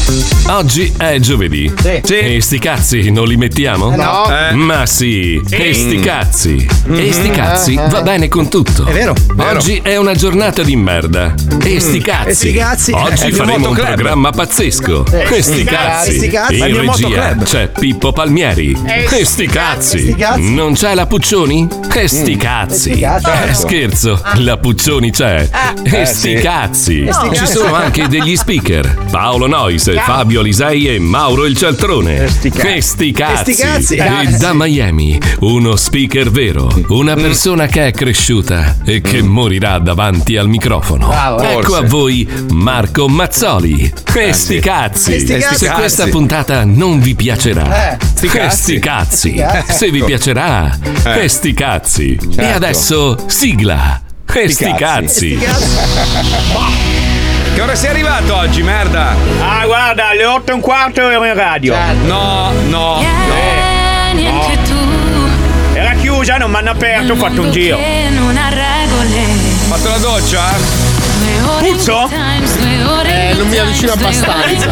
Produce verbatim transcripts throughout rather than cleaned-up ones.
Oggi è giovedì. Sì. Sì. E sti cazzi non li mettiamo? No. Eh. Ma sì, Sì. e sti cazzi. Mm-hmm. E sti cazzi Eh, eh. va bene con tutto. È vero. Oggi è una giornata di merda. E sti Mm. cazzi. E sti cazzi. È Oggi il faremo un motoclub. programma pazzesco. Eh. E sti Sti cazzi. cazzi. Sti cazzi. È il In mio regia motoclub. c'è Pippo Palmieri. Eh. E sti cazzi. Sti cazzi. Non c'è la Puccioni? E sti Mm. cazzi. E sti cazzi. Eh, scherzo, la Puccioni c'è. E Eh, sti sì. cazzi. E sti Ci cazzi. sono anche degli speaker. Paolo Nois, Fabio Lisei e Mauro il Cialtrone. E sti cazzi. E sti E cazzi. sti cazzi. E da Miami, uno speaker vero. Una persona che è cresciuta e che morirà davanti al microfono. Bravo. Ecco Forse. a voi Marco Mazzoli. E sti sì. cazzi. E sti cazzi. Se questa puntata non vi piacerà, Eh. Sti e cazzi. sti cazzi. Sti cazzi. Se vi piacerà, Eh. e sti cazzi. E Certo. adesso sigla. E Sti sti cazzi. cazzi. Che ora sei arrivato oggi, merda? Ah, guarda, alle otto e un quarto ero in radio. No, no, Eh, no. Era chiusa, non mi hanno aperto, ho fatto un giro. Fatto la doccia? Puzzo? Eh, non mi avvicino abbastanza.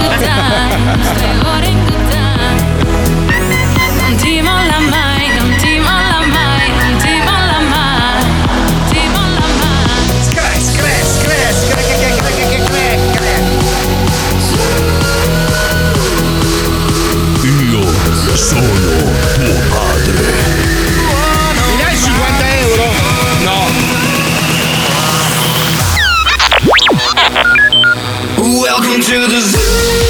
Non ti molla mai, non ti molla mai, non ti molla mai, non ti molla mai. Scre, scre, scre, scre, che, che, che, che, che, che. Io sono tuo padre. Mi dai cinquanta euro? No. Welcome to the zoo.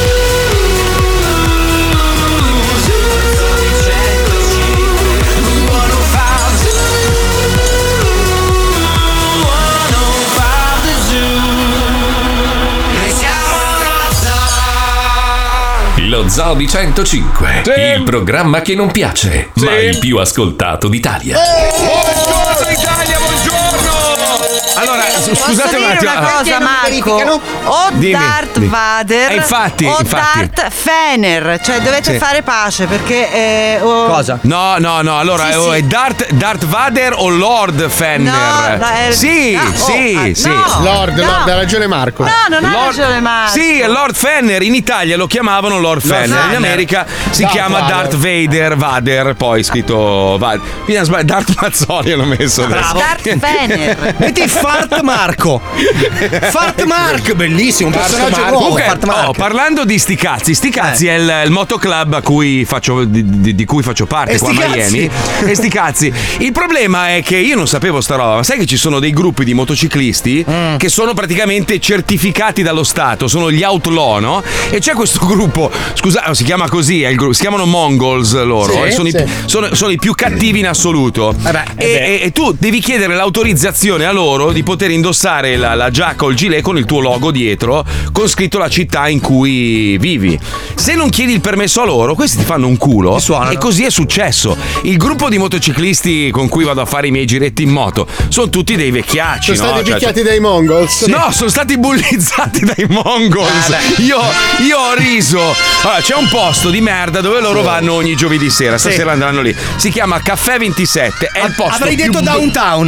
Lo Zoo di centocinque, Sì. il programma che non piace, Sì. ma il più ascoltato d'Italia. Buongiorno Italia, buongiorno! Allora, s- Posso scusate un dire attimo. una cosa, Marco? O Dimmi, Darth dimmi. Vader Eh, infatti, o infatti. Darth Fener, cioè dovete Sì. fare pace perché eh, o- Cosa? No, no, no, allora Sì, oh, sì. è Darth, Darth Vader o Lord Fenner? No, la- eh, sì, no, sì, oh, ah, sì. no. Lord, No. Lord, ha ragione Marco. No, non hai Lord- ragione Marco. Sì, è Lord Fenner. In Italia lo chiamavano Lord, Fenner. In Fenner. America si Darth chiama Vader. Darth Vader, Vader, poi scritto Vader. Quindi hanno sbagliato, Darth Mazzoli hanno messo adesso. Darth Fener. Metti Fart Marco. Fart Mark, bellissimo, un Fart personaggio Mark. nuovo. Comunque, Fart oh, Mark. parlando di sti cazzi, sti cazzi Eh. è il, il motoclub a cui faccio, di, di- di cui faccio parte E qua a sti Miami. cazzi. E sti cazzi. Il problema è che io non sapevo sta roba, ma sai che ci sono dei gruppi di motociclisti Mm. che sono praticamente certificati dallo Stato, sono gli outlaw, no? E c'è questo gruppo, scusate, si chiama così, è il gruppo, si chiamano Mongols loro, Sì, e sono, sì. i, sono, sono i più cattivi in assoluto. beh, e, e- e tu devi chiedere l'autorizzazione a loro di poter indossare la, la giacca o il gilet con il tuo logo dietro, con scritto la città in cui vivi. Se non chiedi il permesso a loro, questi ti fanno un culo. Ti suonano. E così è successo. Il gruppo di motociclisti con cui vado a fare i miei giretti in moto sono tutti dei vecchiacci. Sono no? stati Cioè, picchiati dai Mongols. No, sono stati bullizzati dai Mongols. Ah, io, io ho riso. Allora, c'è un posto di merda dove loro vanno ogni giovedì sera. Stasera andranno lì. Si chiama Caffè ventisette. È il posto. Avrei detto più downtown.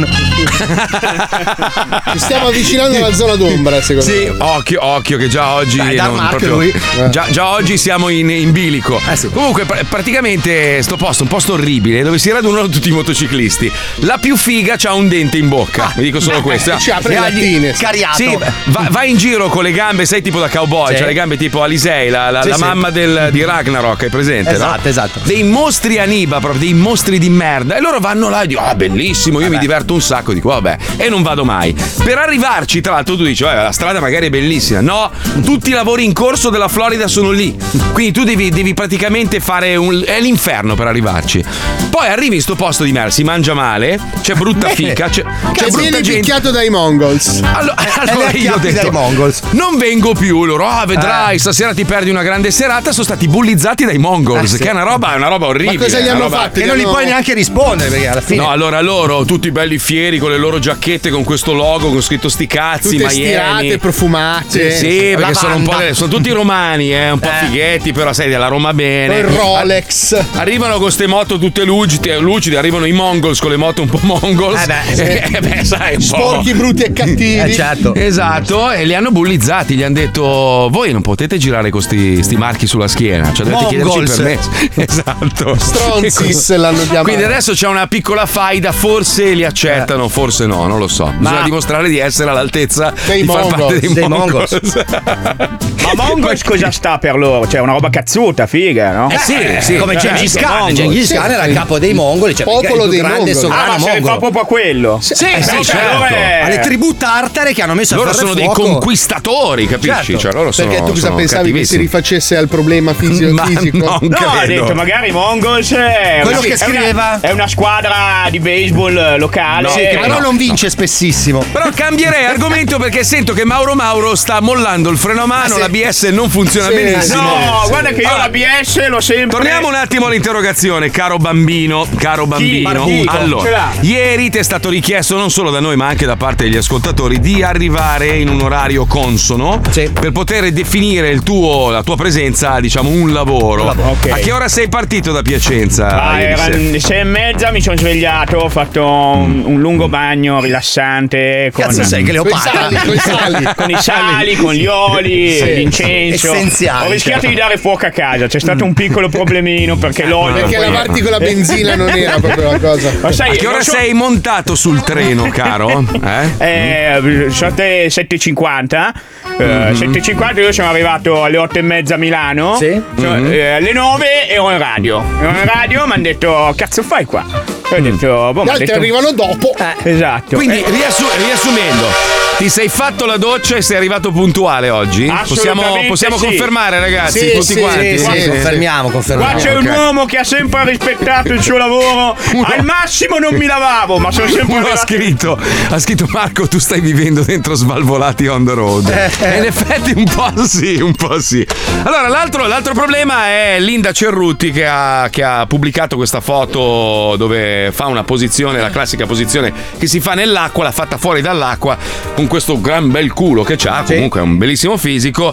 Ci stiamo avvicinando alla zona d'ombra, secondo Sì, me. occhio, occhio, che già oggi. Dai, dà non marchio proprio- lui. Già, già oggi siamo in, in bilico. Eh sì. Comunque, pr- praticamente, sto posto è un posto orribile dove si radunano tutti i motociclisti. La più figa c'ha un dente in bocca. Vi dico solo questo. ci apre E le agli- lattine. Cariato. Sì, va, va in giro con le gambe, sai, tipo da cowboy, Sì. cioè le gambe tipo Alisei, la, la- Sì, la sì. mamma del- di Ragnarok, hai presente? Esatto, no? esatto. Dei mostri Aniba, proprio dei mostri di merda. E loro vanno là e dicono: ah, bellissimo, io mi diverto un sacco. Dico, vabbè, e non vado mai. Per arrivarci, tra l'altro, tu dici, vabbè, la strada magari è bellissima. No, tutti i lavori in corso della Florida sono lì. Quindi tu devi, devi praticamente fare un. È l'inferno per arrivarci. Poi arrivi in sto posto di merda, si mangia male, c'è brutta fica, c'è, c'è Che brutta vieni gente. picchiato dai Mongols. Allora, allora le io ho acchiappi detto dai Mongols. non vengo più. Loro, ah, vedrai, Eh. stasera ti perdi una grande serata. Sono stati bullizzati dai Mongols, Eh, sì. che è una roba, è una roba orribile. Ma cosa gli è una hanno roba- fatto? Che non gli hanno- puoi neanche rispondere perché alla fine. No, allora loro, tutti belli fieri con le loro giacchette con questo logo con scritto sti cazzi, Tutte Miami. stirate, profumate. Sì, sì, perché sono un po' lavanda. le- sono tutti romani, eh, un po' fighetti, però sai della Roma bene. Il Rolex. Arrivano con queste moto tutte lucide, lucide, arrivano i Mongols con le moto un po' Mongols. Eh beh, sì. Eh, beh, sai, un po'. Sporchi, brutti e cattivi. Eh, certo. Esatto, e li hanno bullizzati, gli hanno detto voi non potete girare con sti, sti marchi sulla schiena, cioè dovete chiederci il Mongols. permesso. Esatto. Stronzis l'hanno chiamato. Quindi adesso c'è una piccola faida, forse li accettano, forse no, non lo so. Bisogna dimostrare di essere all'altezza Dei di far Mongols. parte dei, Dei Mongols. Ma Mongols cosa sta per loro? Cioè, una roba cazzuta, figa, no? Eh sì, sì. Come Eh, Gengis sì, Khan. Mongol. Gengis Khan era il capo dei mongoli, cioè Popolo il più dei grande mongoli. Ah, sovrano ma se ne fa mongolo. proprio a quello. Sì, sì, sì, certo. Allora è- alle tribù tartare che hanno messo a Loro ferro e sono dei fuoco. conquistatori, capisci? Certo. Cioè, loro sono, Perché tu cosa sono pensavi che si cattivissimi. rifacesse al problema fisio- Ma fisico? non No, ha credo. detto magari Mongols è Quello una- che è scriveva- una, è una squadra di baseball locale. Sì, che Eh, però no. non vince spessissimo. Però cambierei argomento perché sento che Mauro Mauro sta mollando il freno a mano, sì. l'A B S non funziona Sì, benissimo. No, guarda che io Allora, l'A B S l'ho sempre. Torniamo un attimo all'interrogazione, caro bambino, caro bambino. Martino, ce Allora, l'ha? ieri ti è stato richiesto non solo da noi ma anche da parte degli ascoltatori di arrivare in un orario consono Sì. per poter definire il tuo, la tua presenza, diciamo, un lavoro. Ok. A che ora sei partito da Piacenza? Ah, ieri sera? erano le sei e mezza, mi sono svegliato, ho fatto un, un lungo bagno rilassante con, Cazzo sei che Coi Leopardo? sali, coi sali. con i sali, con gli oli, Sì. l'incenso. Essenziali, Ho rischiato cioè. di dare fuoco a casa, c'è stato un piccolo problemino perché l'olio. Perché poi- lavarti con la benzina non era proprio la cosa. Ma sai, A che ora non so- sei montato sul treno, caro? Eh? Eh, sono le sette e cinquanta. Eh, sette e cinquanta io sono arrivato alle otto e mezza a Milano. Sì. Sono- eh, alle nove ero in radio. Ero in radio, mi hanno detto cazzo fai qua? E ho detto, boh, Gli m'ha altri detto- arrivano dopo. Esatto. Quindi, Eh, riassu- riassumendo, ti sei fatto la doccia e sei arrivato puntuale oggi? Possiamo, Assolutamente possiamo sì. confermare, ragazzi, Sì, tutti sì, quanti? Sì, sì, confermiamo, confermiamo. Qua c'è un ok. uomo che ha sempre rispettato il suo lavoro. Al massimo non mi lavavo, ma sono sempre Uno ha arrivato- scritto, ha scritto Marco, tu stai vivendo dentro Svalvolati on the road. E in effetti un po' sì, un po' sì. Allora, l'altro, l'altro problema è Linda Cerruti che ha, che ha pubblicato questa foto dove fa una posizione, la classica posizione che si fa nell'acqua, l'ha fatta fuori dall'acqua con questo gran bel culo che c'ha, comunque è un bellissimo fisico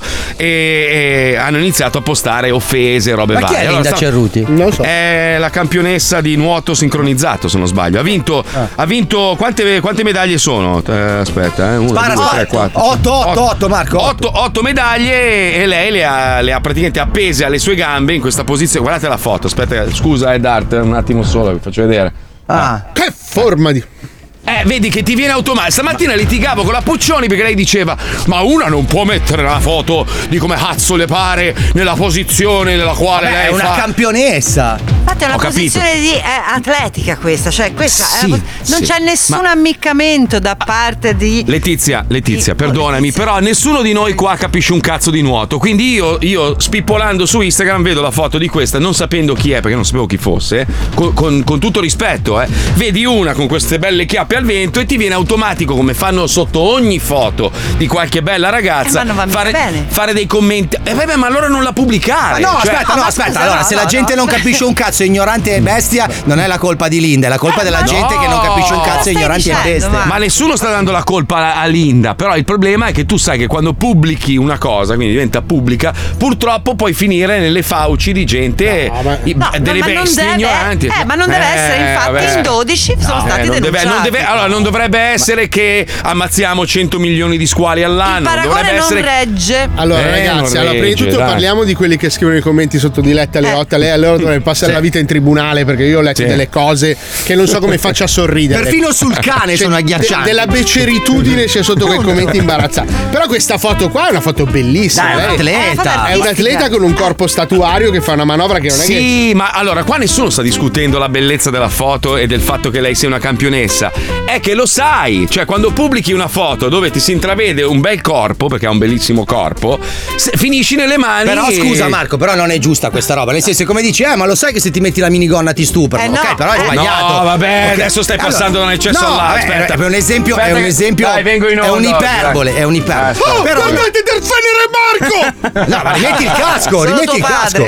e, e hanno iniziato a postare offese, robe Ma chi varie. è Allora, Linda sta- Cerruti? Non lo so. è la campionessa di nuoto sincronizzato, se non sbaglio. Ha vinto, ha vinto quante, quante medaglie sono? Eh, aspetta, eh. Uno, Spara, due, spara. tre, quattro. Otto, otto, otto, Marco. Otto, otto medaglie e lei le ha, le ha praticamente appese alle sue gambe in questa posizione. Guardate la foto, aspetta, scusa, è Dart, un attimo solo, vi faccio vedere. Ah. Che forma di. Eh, vedi che ti viene automatico. Stamattina litigavo con la Puccioni perché lei diceva: ma una non può mettere la foto di come cazzo le pare nella posizione nella quale Beh, lei è una fa. campionessa. Infatti è una Ho capito. posizione di eh, atletica questa, cioè questa è Sì, una pos- non sì. c'è nessun Ma- ammiccamento da parte di Letizia, Letizia, Sì, perdonami, Letizia. però nessuno di noi qua capisce un cazzo di nuoto. Quindi io, io spippolando su Instagram vedo la foto di questa, non sapendo chi è, perché non sapevo chi fosse, con, con- con tutto rispetto, eh. Vedi una con queste belle chiappe al vento e ti viene automatico, come fanno sotto ogni foto di qualche bella ragazza, Eh, ma non va mica fare, bene. fare dei commenti. Eh, vabbè, ma allora non la pubblicare. No, cioè- aspetta, Ah, no, ma aspetta. scusa, Allora, no, se no, la gente no. non capisce un cazzo, è ignorante e bestia, non è la colpa di Linda, è la colpa Eh, della ma- gente che non capisce un No. cazzo, è Stai ignoranti e dicendo, bestia. ma- Ma nessuno sta dando la colpa a- a Linda. Però il problema è che tu sai che quando pubblichi una cosa, quindi diventa pubblica, purtroppo puoi finire nelle fauci di gente, No, ma- i- No, delle ma non bestie deve- ignoranti. eh, ma non deve essere, infatti, vabbè. in dodici sono Eh, stati non deve- non denunciati. deve- allora, non dovrebbe essere che ammazziamo cento milioni di squali Il all'anno. paragone Dovrebbe non essere. regge. Allora, Eh, ragazzi, non allora, prima di regge, tutto dai. parliamo di quelli che scrivono i commenti sotto Diletta alle Eh. otto. Lei allora dovrebbe passare la vita in tribunale perché io ho letto Sì. delle cose che non so come faccia a sorridere. Perfino sul cane Cioè, sono de- agghiaccianti. della beceritudine c'è sotto quei commenti imbarazzanti. Però questa foto qua è una foto bellissima. Dai, è un lei- atleta. È un atleta con un corpo statuario che fa una manovra che non è che. Sì, ma allora qua nessuno sta discutendo la bellezza della foto e del fatto che lei sia una campionessa. È che lo sai, cioè quando pubblichi una foto dove ti si intravede un bel corpo, perché ha un bellissimo corpo, se- finisci nelle mani. Però scusa Marco, però non è giusta questa roba. Nel senso, come dici, eh, ma lo sai che se ti metti la minigonna ti stuprano. Eh, no, ok, però è eh. sbagliato. No, vabbè, Ok. adesso stai passando da un eccesso no, all'altro. vabbè, Aspetta. È un esempio, Aspetta è un che- esempio. Dai, vengo in è onda, un'iperbole, dai. è un'iperbole. Aspetta. Però Oh, guardate del Fenere Marco! no, ma rimetti il casco, Sono rimetti tuo il casco.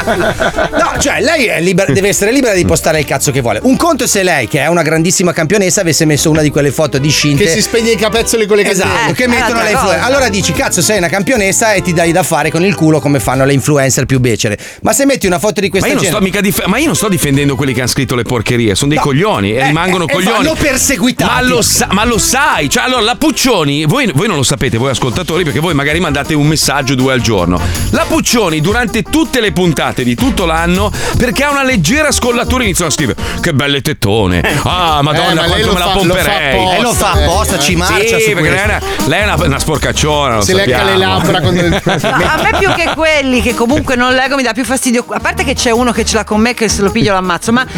padre. No, cioè lei è libera- deve essere libera di postare il cazzo che vuole. Un conto è se lei, che è una grandissima campionessa, campionessa avesse messo una di quelle foto di scinte Che si spegne i capezzoli con le candele. esatto, Eh, che è mettono un'altra le influencer. cosa. Allora dici, cazzo, sei una campionessa e ti dai da fare con il culo come fanno le influencer più becere. Ma se metti una foto di Ma questa io, non gente, sto mica dif- ma io non sto difendendo quelli che hanno scritto le porcherie, sono dei No, coglioni e eh, rimangono eh, coglioni. vanno perseguitati. Ma lo, sa- ma lo sai, cioè allora la Puccioni, voi, voi non lo sapete, voi ascoltatori, perché voi magari mandate un messaggio due al giorno. La Puccioni durante tutte le puntate di tutto l'anno, perché ha una leggera scollatura, iniziano a scrivere che belle tettone. Ah, madonna, Eh, ma lei quanto lo me la fa- lo fa pomperei. apposta. e lo fa apposta, ci marcia Sì, su perché lei è, questo. una, lei è una, una sporcacciona, lo Si lecca sappiamo. le labbra quando. No, a me più che quelli che comunque non leggo mi dà più fastidio. A parte che c'è uno che ce l'ha con me che se lo piglio lo ammazzo, ma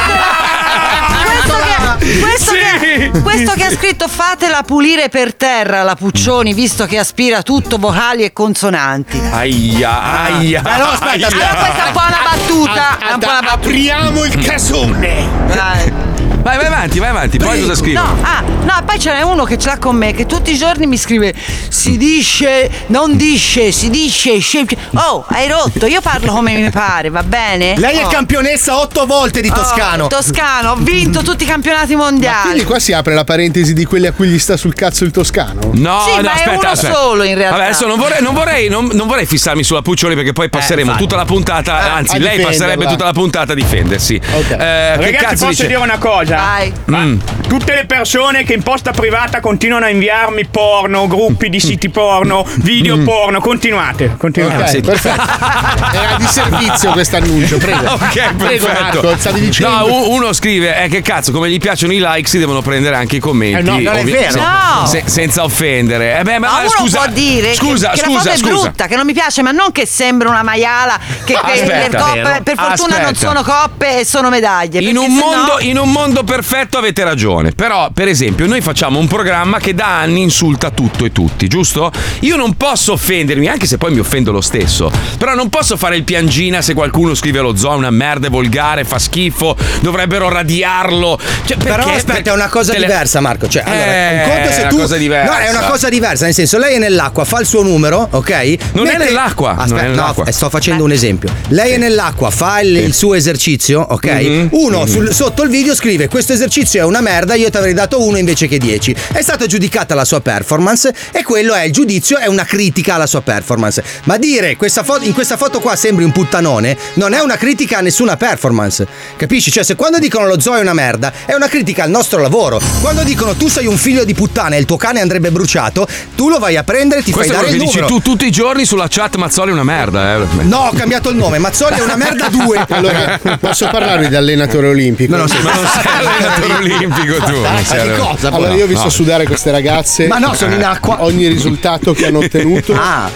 questo, che, questo, Sì. che, questo che ha scritto fatela pulire per terra la Puccioni, visto che aspira tutto vocali e consonanti. Aia, aia. Eh, no, aspetta, aia. Allora questa è un po' una battuta. È un po' una battuta. Apriamo il casone. Dai. Vai, vai avanti, vai avanti. Poi cosa scrivo? No, ah, no, poi ce n'è uno che ce l'ha con me che tutti i giorni mi scrive si dice, non dice, si dice, sce- oh, hai rotto, io parlo come mi pare, va bene? Lei è Oh. campionessa otto volte di Oh, Toscano. Toscano, ho vinto tutti i campionati mondiali. Quindi qua si apre la parentesi di quelli a cui gli sta sul cazzo il toscano. No, Sì, no, ma è aspetta, uno aspetta. solo, in realtà. Vabbè, adesso non vorrei, non vorrei, non, non vorrei fissarmi sulla Puccioni perché poi passeremo infatti. tutta la puntata, anzi, a lei difenderla. passerebbe tutta la puntata a difendersi. Ok. Eh, che Ragazzi, cazzo posso dice? dire una cosa? Vai. Ma Mm. tutte le persone che in posta privata continuano a inviarmi porno, gruppi di siti porno, video Mm. porno, continuate, continuate. Ok, sì. perfetto. Era di servizio questo annuncio, prego. Ok, Prego, perfetto. Marco, stavi dicendo. No, u- uno scrive: Eh, che cazzo, come gli piacciono i like, si devono prendere anche i commenti. Eh, no, non è ovvi- vero. se- No. se- senza offendere. Eh, beh, ma, Ma uno scusa, può dire scusa, che, che scusa, la foto scusa. è brutta, che non mi piace, ma non che sembra una maiala, che, che Aspetta. le coppe, Vero. per fortuna non Aspetta. sono coppe e sono medaglie. In perché un, sennò- mondo, in un mondo perfetto avete ragione. Però, per esempio, noi facciamo un programma che da anni insulta tutto e tutti, giusto? Io non posso offendermi, anche se poi mi offendo lo stesso. Però non posso fare il piangina se qualcuno scrive lo zoo è una merda, è volgare, fa schifo, dovrebbero radiarlo. Cioè, Però perché- aspetta, è una cosa Te le- diversa, Marco. Cioè, allora, Eh, un conto è se una tu. cosa diversa. No, è una cosa diversa. Nel senso, lei è nell'acqua, fa il suo numero, ok? Non è nell'acqua, non Aspetta, è nell'acqua. no, sto facendo un esempio. Lei è nell'acqua, fa il, il suo esercizio, ok? Mhm. Uno sul- sotto il video scrive: questo esercizio è una merda, io ti avrei dato uno invece che dieci. È stata giudicata la sua performance e quello è il giudizio, è una critica alla sua performance. Ma dire questa foto, in questa foto qua sembri un puttanone non è una critica a nessuna performance. Capisci? Cioè, se quando dicono lo zoo è una merda, è una critica al nostro lavoro. Quando dicono tu sei un figlio di puttana e il tuo cane andrebbe bruciato, tu lo vai a prendere e ti Questo è fai dare quello il che dici numero. tu tutti i giorni sulla chat. Mazzoli è una merda, eh. No, ho cambiato il nome. Mazzoli è una merda due. Allora, posso parlarvi di allenatore olimpico? No, no, sì, Ma non sei allenatore olimpico tu. non sei Ma di allenatore- cosa? Allora, io ho visto sudare queste ragazze. Ma no, sono in acqua. Ogni risultato che hanno ottenuto. Ah.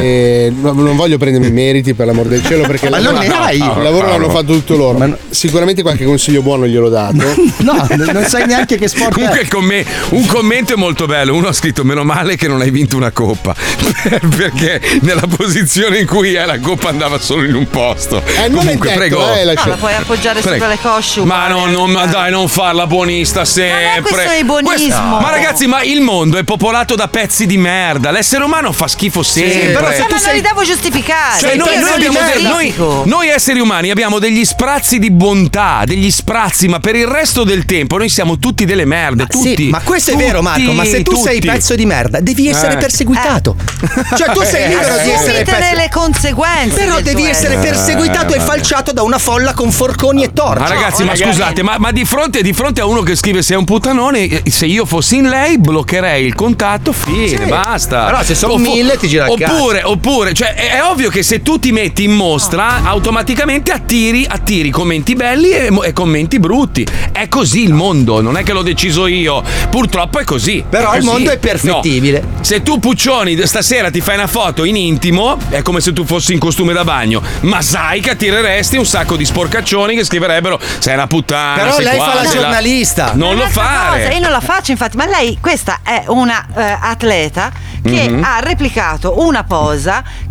E no- non voglio prendermi i meriti per l'amor del cielo, perché il Ma lavoro, non ne hai. il lavoro l'hanno fatto tutto loro. Ma no- Sicuramente qualche consiglio buono gliel'ho dato. No, non sai neanche che sport Comunque è. il commen- un commento è molto bello. Uno ha scritto: meno male che non hai vinto una coppa. Perché nella posizione in cui è la coppa andava solo in un posto. Eh, non Comunque, è detto, prego. eh, No, lascia- la puoi appoggiare Prego. sopra le cosce. Ma uguale. no, non, ma dai, non farla buonista sempre. questione di buonismo. Questo- Ma ragazzi, ma il mondo è popolato da pezzi di merda. L'essere umano fa schifo sempre. però se Eh, tu ma sei- non li devo giustificare. Cioè, noi, Io noi non abbiamo li de- noi, giustifico. noi esseri umani abbiamo degli sprazzi di bontà, degli sprazzi, ma per il resto del tempo noi siamo tutti delle merde. Sì, Tutti. ma questo è Tutti, vero, Marco. Ma se tu sei tutti. pezzo di merda, devi essere Eh. perseguitato. Cioè, tu sei libero di essere Assumitene pezzo. le conseguenze. Però del devi tuo essere essere. perseguitato e falciato da una folla con forconi e torce. Ma ragazzi, ma ragazzi. scusate, ma, ma di, fronte, di fronte a uno che scrive sei un puttanone, eh, se io fossi in lei bloccherei il contatto, fine, Sì. basta. Però se sono Oppu- mille ti gira il Oppure, oppure, cioè è, è ovvio che se tu ti metti in mostra, automaticamente attiri, attiri commenti belli e, e commenti brutti. È così il mondo, non è che l'ho deciso io. Purtroppo è così. Però il così. mondo è perfettibile. No. Se tu Puccioni stasera ti fai una foto in intimo, è come se tu fossi in costume da bagno, ma sai che attireresti un sacco di sporcaccioni che scriverebbero sei una puttana. Però sei lei qua, fa la sei là". giornalista. Non lo Un'altra fare. cosa, io non la faccio, infatti, ma lei, questa è una eh, atleta che Mhm. ha replicato una posa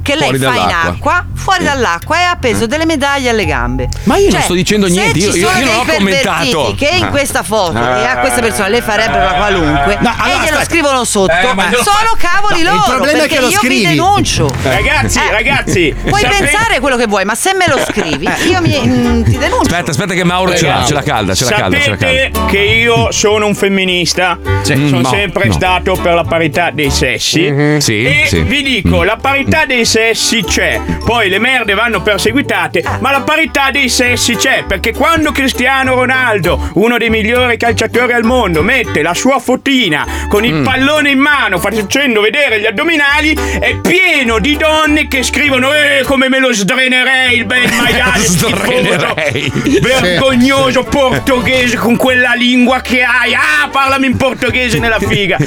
che lei Fuori fa in dall'acqua. acqua, fuori dall'acqua, e ha appeso delle medaglie alle gambe. Ma io non Cioè, sto dicendo se niente, io- ci io- sono io non dei ho commentato. pervertiti che in Ah. questa foto Ah. e a questa persona le farebbero la qualunque No, allora, e glielo aspetta. scrivono sotto, Eh, ma glielo sono cavoli No, il loro, problema è perché che lo io scrivi. vi denuncio. Ragazzi, Eh, ragazzi. Puoi sapete- pensare quello che vuoi, ma se me lo scrivi, io mi, mm, ti denuncio. Aspetta, aspetta che Mauro ce l'ha, ce l'ha calda, ce l'ha calda, ce l'ha Sapete calda. che io sono un femminista? Sono no, sempre no. stato per la parità dei sessi. Sì, e sì. vi dico, la parità dei sessi c'è. Poi le merde vanno perseguitate, ma la parità dei sessi c'è. Perché quando Cristiano Ronaldo, uno dei migliori calciatori al mondo, mette la sua fotina con il pallone in mano facendo vedere gli addominali, è pieno di donne che scrivono eh come me lo sdrenerei il bel maiale schifoso, Sdrenerei. vergognoso portoghese con quella lingua che hai. Ah, parlami in portoghese nella figa.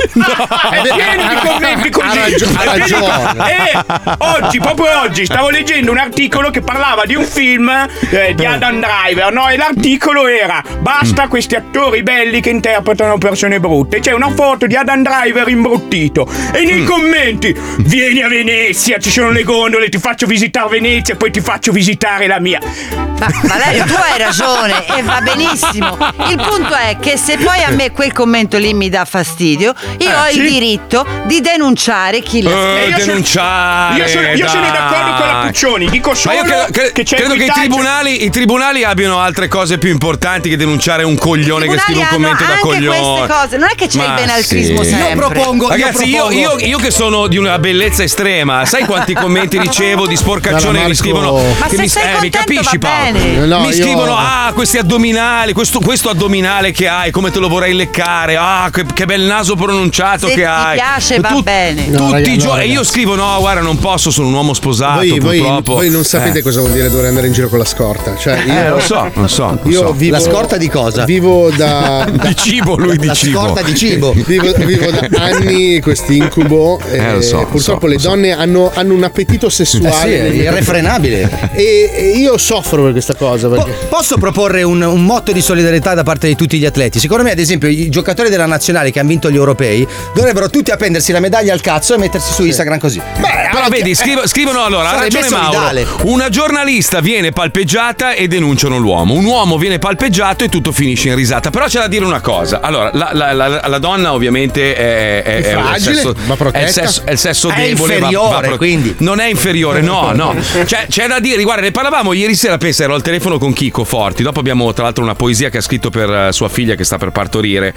Ah, è pieno di commenti così. Ha ragio- ha È pieno di- ragione. E oggi, proprio oggi, stavo leggendo un articolo che parlava di un film eh, di Adam Driver, no? E l'articolo era: basta questi attori belli che interpretano persone brutte. C'è una foto di Adam Driver imbruttito. E nei commenti: vieni a Venezia, ci sono le gondole, ti faccio visitare Venezia, poi ti faccio visitare la mia. Ma Valerio, tu hai ragione e va benissimo. Il punto è che se poi a me quel commento lì mi dà fastidio, io Eh, ho sì? il diritto di denunciare chi l'ha Eh, io sono- denunciare. Io sono, io sono dai. d'accordo con la Puccioni, dico Ma solo io credo, cre- che c'è credo che i equità- tribunali, i tribunali abbiano altre cose più importanti che denunciare un coglione che scrive un commento da anche coglione. queste cose. Non è che c'è il Ma benaltrismo sì. sempre. Io propongo, Ragazzi, io, io, propongo- io- io che sono di una bellezza estrema, sai quanti commenti ricevo di sporcaccioni Guarda, che mi Marco- scrivono? Ma che se mi, sei eh, mi contento capisci, va Paolo? bene. No, mi io- scrivono: ah, questi addominali, questo, questo addominale che hai, come te lo vorrei leccare, ah, che, che bel naso pronunciato Se che ti hai. piace, va bene. No, Tutti raga, i no, giorni. E io ragazzi. scrivo: no, guarda, non posso, sono un uomo sposato. Voi, voi- purtroppo. voi non sapete Eh. cosa vuol dire dover andare in giro con la scorta. Cioè, io, Eh, lo so, lo so. lo io so. vivo, La scorta di cosa? Vivo da, da- Di cibo, lui di la cibo. scorta di cibo. Vivo, vivo da anni questo incubo. Eh, lo so, lo purtroppo so, le lo so. donne hanno, hanno un appetito Eh sì, sessuale. è irrefrenabile. e, e io soffro per questa cosa. Po- Perché posso proporre un, un motto di solidarietà da parte di tutti gli atleti? Secondo me, ad esempio, i giocatori della nazionale che hanno vinto gli europei dovrebbero tutti appendersi la medaglia al cazzo e mettersi su Instagram così. Però vedi, scrivo- scrivono allora, ha Sarebbe ragione Mauro. solidale. Una giornalista viene palpeggiata e denunciano l'uomo. Un uomo viene palpeggiato e tutto finisce in risata. Però c'è da dire una cosa. Allora, la, la- la- la donna ovviamente è, è, È è un fragile, sesso, va protetta. è il sesso, è il sesso È debole. va- inferiore, va pro- quindi. Non è inferiore, no, no. Cioè, c'è da dire, guarda, ne parlavamo ieri sera, pensa, ero al telefono con Chico Forti. Dopo abbiamo tra l'altro una poesia che ha scritto per eh, sua figlia che sta per partorire.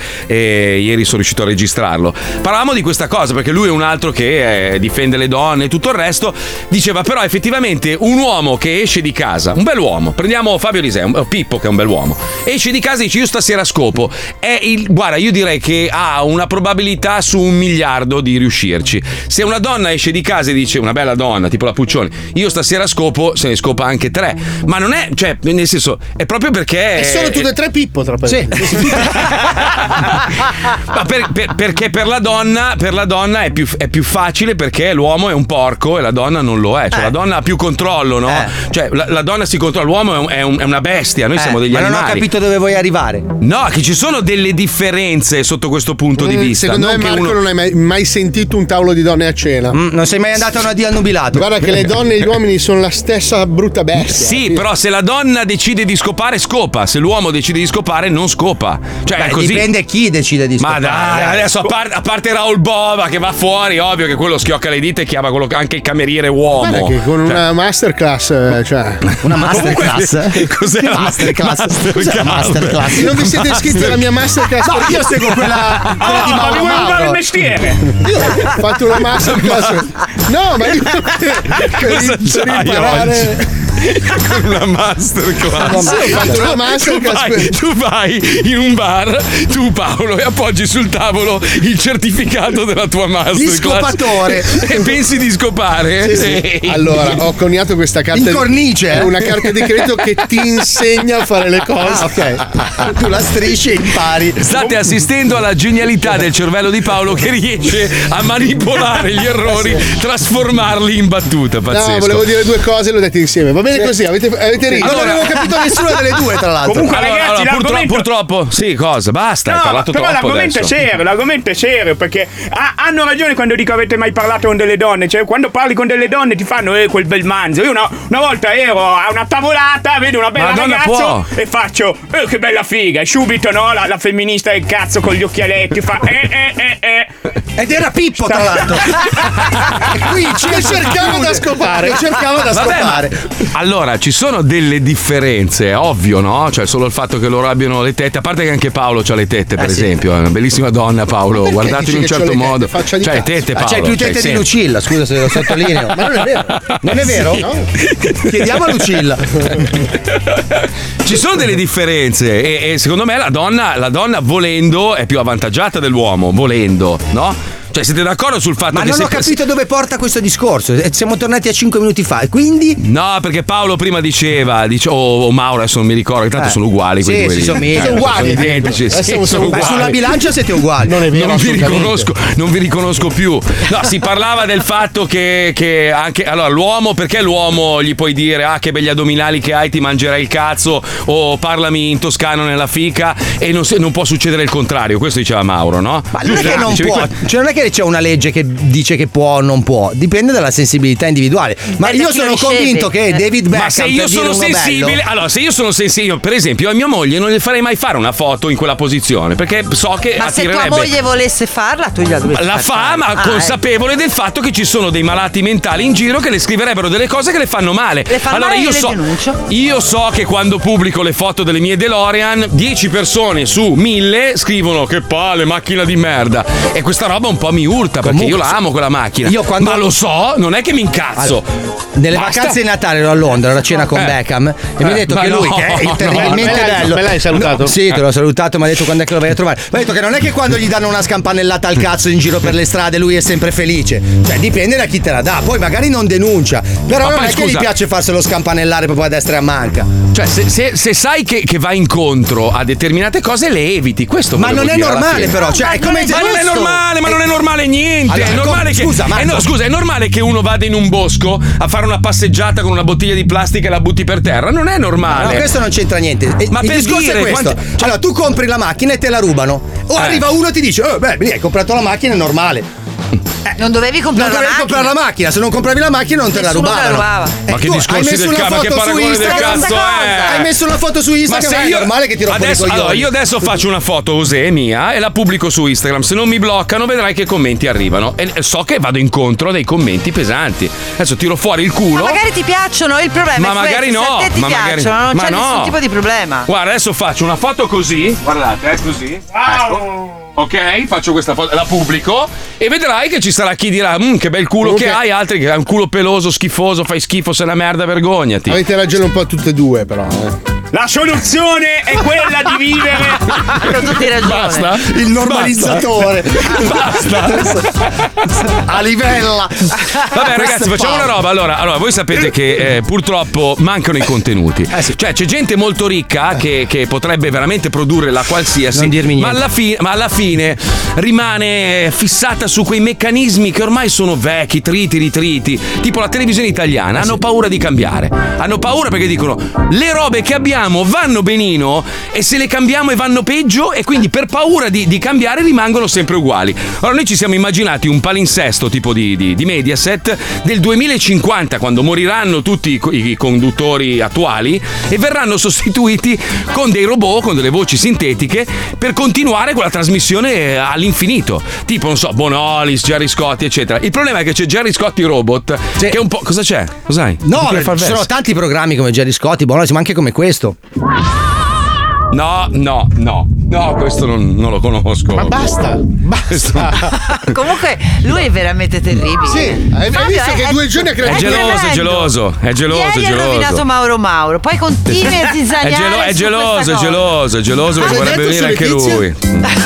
E ieri sono riuscito a registrarlo. Parlavamo di questa cosa perché lui è un altro che eh, difende le donne e tutto il resto. Diceva però effettivamente un uomo che esce di casa, un bell'uomo, prendiamo Fabio Lisei, un, Pippo che è un bell'uomo, esce di casa e dice io stasera scopo, è il, guarda, io direi che ha una probabilità su un miliardo di riuscirci. Se una donna esce di casa e dice, una bella donna tipo la Puccioni, io stasera scopo, se ne scopa anche tre, ma non è, cioè nel senso è proprio perché e sono tutte e tre Pippo tra parentesi. ma per- per- perché per la donna, per la donna è più, è più facile perché l'uomo è un porco e la donna non lo è. Cioè, Eh. la donna ha più controllo, no? Eh. Cioè, la, la donna si controlla, l'uomo è, un- è un- è una bestia, noi Eh, siamo degli ma non ho animali. capito dove vuoi arrivare. No, che ci sono delle differenze sotto questo punto di Mm, vista. Secondo non me che Marco uno- non hai mai, mai sentito un tavolo di donne a cena. Mm, non sei mai andato a una dia al nubilato. Guarda che le donne e gli uomini sono la stessa brutta bestia. Sì, però se la donna decide di scopare, scopa. Se l'uomo decide di scopare, non scopa. Cioè, Beh, è così. dipende chi decide di Ma scopare. dai, adesso a, par- a parte Raul Bova che va fuori, ovvio che quello schiocca le dita e chiama quello- anche il cameriere uomo. Guarda che con Cioè, una masterclass, eh, cioè. Una masterclass? cos'è la masterclass? masterclass? Cos'è la masterclass? Non vi siete iscritti alla mia masterclass? No, io seguo quella, quella di Oh, Mauro mi vuoi rubare il Mauro. mestiere? Io ho fatto una masterclass. No, ma io per, Cosa per c'hai imparare. Con una masterclass. Sì, ho fatto una Tu masterclass. vai, per- tu vai in un bar, tu Paolo, e appoggi sul tavolo il certificato della tua masterclass. scopatore. E pensi di scopare? Sì. Allora, ho coniato questa carta. In di- cornice, eh? È una carta di credito che ti insegna a fare le cose. Ah, ok. Tu la strisci e impari. State assistendo alla genialità del cervello di Paolo che riesce a manipolare gli errori, trasformarli in battuta. Pazzesco. No, volevo dire due cose, le ho dette insieme. va bene così, avete, avete riso. Non avevo capito nessuna delle due, tra l'altro. Comunque, Allora, ragazzi, allora, purtroppo, l'argomento... purtroppo, sì, cosa? Basta, hai No, parlato però troppo l'argomento adesso. è serio, l'argomento è serio, perché ha- hanno ragione quando dico avete mai parlato con delle donne, cioè quando parli con delle donne ti fanno eh, quel bel manzo. Io una, una volta ero a una tavolata, vedo una bella Ma la donna ragazza può. e faccio eh, che bella figa, e subito no, la, la femminista del cazzo con gli occhialetti fa eh eh eh eh. Ed era Pippo, tra l'altro. E qui Che cercava da scopare. Che cercava da Vabbè, scopare. ma- allora, ci sono delle differenze, ovvio, no? Cioè, solo il fatto che loro abbiano le tette, a parte che anche Paolo ha le tette, per Eh, sì. esempio, è una bellissima donna, Paolo. perché Guardate dici in un che c'ho certo le tette? modo. Faccia di C'hai le cazzo. tette, Ma Paolo. c'hai più c'hai tette di sempre. Lucilla, scusa se lo sottolineo. Ma non è vero. Non è vero? Sì. Chiediamo a Lucilla. Ci sono delle differenze e, e secondo me la donna, la donna volendo è più avvantaggiata dell'uomo, volendo, no? Cioè, siete d'accordo sul fatto Ma che non se- ho capito dove porta questo discorso. Eh, Siamo tornati a cinque minuti fa. E quindi. No, perché Paolo prima diceva, dice, o, o Mauro, adesso non mi ricordo, che tanto Eh. sono uguali quei Sì, due si lì. somigliano. Eh, Sono uguali. sono identici, Adesso sì, siamo sono uguali. Ma uguali. sulla bilancia siete uguali. Non è vero. Non vi assolutamente. riconosco, non vi riconosco più. No, si parlava del fatto che, che anche allora l'uomo, perché l'uomo gli puoi dire ah che begli addominali che hai, ti mangerai il cazzo, o parlami in toscano nella fica, e non, non può succedere il contrario. Questo diceva Mauro, no? Ma non è che non Dicevi può, que- cioè non è che c'è una legge che dice che può o non può, dipende dalla sensibilità individuale. Ma Eh, io da chi sono lo riceve. convinto che David Beckham, Ma se io per sono dire uno sensibile, bello, allora se io sono sensibile, per esempio, a mia moglie non le farei mai fare una foto in quella posizione, perché so che Ma se tua attirerebbe. moglie volesse farla, tu gliela dovresti La far fa, fare. ma Ah, consapevole del fatto che ci sono dei malati mentali in giro che le scriverebbero delle cose che le fanno male. Le fanno allora male, io io le so, denuncio. io so che quando pubblico le foto delle mie DeLorean, dieci persone su mille scrivono che palle, macchina di merda. E questa roba un po' mi urta, perché Comunque, io la amo quella macchina. io quando- Ma lo so, non è che mi incazzo. nelle Basta. vacanze di Natale ero a Londra, ero a cena con Eh. Beckham e mi ha Eh, detto ma che lui, no, che è no. terribilmente Me l'hai- bello. me l'hai salutato? No, sì, te l'ho salutato, mi ha detto quando è che lo vai a trovare. Mi ha detto che non è che quando gli danno una scampanellata al cazzo in giro per le strade lui è sempre felice. Cioè, dipende da chi te la dà. Poi magari non denuncia. Però Ma non poi, è che gli scusa. piace farselo scampanellare proprio a destra e a manca. Cioè, se, se- se sai che, che va incontro a determinate cose, le eviti. Questo Ma volevo non è dire alla normale, fine. però. Cioè, Ma è come non è Ma non è giusto. normale, ma non è normale niente. Allora, è normale com- che, scusa, Marco. eh no, scusa, è normale che uno vada in un bosco a fare una passeggiata con una bottiglia di plastica e la butti per terra. Non è normale. No, questo non c'entra niente. E Ma il per discorso dire, è questo. quanti- Allora, tu compri la macchina e te la rubano. O Eh. arriva uno e ti dice: Oh, beh, lì hai comprato la macchina, è normale. Non dovevi Non comprare la dovevi macchina. comprare la macchina, se non compravi la macchina non te la Nessuno te la rubavano. rubava. Eh, Ma che tu discorsi hai messo del una cazzo, foto che su paragone del Instagram, cazzo è? Hai messo una foto su Ma Instagram, se è io normale che ti rompono adesso, i coglioni. allora, io adesso faccio una foto Osè mia e la pubblico su Instagram. Se non mi bloccano, vedrai che commenti arrivano. E so che vado incontro a dei commenti pesanti. Adesso tiro fuori il culo. Ma magari ti piacciono, il problema Ma è magari questo, no, se a te ti ma magari- piacciono, non ma c'è no. nessun tipo di problema. Guarda, adesso faccio una foto così. Guardate, è così. Ecco. Ok, faccio questa foto, la pubblico e vedrai che ci sarà chi dirà "Mm, che bel culo Comunque- che hai", altri che hai un culo peloso, schifoso, fai schifo, sei una merda, vergognati. Avete ragione un po' tutte e due, però. eh. La soluzione è quella di vivere. Hanno tutti ragione. Basta. Il normalizzatore. Basta. A livella. Vabbè ragazzi, facciamo una roba. Allora, allora voi sapete che eh, purtroppo mancano i contenuti. Cioè c'è gente molto ricca che, che potrebbe veramente produrre la qualsiasi. Non dirmi ma, niente. alla fi- ma alla fine rimane fissata su quei meccanismi che ormai sono vecchi, triti, ritriti. Tipo la televisione italiana. Hanno paura di cambiare. Hanno paura perché dicono le robe che abbiamo vanno benino e se le cambiamo e vanno peggio, e quindi per paura di, di cambiare rimangono sempre uguali. Allora noi ci siamo immaginati un palinsesto tipo di, di, di Mediaset del duemilacinquanta, quando moriranno tutti i, i conduttori attuali e verranno sostituiti con dei robot, con delle voci sintetiche per continuare quella trasmissione all'infinito, tipo non so Bonolis, Gerry Scotti eccetera. Il problema è che c'è Gerry Scotti robot Sì. che è un po', cosa c'è? Cos'hai? No, Non ti far ci verso? sono tanti programmi come Gerry Scotti, Bonolis, ma anche come questo. No, no, no, no, questo non, non lo conosco. Ma basta, basta. Comunque lui è veramente terribile. Sì, hai Fabio visto che due giorni ha È creato- geloso, è tremendo. geloso, è geloso, Ieri è ha geloso. rovinato Mauro Mauro, poi continui a È, zizzaniare gelo- è su geloso, questa è cosa. geloso, è geloso perché Cosa hai vorrebbe detto venire anche su lui.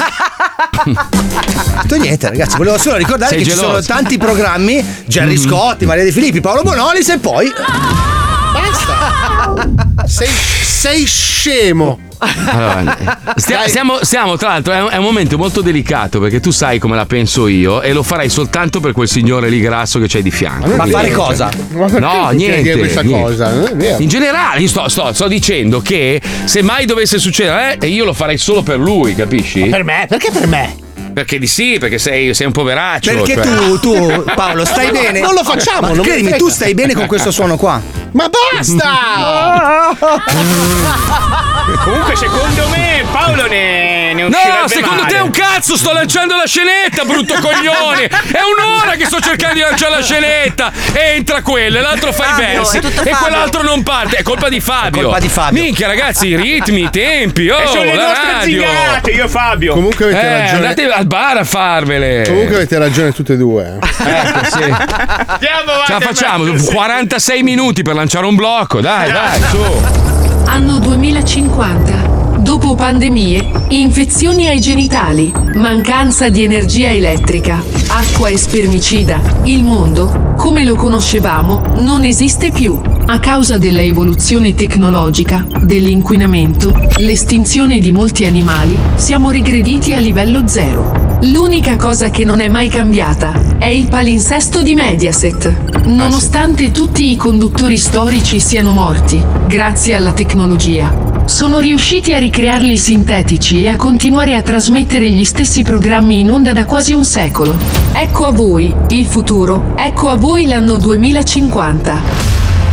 Detto niente, ragazzi, volevo solo ricordare Sei che ci geloso. sono tanti programmi: Gerry Scotti, Maria De Filippi, Paolo Bonolis e poi. Basta. Sei, sei scemo. Allora, stia- stiamo, stiamo, tra l'altro, è un, è un momento molto delicato perché tu sai come la penso io e lo farai soltanto per quel signore lì grasso che c'hai di fianco. Ma fare Quindi- cosa? Ma perché No, tu niente. dire questa niente. cosa? Non è vero. In generale, io sto, sto- sto dicendo che se mai dovesse succedere, eh, io lo farei solo per lui, capisci? Per me? Perché per me? Perché di sì, perché sei, sei un poveraccio. Perché cioè. tu, tu, Paolo, stai bene? Non lo facciamo, Ma non mi credimi, frega. tu stai bene con questo suono qua. Ma basta! Comunque, secondo me, Paolo ne, ne uscirebbe No, secondo male. te è un cazzo, sto lanciando la scenetta, brutto coglione! È un'ora che sto cercando di lanciare la scenetta! Entra quello, e l'altro fa Fabio, i versi, è tutto e Fabio. quell'altro non parte. È colpa di Fabio. È colpa di Fabio. Minchia, ragazzi, i ritmi, i tempi, oh, E sono le la nostre radio. zigarate, io e Fabio. Comunque avete Eh, ragione. andate al bar a farvele. Comunque avete ragione tutte e due. Ecco, sì. Andiamo avanti. Ce la facciamo, avanti. quarantasei minuti per lanciare un blocco, dai, dai, su. Anno duemilacinquanta. Dopo pandemie, infezioni ai genitali, mancanza di energia elettrica, acqua e spermicida, il mondo, come lo conoscevamo, non esiste più. A causa della evoluzione tecnologica, dell'inquinamento, l'estinzione di molti animali, siamo regrediti a livello zero. L'unica cosa che non è mai cambiata è il palinsesto di Mediaset. Nonostante tutti i conduttori storici siano morti, grazie alla tecnologia, sono riusciti a ricrearli sintetici e a continuare a trasmettere gli stessi programmi in onda da quasi un secolo. Ecco a voi il futuro, ecco a voi l'anno duemilacinquanta.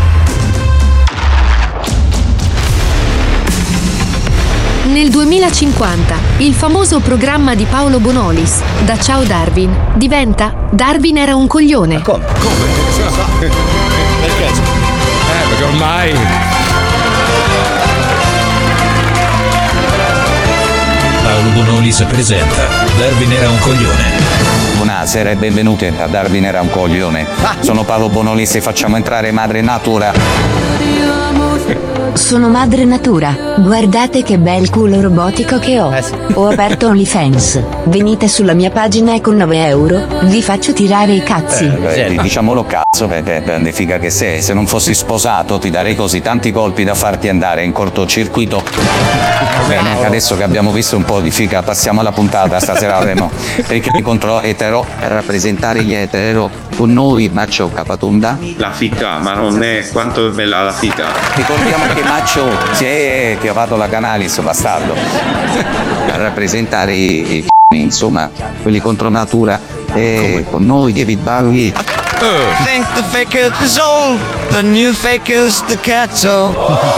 Nel duemilacinquanta, il famoso programma di Paolo Bonolis, da Ciao Darwin, diventa Darwin era un coglione. Come? Perché? Eh, perché ormai. Paolo Bonolis presenta Darwin era un coglione. Buonasera e benvenuti a Darwin era un coglione. Sono Paolo Bonolis e facciamo entrare Madre Natura. Sono Madre Natura. Guardate che bel culo robotico che ho. Ho aperto OnlyFans. Venite sulla mia pagina e con nove euro vi faccio tirare i cazzi. Eh, diciamolo cazzo, perché grande figa che sei. Se non fossi sposato ti darei così tanti colpi da farti andare in cortocircuito. Bene, adesso che abbiamo visto un po' di figa passiamo alla puntata. Stasera avremo perché contro etero a rappresentare gli etero con noi Macho Capatonda. La fica, ma non è quanto è bella la fica. Ricordiamo che Macho si è chiamato la Canalis, bastardo, a rappresentare i, i insomma, quelli contro natura. E con noi David Bowie. Think the faker is old, the new faker's the cazzo.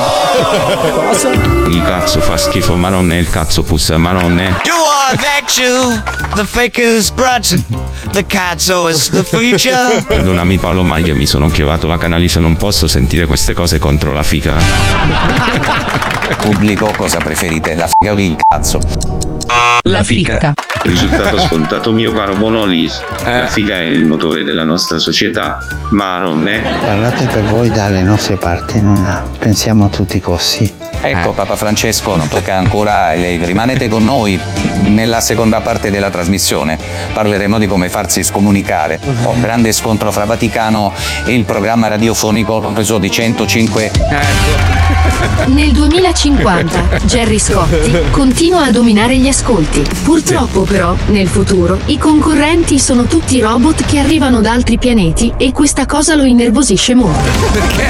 Il cazzo fa schifo, ma non è il cazzo puzza, ma non è. You are that you, the faker's brat, the cazzo is the future. Perdonami Paolo, ma io mi sono chiavato la canalisa, non posso sentire queste cose contro la fica. Pubblico, cosa preferite, la figa o il cazzo? La fica. Risultato scontato mio caro Bonolis. La figa è il motore della nostra società, ma non è. Parlate per voi dalle nostre parti, non pensiamo a tutti così. Ecco Papa Francesco, non tocca ancora a lei, rimanete con noi. Nella seconda parte della trasmissione parleremo di come farsi scomunicare. Oh, grande scontro fra Vaticano e il programma radiofonico compreso di centocinque. Nel duemilacinquanta, Gerry Scotti continua a dominare gli ascolti. Purtroppo però, nel futuro, i concorrenti sono tutti robot che arrivano da altri pianeti e questa cosa lo innervosisce molto. Perché?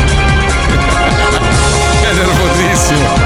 È nervosissimo.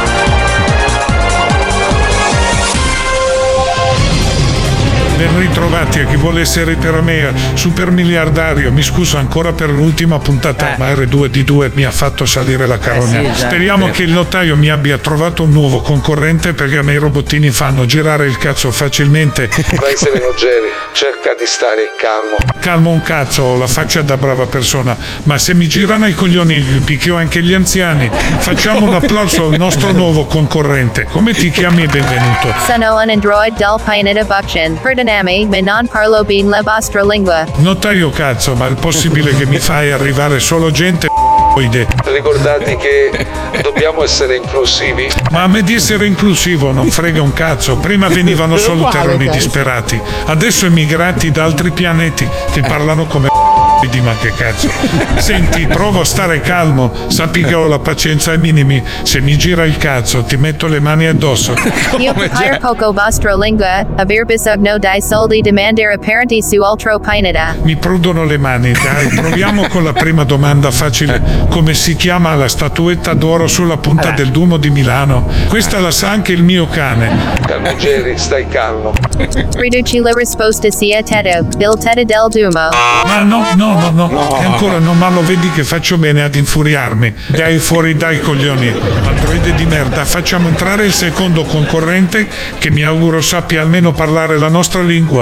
Ben ritrovati a chi vuole essere per me super miliardario. Mi scuso ancora per l'ultima puntata, ma R due D due mi ha fatto salire la carogna. Eh sì, già. Speriamo Eh. che il notaio mi abbia trovato un nuovo concorrente, perché a me i robottini fanno girare il cazzo facilmente. Vai sereno Jerry, cerca di stare calmo. Calmo un cazzo, ho la faccia da brava persona, ma se mi girano i coglioni picchio anche gli anziani. Facciamo un applauso al nostro nuovo concorrente. Come ti chiami e benvenuto? Sono un android del pianeta Buction. Perdonami, ma non parlo bene la vostra lingua. Notaio cazzo, ma è possibile che mi fai arrivare solo gente oide? Ricordate che dobbiamo essere inclusivi. Ma a me di essere inclusivo non frega un cazzo. Prima venivano solo Uguale, terroni cazzo. disperati, adesso immigrati da altri pianeti che parlano come di ma che cazzo. Senti, provo a stare calmo, sappi che ho la pazienza ai minimi. Se mi gira il cazzo ti metto le mani addosso. Io per poco vostro lingua, aver bisogno dai soldi demander apparenti su altro pianeta. Mi prudono le mani, dai, proviamo con la prima domanda facile. Come si chiama la statuetta d'oro sulla punta del Duomo di Milano? Questa la sa anche il mio cane. Calmo Jerry, stai calmo. Riduci la risposta sia Teddo, del Teddo del Duomo. Ma no, no, no, no, e ancora non, ma lo vedi che faccio bene ad infuriarmi. Dai fuori dai coglioni. Androide di merda, facciamo entrare il secondo concorrente che mi auguro sappia almeno parlare la nostra lingua.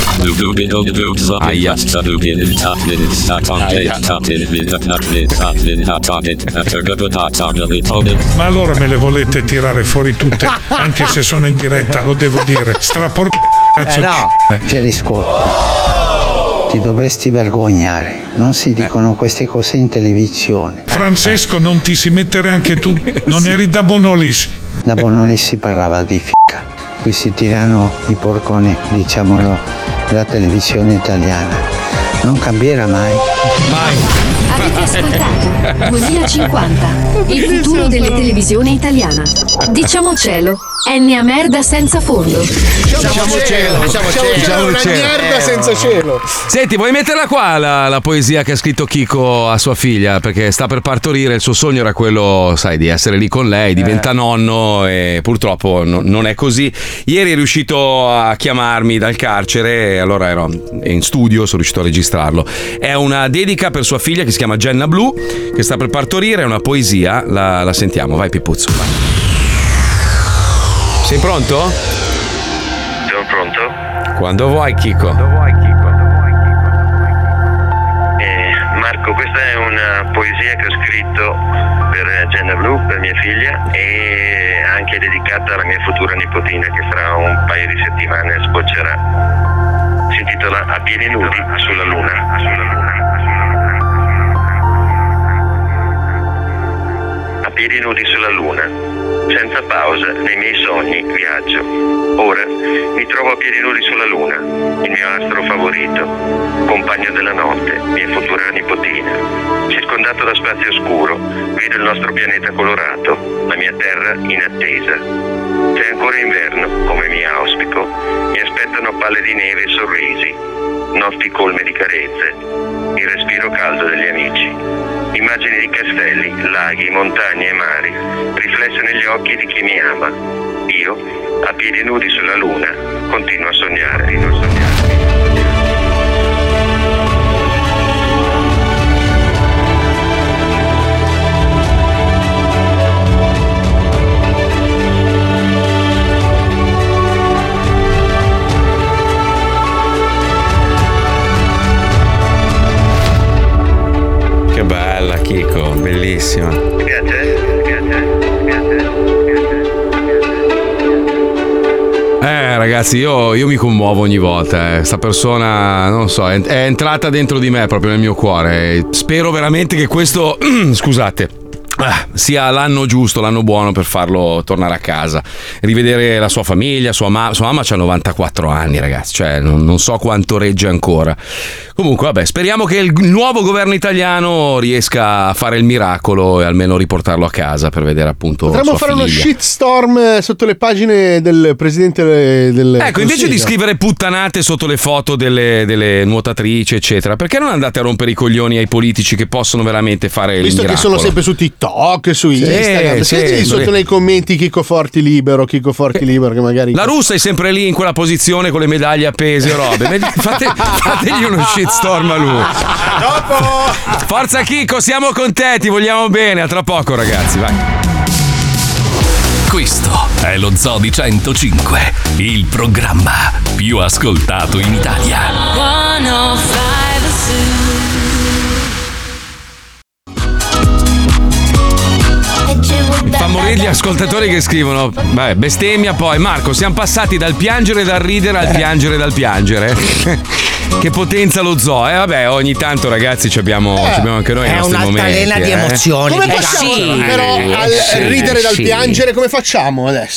Aia. Ma allora me le volete tirare fuori tutte, anche se sono in diretta, lo devo dire. Strapor cazzo. Eh no. Jerry Scott, ti dovresti vergognare. Non si dicono queste cose in televisione. Francesco, non ti si mettere anche tu? Non eri da Bonolis? Da Bonolis si parlava di f***a. Qui si tirano i porconi, diciamolo, la televisione italiana. Non cambierà mai. Avete ascoltato duemilacinquanta, il futuro delle televisioni italiana. Diciamocelo, è una merda senza fondo. Diciamo cielo, diciamo cielo, Diciamo una cielo. merda senza cielo. Senti, vuoi metterla qua la, la poesia che ha scritto Chico a sua figlia? Perché sta per partorire, il suo sogno era quello, sai, di essere lì con lei, diventa nonno e purtroppo no- non è così. Ieri è riuscito a chiamarmi dal carcere e allora ero in studio, sono riuscito a registrarlo. È una dedica per sua figlia che si chiama Jenna Blue, che sta per partorire, è una poesia, la, la sentiamo, vai Pippuzzo. Vai. Sei pronto? Sono pronto? Quando vuoi, Chico. Eh, Marco, questa è una poesia che ho scritto per Jenna Blue, per mia figlia, e anche dedicata alla mia futura nipotina che fra un paio di settimane sboccerà. Si intitola A piedi nudi sulla luna. Sulla luna. A piedi nudi sulla luna, senza pausa nei miei sogni viaggio. Ora mi trovo a piedi nudi sulla luna, il mio astro favorito, compagno della notte, mia futura nipotina. Circondato da spazio oscuro, vedo il nostro pianeta colorato, la mia terra in attesa. Se è ancora inverno, come mi auspico, mi aspettano palle di neve e sorrisi, notti colme di carezze, il respiro caldo degli amici. Immagini di castelli, laghi, montagne e mari, riflesse negli occhi di chi mi ama. Io, a piedi nudi sulla luna, continuo a sognare, continuo a sognare. Che bella, Chico, bellissima. Ti piace? Ti piace? Ti piace? Eh ragazzi, io, io mi commuovo ogni volta, eh. Sta persona, non so, è, è entrata dentro di me, proprio nel mio cuore. Spero veramente che questo, scusate, ah, sia l'anno giusto, l'anno buono per farlo tornare a casa, rivedere la sua famiglia, sua, ma- sua mamma c'ha novantaquattro anni, ragazzi, cioè non, non so quanto regge ancora. Comunque vabbè, speriamo che il nuovo governo italiano riesca a fare il miracolo e almeno riportarlo a casa per vedere appunto Potremmo sua fare uno figlia. shitstorm eh, sotto le pagine del presidente del Ecco, invece di Consiglio. scrivere puttanate sotto le foto delle, delle nuotatrici, eccetera, perché non andate a rompere i coglioni ai politici che possono veramente fare il Visto che miracolo? sono sempre su TikTok, su Sì, Instagram, sì, scriviti sotto sì. nei commenti Chico Forti libero, Chico Forti libero, che magari La russa è sempre lì in quella posizione con le medaglie appese e robe. Vedi- Fate, fategli uno shitstorm a lui. Dopo! Forza Chico, siamo con te, ti vogliamo bene. A tra poco, ragazzi, vai. Questo è lo Zoo di centocinque, il programma più ascoltato in Italia. Fa morire gli ascoltatori che scrivono beh, bestemmia poi. Marco, siamo passati dal piangere e dal ridere al piangere e dal piangere. Che potenza lo zoo, eh vabbè, ogni tanto ragazzi ci abbiamo, ci abbiamo anche noi i È nostri momenti. un'altalena di eh. emozioni. Come Eh, possiamo sì. però al Eh, sì, ridere dal sì. piangere come facciamo adesso?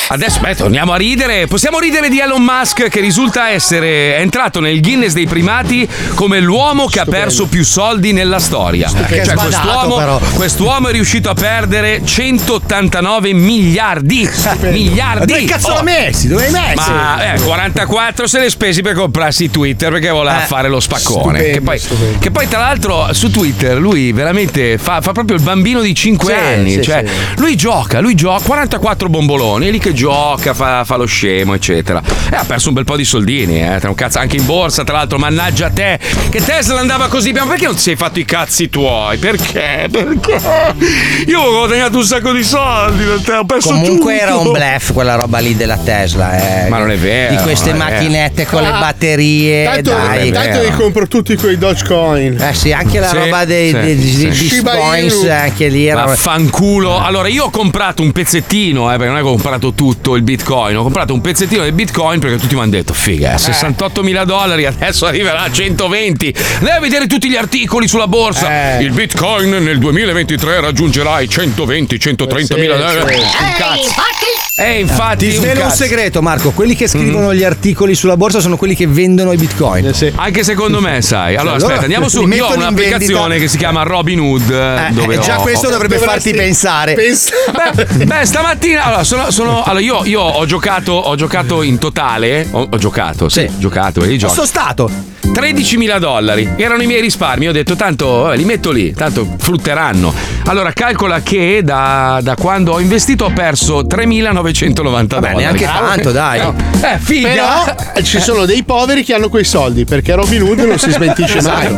Adesso beh, torniamo a ridere. Possiamo ridere di Elon Musk, che risulta essere è entrato nel Guinness dei primati come l'uomo che ha perso più soldi nella storia. Che Cioè, sbadato, quest'uomo, però. quest'uomo è riuscito a perdere centottantanove miliardi. miliardi. Dove cazzo l'ha messi? Dove hai messi? Ma eh, quarantaquattro se li spesi per comprarsi Twitter perché voleva Eh, fare lo spaccone. stupendo, che, poi, stupendo. che poi, tra l'altro, su Twitter lui veramente fa, fa proprio il bambino di cinque Sì, anni. sì, Cioè, sì. lui gioca, lui gioca quarantaquattro bomboloni, è lì che gioca, fa, fa lo scemo, eccetera. E ha perso un bel po' di soldini, eh. Tra un cazzo, anche in borsa, tra l'altro, mannaggia te. Che Tesla andava così piano. Perché non ti sei fatto i cazzi tuoi? Perché? Perché? Io ho guadagnato un sacco di soldi da te, ho perso Comunque tutto. era un bluff quella roba lì della Tesla, eh. Ma non è vero, Di queste non è vero. macchinette con le Ah, batterie. Tanto, dai. tanto mi compro tutti quei Dogecoin. Eh sì, anche la Sì, roba dei, sì, dei, dei sì. bitcoins, Shiba Inu. anche lì era. Vaffanculo. Allora, io ho comprato un pezzettino, eh, perché non è che ho comprato tutto il bitcoin, ho comprato un pezzettino del bitcoin perché tutti mi hanno detto, figa, sessantottomila dollari, adesso arriverà a centoventi. Devi vedere tutti gli articoli sulla borsa. Eh. Il bitcoin nel duemilaventitré raggiungerà i centoventi centotrentamila Sì, dollari. sì. Un cazzo. Eh, infatti, Ti svelo un cazzo. segreto, Marco. Quelli che scrivono gli articoli sulla borsa sono quelli che vendono i bitcoin. Anche secondo me, sai. Allora, Allora, aspetta, andiamo su. li Io ho mettono in un'applicazione vendita. che si chiama Robinhood. Eh, dove eh, già ho- questo ho- dovrebbe farti pensare. Beh, beh, stamattina allora, sono, sono- allora io, io ho giocato ho giocato in totale ho, ho giocato sì, Sì. giocato e gioco Sto stato. tredicimila dollari erano i miei risparmi. Ho detto tanto vabbè, li metto lì, tanto frutteranno. Allora calcola che da, da quando ho investito ho perso tremilanovecentonovanta Vabbè, dollari. neanche tanto, dai. Eh, figa. Però ci sono dei poveri che hanno quei soldi perché Robin Hood non si smentisce mai.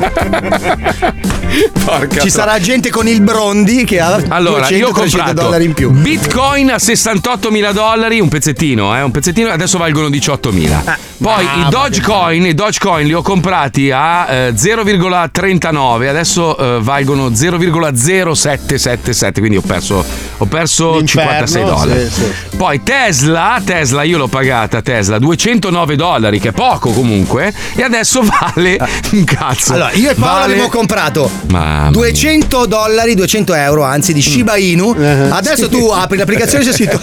Porca Ci sarà gente con il Brondi che ha Allora, io ho duecento trecento comprato dollari in più. Bitcoin a sessantottomila dollari, un pezzettino, eh, un pezzettino, adesso valgono diciottomila. Poi i Dogecoin, i Dogecoin li ho comprati a eh, zero virgola trentanove, adesso eh, valgono zero virgola zero sette sette sette, quindi ho perso, ho perso L'inferno, cinquantasei dollari. sì, sì. Poi Tesla, Tesla io l'ho pagata, Tesla duecentonove dollari, che è poco comunque, e adesso vale un cazzo. Allora, io e Paolo Vale- abbiamo comprato Mamma mia. duecento dollari, duecento euro, anzi, di Shiba Inu. Adesso tu apri l'applicazione e c'è scritto.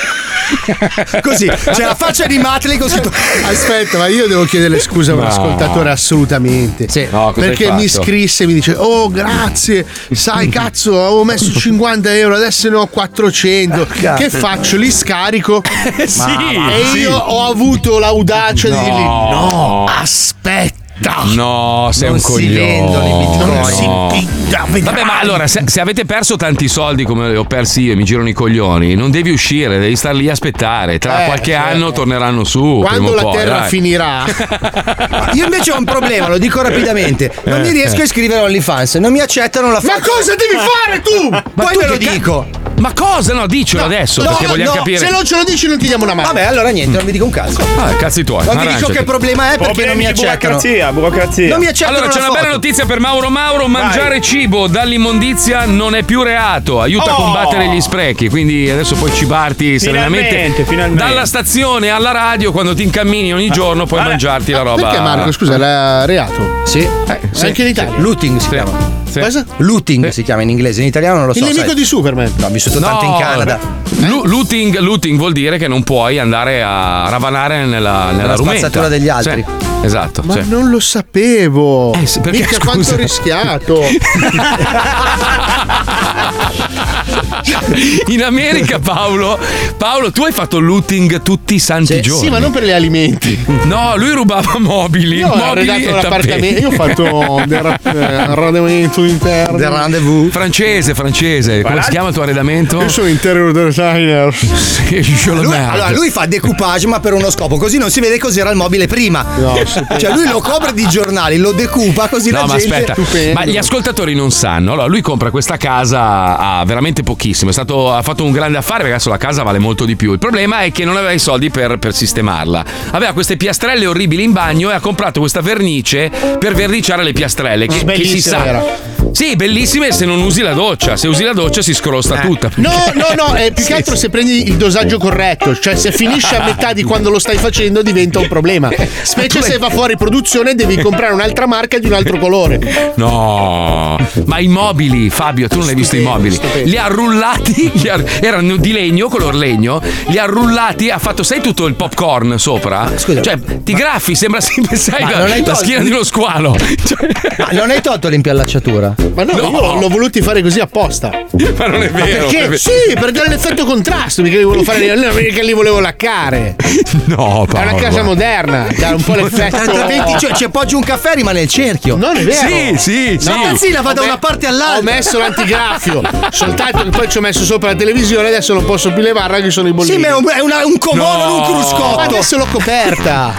Così, c'è la faccia di Matley con scritto. Aspetta, ma io devo chiedere scusa a un No. ascoltatore assolutamente. No, cosa hai perché mi fatto? scrisse e mi dice: oh, grazie, sai, cazzo, avevo messo cinquanta euro, adesso ne ho quattrocento. Che faccio? Li scarico? sì, E sì. io ho avuto l'audacia di dirgli: no, aspetta. No, sei Non un si coglione. vendono i bitcoin. Non si No. piglia, vedrai. Vabbè, ma allora, se, se avete perso tanti soldi come li ho persi io e mi girano i coglioni, non devi uscire, devi star lì a aspettare. Tra Eh, qualche certo. anno torneranno su. Quando prima o la poi, terra dai. finirà, Io invece ho un problema, lo dico rapidamente. Non mi Eh, riesco eh. a iscrivere OnlyFans, non mi accettano la ma faccia. cosa devi fare tu? Poi tu ve lo che ca- dico. Ma cosa? No, dicelo adesso, No, perché vogliamo no, capire. se non ce lo dici, non ti diamo una mano. Vabbè, allora niente, non vi dico un cazzo. Ah, cazzi tuoi. Non vi dico arrangiati. che problema è perché non mi Problemi di accettano. burocrazia, burocrazia. Non mi accettano Allora, c'è la una bella foto. notizia per Mauro Mauro: mangiare cibo dall'immondizia non è più reato, aiuta a Oh! combattere gli sprechi. Quindi adesso puoi cibarti serenamente Finalmente, finalmente. dalla stazione alla radio, quando ti incammini ogni giorno puoi Ah, mangiarti la roba. Perché Marco, scusa, era reato? Sì. sì, Anche in Italia. Looting si chiama. Sì. Cosa? Looting si chiama in inglese, in italiano non lo so. Il nemico sai. di Superman. No, ho vissuto tanto in Canada. Lu- looting, looting vuol dire che non puoi andare a ravanare nella, nella Nella rumenta. spazzatura degli altri. Sì, esatto. Ma sì. non lo sapevo. Eh, sì, perché, Minchia, scusa. quanto ho rischiato. In America, Paolo, Paolo, tu hai fatto looting tutti i santi Sì, giorni. Sì, ma non per gli alimenti. No, lui rubava mobili. Io ho mobili arredato e l'appartamento. tappeti. Io ho fatto del ra- eh, arredamento interno. The rendezvous. Francese, francese. Come si chiama il tuo arredamento? Io sono interior designer. Sì, je le Lui, merde. allora lui fa decoupage ma per uno scopo, così non si vede cos'era il mobile prima. No, stupendo. Cioè lui lo copre di giornali, lo decoupa così No, la ma gente. aspetta, Stupendo. ma gli ascoltatori non sanno. Allora, lui compra questa casa a veramente pochissimo. È stato, ha fatto un grande affare perché adesso la casa vale molto di più. Il problema è che non aveva i soldi per, per sistemarla. Aveva queste piastrelle orribili in bagno e ha comprato questa vernice per verniciare le piastrelle. Che, che si Bellissima sa. era. Sì, bellissime se non usi la doccia. Se usi la doccia si scrosta tutta. No, no, no, è più che altro se prendi il dosaggio corretto, cioè se finisce a metà di quando lo stai facendo diventa un problema. Specie se va fuori produzione devi comprare un'altra marca di un altro colore. No, ma i mobili, Fabio, tu non hai visto i mobili. stupendo. Li ha rullati, li ha, erano di legno, color legno, li ha rullati, ha fatto, sai, tutto il popcorn sopra? Scusa. Cioè, ti graffi, sembra sempre, sai, Ma la, non hai la tolto- schiena di uno squalo. Cioè, Ma non hai tolto l'impiallacciatura? Ma no, io l'ho voluti fare così apposta. Ma non è Ma vero. perché? è vero. Sì, per dare l'effetto contrasto, mica li volevo fare, no, mica li volevo laccare. No, È una casa moderna, dà un po' l'effetto. Altrimenti cioè, ci appoggi un caffè e rimane il cerchio. Non è vero. Sì, sì, sì. La tazzina va da una parte all'altra. Ho messo l'antigraffio, soltanto che poi ci ho messo sopra la televisione, adesso non posso più levarla che sono i bollini. Sì, ma è un, è una- un comò, No. non un cruscotto. Ma adesso l'ho coperta.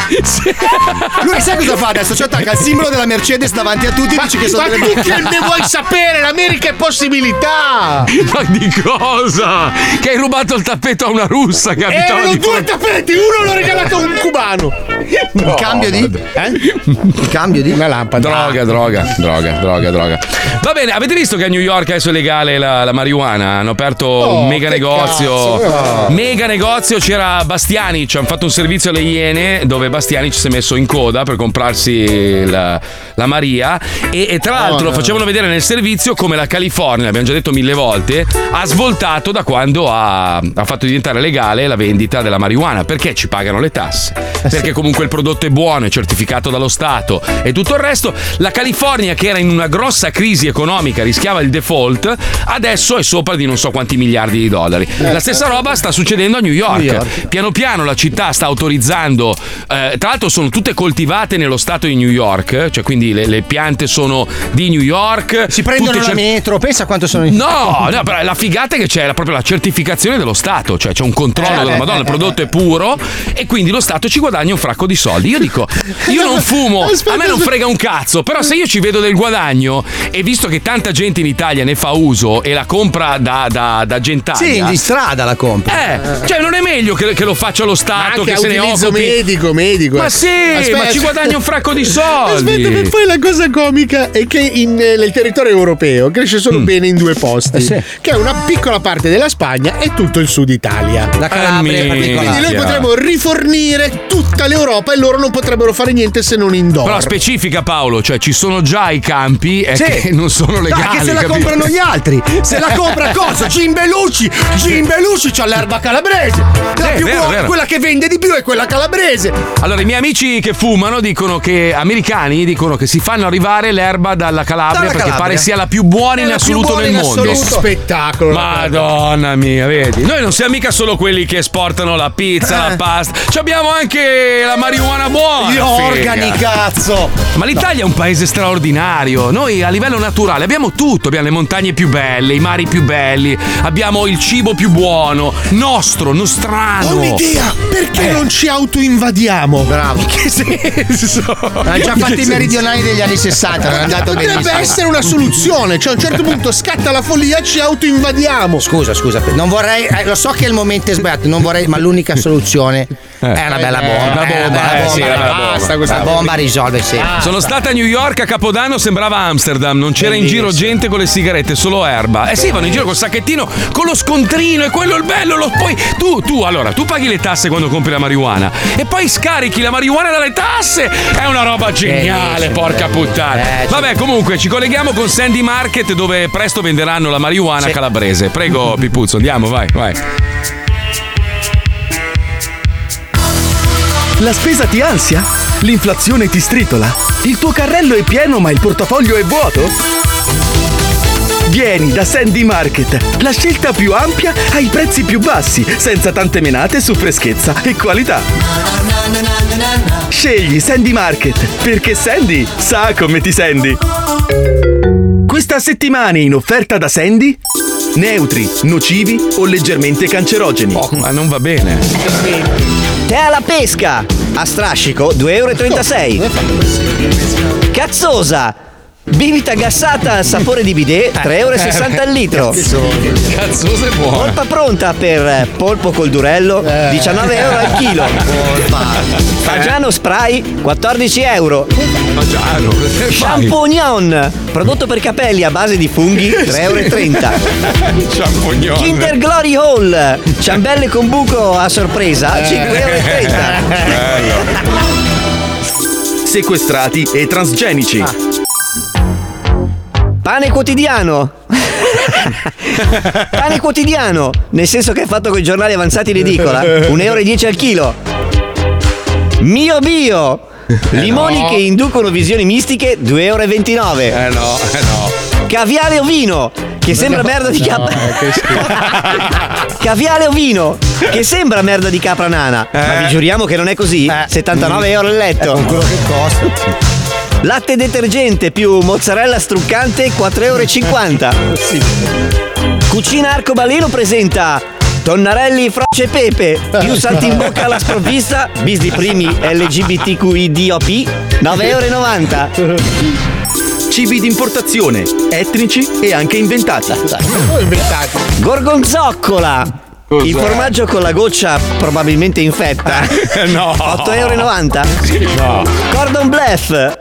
Lui sai cosa fa adesso? Ci attacca il simbolo della Mercedes davanti a tutti e Ma, dice che sono ma delle tu che ne vuoi sapere? L'America è possibilità. Ma di cosa? Che hai rubato il tappeto a una russa che abitava Erano di due fronte. tappeti, uno l'ho regalato a un cubano. Il cambio di? Eh? Il cambio di? Una lampada. Droga, droga, droga, droga, droga. Va bene, avete visto che a New York adesso è legale la, la marijuana? Hanno aperto Oh, un mega che negozio. cazzo, no. Mega negozio, c'era Bastiani, ci hanno fatto un servizio alle Iene dove Bastiani ci si è messo in coda per comprarsi la, la Maria. E, e tra l'altro Oh, no. facevano vedere nel servizio come la California, l'abbiamo già detto mille volte, ha svoltato da quando ha, ha fatto diventare legale la vendita della marijuana. Perché ci pagano le tasse? Perché comunque il prodotto è buono, è certificato dallo Stato e tutto il resto. La California, che era in una grossa crisi economica, rischiava il default, adesso è sopra di non so quanti miliardi di dollari. La stessa roba sta succedendo a New York. New York. Piano piano la città sta autorizzando, eh, tra l'altro sono tutte coltivate nello stato di New York, cioè quindi le, le piante sono di New York. Si prendono tutte la cer- metro, pensa quanto sono in... No, no, però la figata è che c'è la- proprio la certificazione dello Stato, cioè c'è un controllo Eh, della eh, Madonna, eh, il prodotto è puro e quindi lo Stato ci guadagna un fracco di soldi. Io dico, io non fumo, Aspetta, a me non aspetta. frega un cazzo, però se io ci vedo del guadagno e visto che tanta gente in Italia ne fa uso e la compra da, da, da Gentaglia. Sì, di strada la compra. Eh, cioè non è meglio che, che lo faccia lo Ma Stato, anche che a se ne utilizzo occupi. medico, medico. Ma sì, ma ci guadagna un fracco di soldi. Aspetta, per poi la cosa comica è che in, eh, nel territorio europeo cresce solo Mm. bene in due posti, Eh sì. che è una piccola parte della Spagna e tutto il sud Italia. La Calabria in Eh, Quindi particolare. noi potremmo rifornire tutta l'Europa e loro non potrebbero fare niente se non indoor. Però specifica Paolo, cioè ci sono già i campi e Sì. che non sono legali. Dai, che se la capito? comprano gli altri. Se la compra cosa? Jim Belushi. Jim Belushi c'ha l'erba calabrese. La Sì, più vero, buona, vero. quella che vende di più è quella calabrese. Allora, i miei amici che fumano dicono che americani dicono che si fanno arrivare l'erba dalla Calabria Dalla perché Calabria. pare sia la più buona È in la più assoluto buona nel in mondo. Che assoluto. spettacolo. Madonna mia, vedi? Noi non siamo mica solo quelli che esportano la pizza, Eh. la pasta. Ci abbiamo anche la marijuana buona. Gli figa. organi, cazzo. Ma l'Italia è un paese straordinario. Noi a livello naturale abbiamo tutto. Abbiamo le montagne più belle, i mari più belli, abbiamo il cibo più buono, nostro, nostrano. Ho un'idea, perché Eh. non ci autoinvadiamo? Bravo. Che senso? Hanno già fatto i meridionali degli anni sessanta, non è andato Potrebbe benissimo. essere una soluzione, cioè a un certo punto scatta la follia, ci autoinvadiamo. Scusa, scusa, non vorrei, eh, lo so che il momento è sbagliato, non vorrei, ma l'unica soluzione è una bella bomba. Una eh, una bomba, bella eh, sì, bomba, una bella basta, bomba. questa bomba risolve sempre. Sono stata a New York a Capodanno, sembrava Amsterdam, non c'era in giro gente con le sigarette, solo erba. Eh sì, vanno in giro col sacchettino, con lo scontrino, e quello è il bello. Lo, poi tu, tu, allora, tu paghi le tasse quando compri la marijuana e poi scarichi la marijuana dalle tasse. È una roba geniale, sì, porca sì. puttana. Eh, sì. Vabbè, comunque ci colleghiamo con Sandy Market dove presto venderanno la marijuana Sì. calabrese. Prego, Pipuzzo, andiamo, vai, vai. La spesa ti ansia? L'inflazione ti stritola? Il tuo carrello è pieno ma il portafoglio è vuoto? Vieni da Sandy Market, la scelta più ampia ai prezzi più bassi, senza tante menate su freschezza e qualità. Scegli Sandy Market, perché Sandy sa come ti senti. Questa settimana in offerta da Sandy: neutri, nocivi o leggermente cancerogeni. Oh, ma non va bene. Tè alla pesca a strascico due e trentasei euro. Cazzosa bibita gassata al sapore di bidet tre e sessanta euro al litro. Cazzosa è buona. Polpa pronta per polpo col durello diciannove euro al chilo. Fagiano spray quattordici euro. Fagiano, Shampoo Gnon prodotto per capelli a base di funghi tre e trenta euro. Shampoo Gnon. Kinder Glory Hall ciambelle con buco a sorpresa cinque e trenta euro. Sequestrati e transgenici. Pane quotidiano. Pane quotidiano, nel senso che è fatto con i giornali avanzati in edicola, un euro e dieci al chilo. Mio bio, limoni no. che inducono visioni mistiche, due euro e ventinove. Eh no, eh no. Caviale ovino, che sembra No, merda di no, capra. eh, che schifo. Caviale ovino, che sembra merda di capra nana. Eh. Ma vi giuriamo che non è così? settantanove euro il letto. Con quello che costa. Latte detergente più mozzarella struccante, quattro euro e cinquanta. Cucina Arcobaleno presenta tonnarelli, froce e pepe più salti in bocca alla sprovvista, bis di primi L G B T Q I D O P, nove euro e novanta. Cibi d'importazione, etnici e anche inventati. inventati. Gorgonzoccola. Cos'è? Il formaggio con la goccia probabilmente infetta. No. otto euro e novanta. No. Cordon bleu.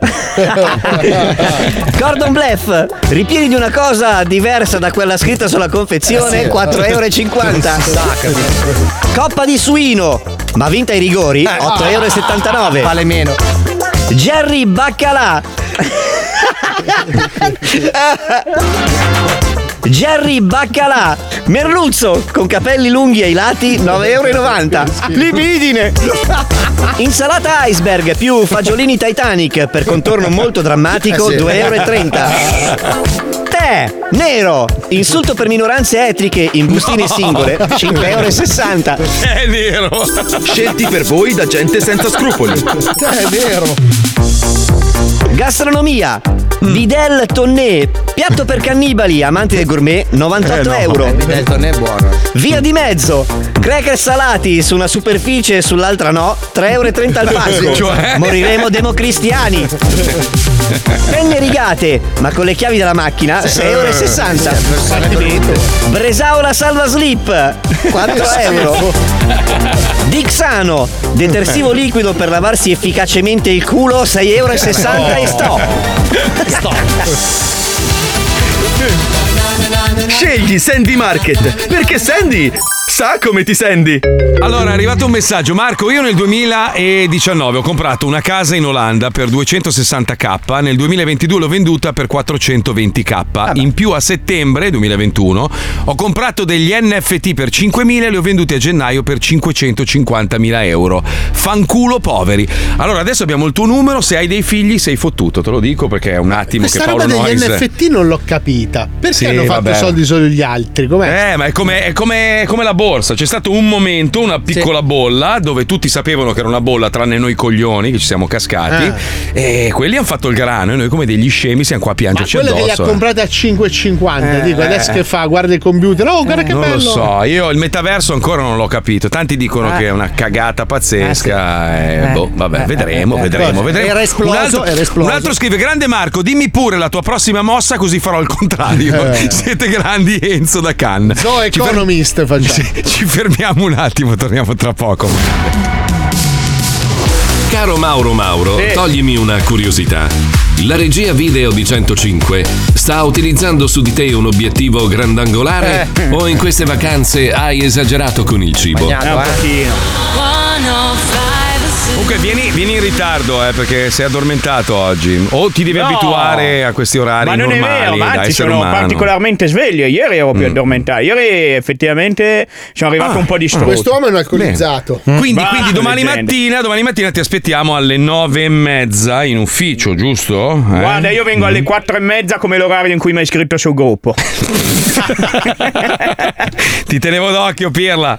Cordon bleu, ripieni di una cosa diversa da quella scritta sulla confezione, quattro euro e cinquanta. Coppa di suino, ma vinta ai rigori, otto euro e settantanove. Vale meno. Jerry Baccalà. Jerry Baccalà, merluzzo con capelli lunghi ai lati, nove euro e novanta. Libidine. Insalata iceberg più fagiolini Titanic per contorno molto drammatico, Eh sì. due euro e trenta. Tè nero, insulto per minoranze etniche in bustine singole, cinque euro e sessanta. È nero. Scelti per voi da gente senza scrupoli. È vero. Gastronomia. Bidel Tonné, piatto per cannibali, amanti del gourmet, novantotto euro. Il tonno è buono. Via di mezzo, cracker salati su una superficie e sull'altra no, tre euro e trenta al pacco. Cioè? Moriremo democristiani. Penne rigate, ma con le chiavi della macchina, sei euro e sessanta. Bresaola salva slip, quattro euro. Dixano, detersivo liquido per lavarsi efficacemente il culo, sei euro e sessanta e stop. Scegli Sandy Market, perché Sandy sa come ti senti. Allora è arrivato un messaggio. Marco, io nel duemiladiciannove ho comprato una casa in Olanda per duecentosessanta k, nel duemilaventidue l'ho venduta per quattrocentoventi k. In più a settembre duemilaventuno ho comprato degli N F T per cinquemila e li ho venduti a gennaio per cinquecentocinquantamila euro. Fanculo poveri. Allora adesso abbiamo il tuo numero, se hai dei figli sei fottuto, te lo dico perché è un attimo Questa che Paolo roba degli Noyes... N F T non l'ho capita. Perché Sì, hanno fatto vabbè. soldi solo gli altri? Com'è? Eh, ma è come, è come, è come la borsa. C'è stato un momento, una piccola bolla, dove tutti sapevano che era una bolla, tranne noi coglioni che ci siamo cascati. E quelli hanno fatto il grano e noi, come degli scemi, siamo qua a Ma piangerci quello che li addosso. ha comprati a cinque e cinquanta, Eh, dico, adesso eh. che fa? Guarda il computer, oh guarda che non bello. lo so, io il metaverso ancora non l'ho capito. Tanti dicono Eh. che è una cagata pazzesca. eh, Eh. boh, vabbè, Eh, vedremo, eh, eh. vedremo, vedremo. Era esploso, un, altro, era esploso. un altro scrive: Grande Marco, dimmi pure la tua prossima mossa, così farò il contrario. Eh. Siete grandi, Enzo da Cannes. Zoe Ci fer- Economist facciamo. Ci, ci fermiamo un attimo, torniamo tra poco. Caro Mauro Mauro, Sì. toglimi una curiosità. La regia video di centocinque sta utilizzando su di te un obiettivo grandangolare Eh. o in queste vacanze hai esagerato con il cibo? Eh, un pochino. Comunque vieni, vieni in ritardo eh, perché sei addormentato oggi. O ti devi No. abituare a questi orari Ma non normali è vero, ma da anzi essere sono umano. particolarmente sveglio. Ieri ero più addormentato. Ieri effettivamente sono arrivato Ah, un po' di strotto. Quest'uomo è un alcolizzato. Quindi, Bah, quindi domani leggenda. mattina, domani mattina ti aspettiamo alle nove e mezza in ufficio, giusto? Eh? Guarda, io vengo alle quattro e mezza come l'orario in cui mi hai iscritto sul gruppo. Ti tenevo d'occhio, Pirla.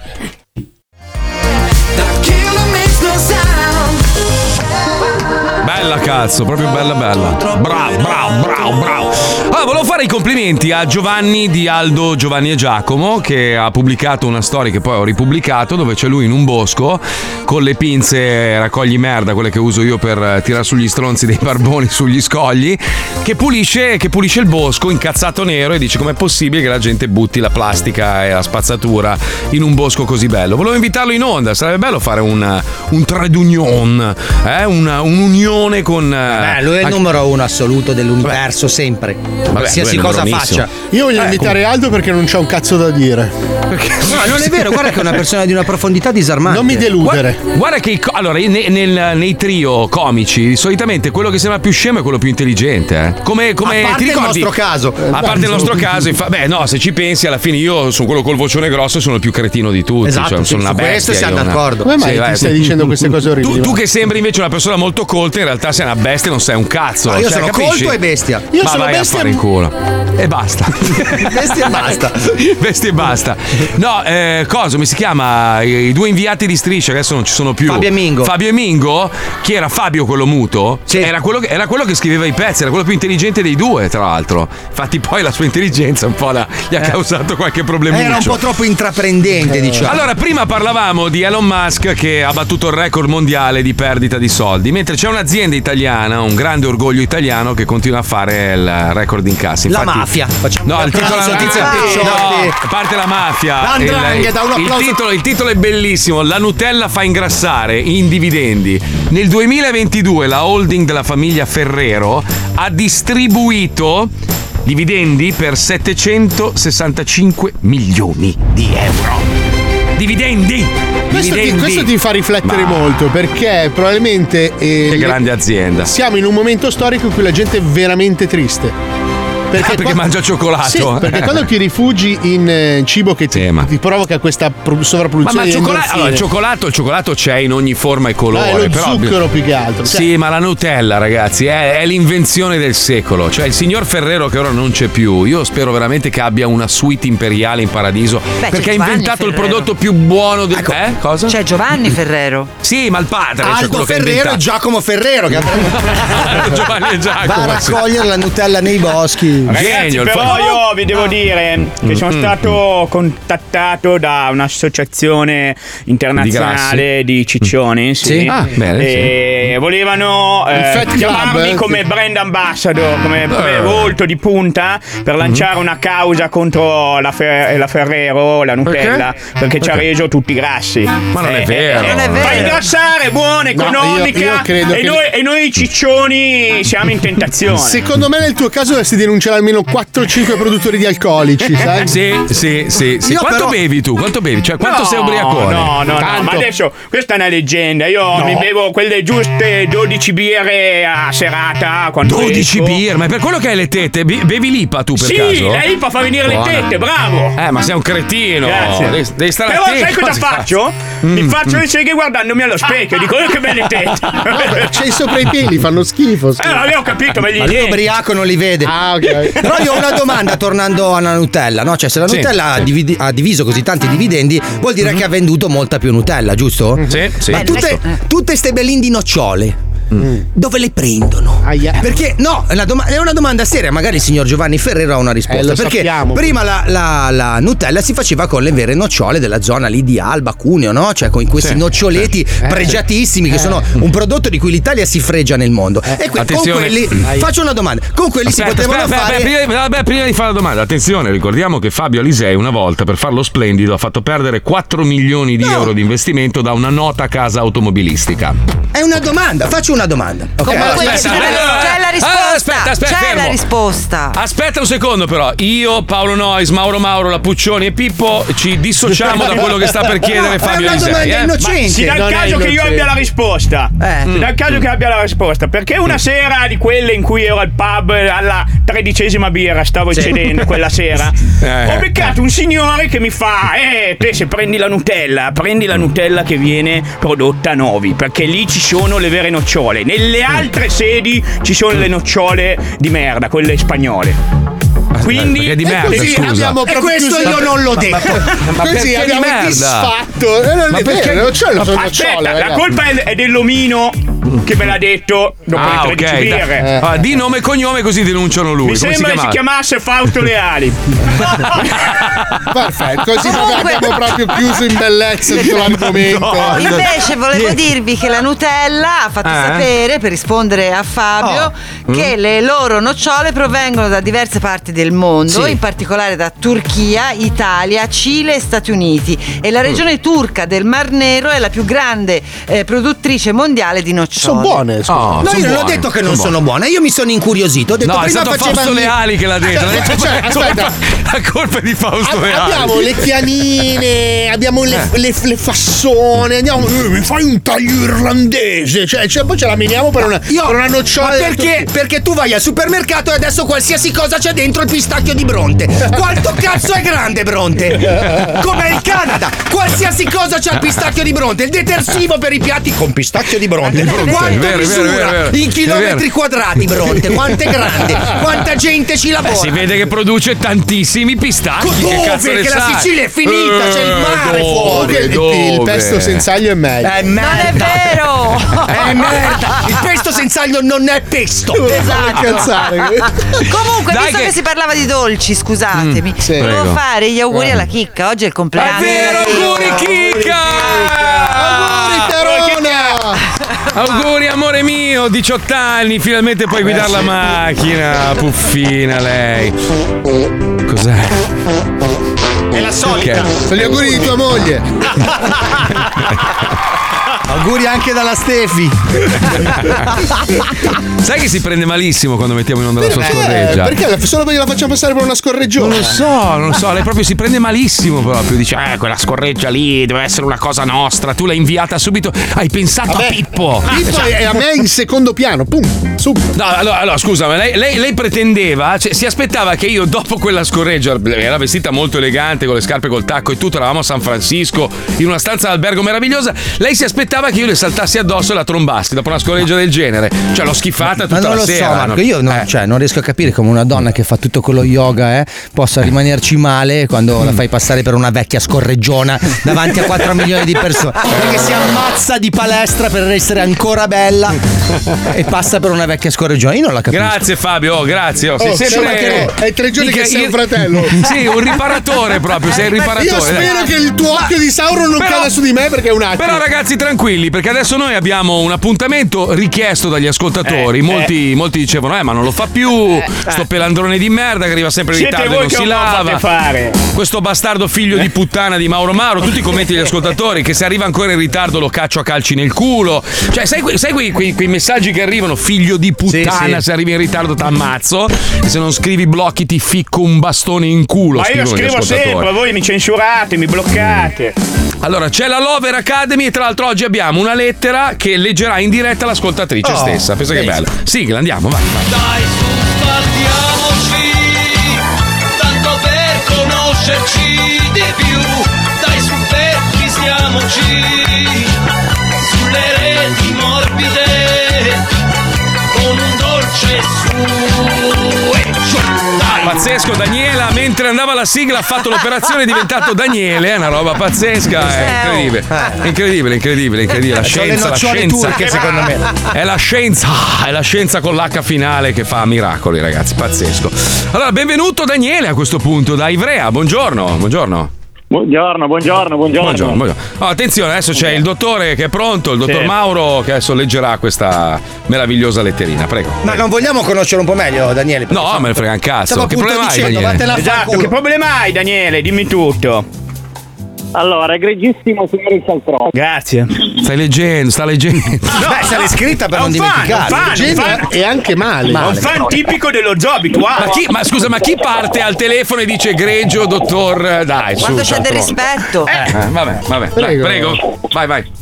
Bella cazzo, proprio bella bella. Bravo, bravo, bravo, bravo. Allora, volevo fare i complimenti a Giovanni di Aldo, Giovanni e Giacomo, che ha pubblicato una storia che poi ho ripubblicato, dove c'è lui in un bosco con le pinze raccogli merda, quelle che uso io per tirare sugli stronzi dei barboni sugli scogli, che pulisce, che pulisce il bosco incazzato nero e dice: com'è possibile che la gente butti la plastica e la spazzatura in un bosco così bello? Volevo invitarlo in onda, sarebbe bello fare un, un trade union, eh? una, un'unione filmone con. Beh, lui è il anche- numero uno assoluto dell'universo, sempre. Qualsiasi lui è cosa numero faccia. Io voglio Eh, invitare Aldo perché non c'ha un cazzo da dire. No, non è vero, guarda che è una persona di una profondità disarmante. Non mi deludere. Guarda, guarda che i co- allora ne- nel- nei trio comici solitamente quello che sembra più scemo è quello più intelligente. Eh? Come, come A parte ti il ricordi? nostro caso. A parte il nostro caso, infa- beh, no, se ci pensi, alla fine io sono quello col vocione grosso e sono il più cretino di tutti. Esatto, cioè, sì, sono una su questo bestia. siamo io, una- d'accordo. Come mai Sì, ti vai, stai tu- dicendo queste cose orribili? Tu, tu che sembri invece una persona molto colta, in realtà sei una bestia e non sei un cazzo. No, io Cioè, sono capisci? colto e bestia. Io Ma sono vai bestia- a fare in culo. E basta. Bestia e basta. Bestia e basta. No, eh, cosa mi si chiama? I, i due inviati di Striscia, adesso non ci sono più. Fabio e Mingo. Fabio e Mingo, chi era Fabio quello muto? Era, quello che, era quello che scriveva i pezzi, era quello più intelligente dei due, tra l'altro. Infatti poi la sua intelligenza un po' la- gli ha Eh. causato qualche problemuccio. Era un po' troppo intraprendente, diciamo. Allora, prima parlavamo di Elon Musk che ha battuto il record mondiale di perdita di soldi, mentre c'è un'azienda italiana, un grande orgoglio italiano, che continua a fare il record incassi. La Infatti- mafia. Facciamo No, un il titolo applauso a Tizia no, Picciotti. a parte la mafia. La il, 'ndrangheta, un il applauso. titolo, il titolo è bellissimo. La Nutella fa ingrassare in dividendi. Nel duemilaventidue la holding della famiglia Ferrero ha distribuito dividendi per settecentosessantacinque milioni di euro. Dividendi! Questo ti, Dividendi! questo ti fa riflettere Ma- molto perché probabilmente eh, Che le- grande azienda. siamo in un momento storico in cui la gente è veramente triste. Ah, perché mangia cioccolato. Sì, perché quando ti rifugi in eh, cibo che ti, ti provoca questa pro- Ma, sovrapproduzione ma di il cioccolato, endorfine. allora, il cioccolato, il cioccolato c'è in ogni forma e colore. Ah, è lo però, zucchero più che altro. Cioè- Sì, ma la Nutella, ragazzi, è, è l'invenzione del secolo. Cioè, il signor Ferrero, che ora non c'è più, io spero veramente che abbia una suite imperiale in paradiso. Beh, perché c'è ha Giovanni inventato il Ferrero. prodotto più buono del. Eh? Cosa? C'è Giovanni Ferrero. Sì, ma il padre. cioè Aldo quello che ha Ferrero e inventato. Giacomo Ferrero che Giovanni e Giacomo. va a raccogliere la Nutella nei boschi. Ragazzi, Genio, il però fa- io vi devo dire che sono Mm. stato contattato da un'associazione internazionale di, ciccioni, sì. Sì? Ah, bene, e volevano Il eh, Fat Club, chiamarmi eh? come brand ambassador, come, come volto di punta per lanciare una causa contro la, Fer- la Ferrero, la Nutella, Perché? perché, ci ha Perché? reso tutti grassi. Ma non è Eh, vero. eh, Non è vero. Fa ingrassare, buona, No, economica. io- io credo e, che- noi, e noi ciccioni siamo in tentazione. Secondo me nel tuo caso dovresti denunciare almeno quattro cinque produttori di alcolici, sai? Sì, sì, sì. sì. Io Quanto però- bevi tu? Quanto bevi? Cioè, quanto No, sei ubriacone? No, no, no, Tanto. ma adesso questa è una leggenda. Io mi bevo quelle giuste dodici birre a serata. Quando dodici esco. birre, ma è per quello che hai le tette? Be- bevi l'I P A tu per Sì, caso? la I P A fa venire le Buona. tette, bravo. Eh, ma sei un cretino. Grazie. Devi, devi stare Però attento. sai cosa faccio? Mi Mm, faccio mm. le seghe guardandomi allo specchio. Dico, "Oh, che belle tette." C'hai sopra i peli, fanno schifo. Eh, avevo capito, me li Ma lui diedi. ubriaco non li vede. Ah, ok. Però io ho una domanda tornando alla Nutella, no? Cioè, se la Sì. Nutella ha, dividi- ha diviso così tanti dividendi, vuol dire che ha venduto molta più Nutella, giusto? Sì, sì. Ma tutte, tutte ste belin di nocciole. Dove le prendono? Aia. Perché no, è una, doma- è una domanda seria, magari il signor Giovanni Ferrero ha una risposta. Eh, lo perché sappiamo. prima la, la- la Nutella si faceva con le vere nocciole della zona lì di Alba, Cuneo, no? Cioè con questi Sì. noccioleti Eh. pregiatissimi che Eh. sono un prodotto di cui l'Italia si fregia nel mondo. E que- con Attenzione. quelli Aia. faccio una domanda. Con quelli Aspetta, si potevano aspetta, fare aspetta, prima, vabbè, prima di fare la domanda, attenzione, ricordiamo che Fabio Alisei una volta per farlo splendido ha fatto perdere quattro milioni di No. euro di investimento da una nota casa automobilistica. È una domanda, faccio una domanda. ok? Comunque aspetta, c'è, aspetta, c'è la ah, risposta. aspetta, aspetta, c'è fermo. la risposta. Aspetta un secondo però, io, Paolo Nois, Mauro Mauro, la Puccioni e Pippo ci dissociamo da quello che sta per chiedere No, Fabio è una Alisei. domanda eh? innocente. Si dà il Non è caso che io innocente. abbia la risposta. Eh. Si dà il caso che abbia la risposta. Perché una sera di quelle in cui ero al pub alla tredicesima birra, stavo eccedendo quella sera, Eh. ho beccato un signore che mi fa: Eh, te se prendi la Nutella, prendi la Nutella che viene prodotta a Novi, perché lì ci sono le vere nocciole. Nelle altre sedi ci sono le nocciole di merda, quelle spagnole. Quindi Perché di E merda, così scusa. abbiamo E proprio questo chiuso- io non l'ho detto. Ma Così perché di abbiamo merda? disfatto. Eh, non Ma è perché- vero, non c'è lo sono Aspetta, nocciole, la ragazzi. colpa è, è dell'omino che me l'ha detto dopo Ah, le ok. tredici birre. dai. Ah, di nome e cognome così denunciano lui. Mi Come sembra si che si chiama? chiamasse Fausto Leali. Perfetto, così Comunque- abbiamo proprio chiuso in bellezza tutto l'argomento. Invece volevo dirvi che la Nutella ha fatto Eh? sapere, per rispondere a Fabio, Mm. che le loro nocciole provengono da diverse parti del del mondo, Sì. in particolare da Turchia, Italia, Cile e Stati Uniti. E la regione turca del Mar Nero è la più grande eh, produttrice mondiale di nocciole. Sono buone. scusa. No, io non ho detto che non sono buone, io mi sono incuriosito. Ho detto No, è prima stato facevano Fausto gli- Leali che l'ha detto. L'ha detto Cioè, è aspetta. colpa- La colpa è di Fausto Leali. Abbiamo le pianine, abbiamo le, le, le fassone, andiamo. eh, mi fai un taglio irlandese. Cioè, cioè, poi ce la meniamo per una, Io, per una nocciola. ma perché? Perché tu vai al supermercato e adesso qualsiasi cosa c'è dentro il pistacchio di Bronte. Quanto cazzo è grande Bronte? Come il Canada, qualsiasi cosa c'è il pistacchio di Bronte. Il detersivo per i piatti con pistacchio di Bronte. Bronte, Quanto è vero, è misura? vero, è vero. In È chilometri vero. quadrati Bronte. Quanto è grande? Quanta gente ci lavora? Eh, si vede che produce tantissimi pistacchi. Dove? Che cazzo ne Perché la sai? Sicilia è finita, c'è il mare Eh, fuori. dove, il, dove? il pesto senza aglio è meglio. È Non è merda. vero! È merda. Il pesto senza aglio non è pesto. Esatto. Cazzare. Comunque, Dai visto che... che- si parlava di dolci, scusatemi, Mm, sì. volevo Prego. fare gli auguri alla Chicca. Oggi è il compleanno. È vero, auguri Chicca! Auguri Carona! Auguri amore mio, diciotto anni, finalmente puoi guidare la macchina, puffina lei. Cos'è? È la solita. Sono gli auguri di tua moglie. Auguri anche dalla Stefi. Sai che si prende malissimo quando mettiamo in onda la sua Eh, scorreggia? perché solo perché la facciamo passare per una scorreggione? Non lo so, non lo so, lei proprio si prende malissimo proprio, dice eh quella scorreggia lì deve essere una cosa nostra, tu l'hai inviata subito, hai pensato Vabbè, a Pippo. Pippo è a me in secondo piano, pum, subito. No, allora, allora scusa, ma lei, lei, lei pretendeva, cioè, si aspettava che io dopo quella scorreggia, era vestita molto elegante con le scarpe col tacco e tutto, eravamo a San Francisco in una stanza d'albergo meravigliosa, lei si aspettava che io le saltassi addosso e la trombassi dopo una scorreggia del genere, cioè l'ho schifata tutta Ma non la lo sera. so, Marco, non- io non, eh. cioè, non riesco a capire come una donna che fa tutto quello yoga eh, possa rimanerci male quando la fai passare per una vecchia scorreggiona davanti a quattro milioni di persone. Perché si ammazza di palestra per essere ancora bella e passa per una vecchia scorreggiona. Io non la capisco. Grazie Fabio, oh, grazie. Oh, sei Oh, sempre. sembra che è tre giorni Mica- che sei un io- fratello. Sì, un riparatore proprio, sei il riparatore. Io spero che il tuo occhio di Sauron non Però- cada su di me perché è un attimo. Però ragazzi tranquilli, perché adesso noi abbiamo un appuntamento richiesto dagli ascoltatori. Eh, molti, molti dicevano eh ma non lo fa più, sto pelandrone di merda che arriva sempre in Siete ritardo e voi non che si non lo lava. fate fare. Questo bastardo figlio di puttana di Mauro Mauro, tutti i commenti degli ascoltatori che se arriva ancora in ritardo lo caccio a calci nel culo. Cioè sai, que- sai quei, quei- quei messaggi che arrivano, figlio di puttana, Sì, sì. se arrivi in ritardo t'ammazzo e se non scrivi blocchi ti ficco un bastone in culo. Ma io scrivono gli scrivo ascoltatori. sempre, voi mi censurate, mi bloccate. Allora, c'è la Lover Academy e tra l'altro oggi abbiamo una lettera che leggerà in diretta l'ascoltatrice Oh, stessa. Pensa che sì. bello. Sigla, andiamo, vai. vai. Dai su, partiamoci, tanto per conoscerci di più. Dai su, perquisiamoci, sulle reti morbide, con un dolce su e giù. Dai. Pazzesco, Daniela, mentre andava la sigla ha fatto l'operazione, è diventato Daniele, è una roba pazzesca, è incredibile. Incredibile, incredibile, incredibile. La Sono le scienza, la nocciole scienza. turche, secondo me. È la scienza, è la scienza con l'H finale che fa miracoli, ragazzi, pazzesco. Allora, benvenuto Daniele a questo punto da Ivrea, buongiorno, buongiorno. Buongiorno, buongiorno, buongiorno. Buongiorno, buongiorno. Oh, attenzione, adesso c'è il dottore che è pronto, il dottor Sì. Mauro che adesso leggerà questa meravigliosa letterina, prego. Ma non vogliamo conoscere un po' meglio, Daniele? Perché No, siamo- me ne frega un cazzo. Stavo Che appunto problema hai, dicendo, Daniele? vattene a far Esatto, culo. che problema hai Daniele? Dimmi tutto. Allora, egregissimo signore Saltrò. Grazie. Stai leggendo, sta leggendo. Beh, se l'hai scritta per È non un fan, dimenticare. un fan, un Gente, fan. e anche male. È un fan tipico dello zoo abituale. Ma, chi, ma scusa, ma chi parte al telefono e dice egregio, dottor? Dai, su. Quando c'è del pronto. rispetto. Eh, vabbè, vabbè. Prego. Prego. Dai, prego. Vai, vai.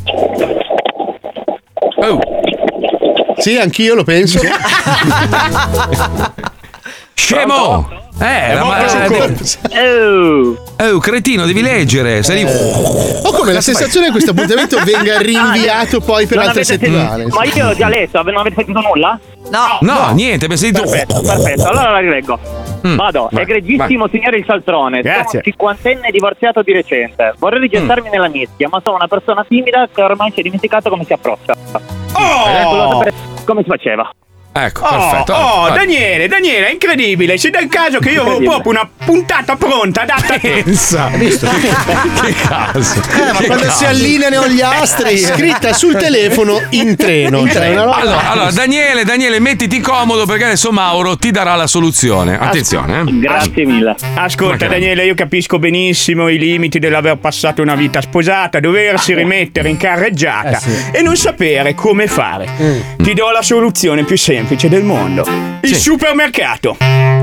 Oh. Sì, anch'io lo penso. Scemo! Eh, la ma- Oh, Oh, cretino, devi leggere. Sei lì. Ho come la sensazione che questo appuntamento venga rinviato poi per non altre avete settimane. sentito- Ma io ho già letto, non avete sentito nulla? No. No, niente, abbiamo sentito. Perfetto, perfetto, allora la rileggo. Mm, Vado, vai, egregissimo signore il Saltrone, Grazie. sono cinquantenne divorziato di recente. Vorrei rigettarmi Mm. nella mischia, ma sono una persona timida che ormai si è dimenticato come si approccia. Oh! Volevo sapere come si faceva. Ecco, Oh, perfetto. oh, Vai. Daniele, Daniele, è incredibile. Sei del caso che io avevo proprio una puntata pronta adatta a te. Pensa. Visto? Che caso. Eh, ma Che quando caso. si allineano gli astri. Scritta sul telefono in treno. In Cioè, treno. una roba- Allora, allora, Daniele, Daniele, mettiti comodo perché adesso Mauro ti darà la soluzione. Attenzione, eh. Grazie mille. Ascolta, Ma che- Daniele, io capisco benissimo i limiti dell'aver passato una vita sposata, doversi rimettere in carreggiata Eh, sì. e non sapere come fare. Ti do la soluzione più semplice del mondo: il Sì. supermercato.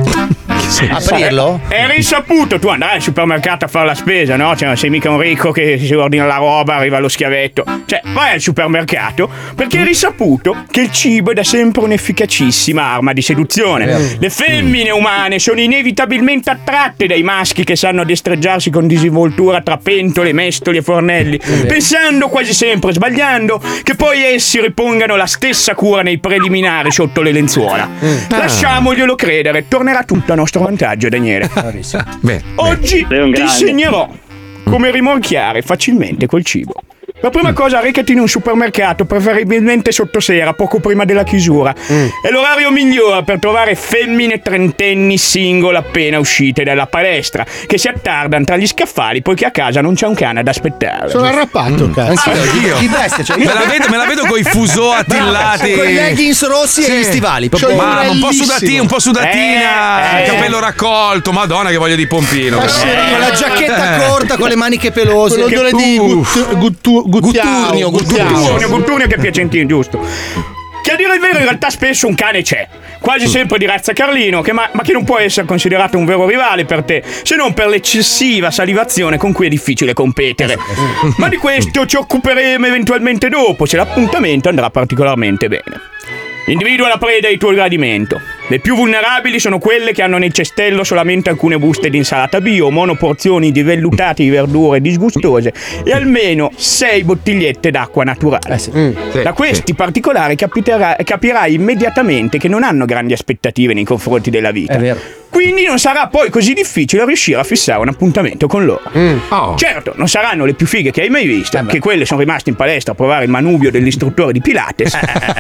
Aprirlo? È risaputo, tu andrai al supermercato a fare la spesa, no? Cioè, non sei mica un ricco che si ordina la roba, arriva lo schiavetto. Cioè, vai al supermercato perché è risaputo che il cibo è da sempre un'efficacissima arma di seduzione. Le femmine umane sono inevitabilmente attratte dai maschi che sanno destreggiarsi con disinvoltura tra pentole, mestoli e fornelli, pensando quasi sempre, sbagliando, che poi essi ripongano la stessa cura nei preliminari sotto le lenzuola. Lasciamoglielo credere, tornerà tutto a nostro vantaggio, Daniele. Beh, Oggi Sei un ti grande. insegnerò come rimorchiare facilmente col cibo. La prima cosa, recati in un supermercato, preferibilmente sotto sera, poco prima della chiusura. È l'orario migliore per trovare femmine trentenni single appena uscite dalla palestra, che si attardano tra gli scaffali poiché a casa non c'è un cane ad aspettare. Sono arrappato, cazzo. Io. Chi veste? Cioè, Me la vedo, me la vedo coi fusò attillati. con i leggings rossi e gli stivali. C'ho Proprio. il Mamma, un po' bellissimo. sudati, un po' sudatina, Eh, eh. il capello raccolto, madonna che voglia di pompino. Eh, con la giacchetta Eh. corta, con le maniche pelose. Quell'odore di gut- guttu- guttiao, Gutturnio, guttiao. Gutturnio, Gutturnio che è piacentino, giusto. Che a dire il vero in realtà spesso un cane c'è, quasi sempre di razza Carlino, che ma, ma che non può essere considerato un vero rivale per te, se non per l'eccessiva salivazione con cui è difficile competere. Ma di questo ci occuperemo eventualmente dopo, se l'appuntamento andrà particolarmente bene. Individua la preda di tuo gradimento. Le più vulnerabili sono quelle che hanno nel cestello solamente alcune buste di insalata bio, monoporzioni di vellutati di verdure disgustose e almeno sei bottigliette d'acqua naturale. Da questi particolari capiterà- capirai immediatamente che non hanno grandi aspettative nei confronti della vita. È vero. Quindi non sarà poi così difficile riuscire a fissare un appuntamento con loro. Oh. Certo, non saranno le più fighe che hai mai visto, che quelle sono rimaste in palestra a provare il manubrio dell'istruttore di Pilates.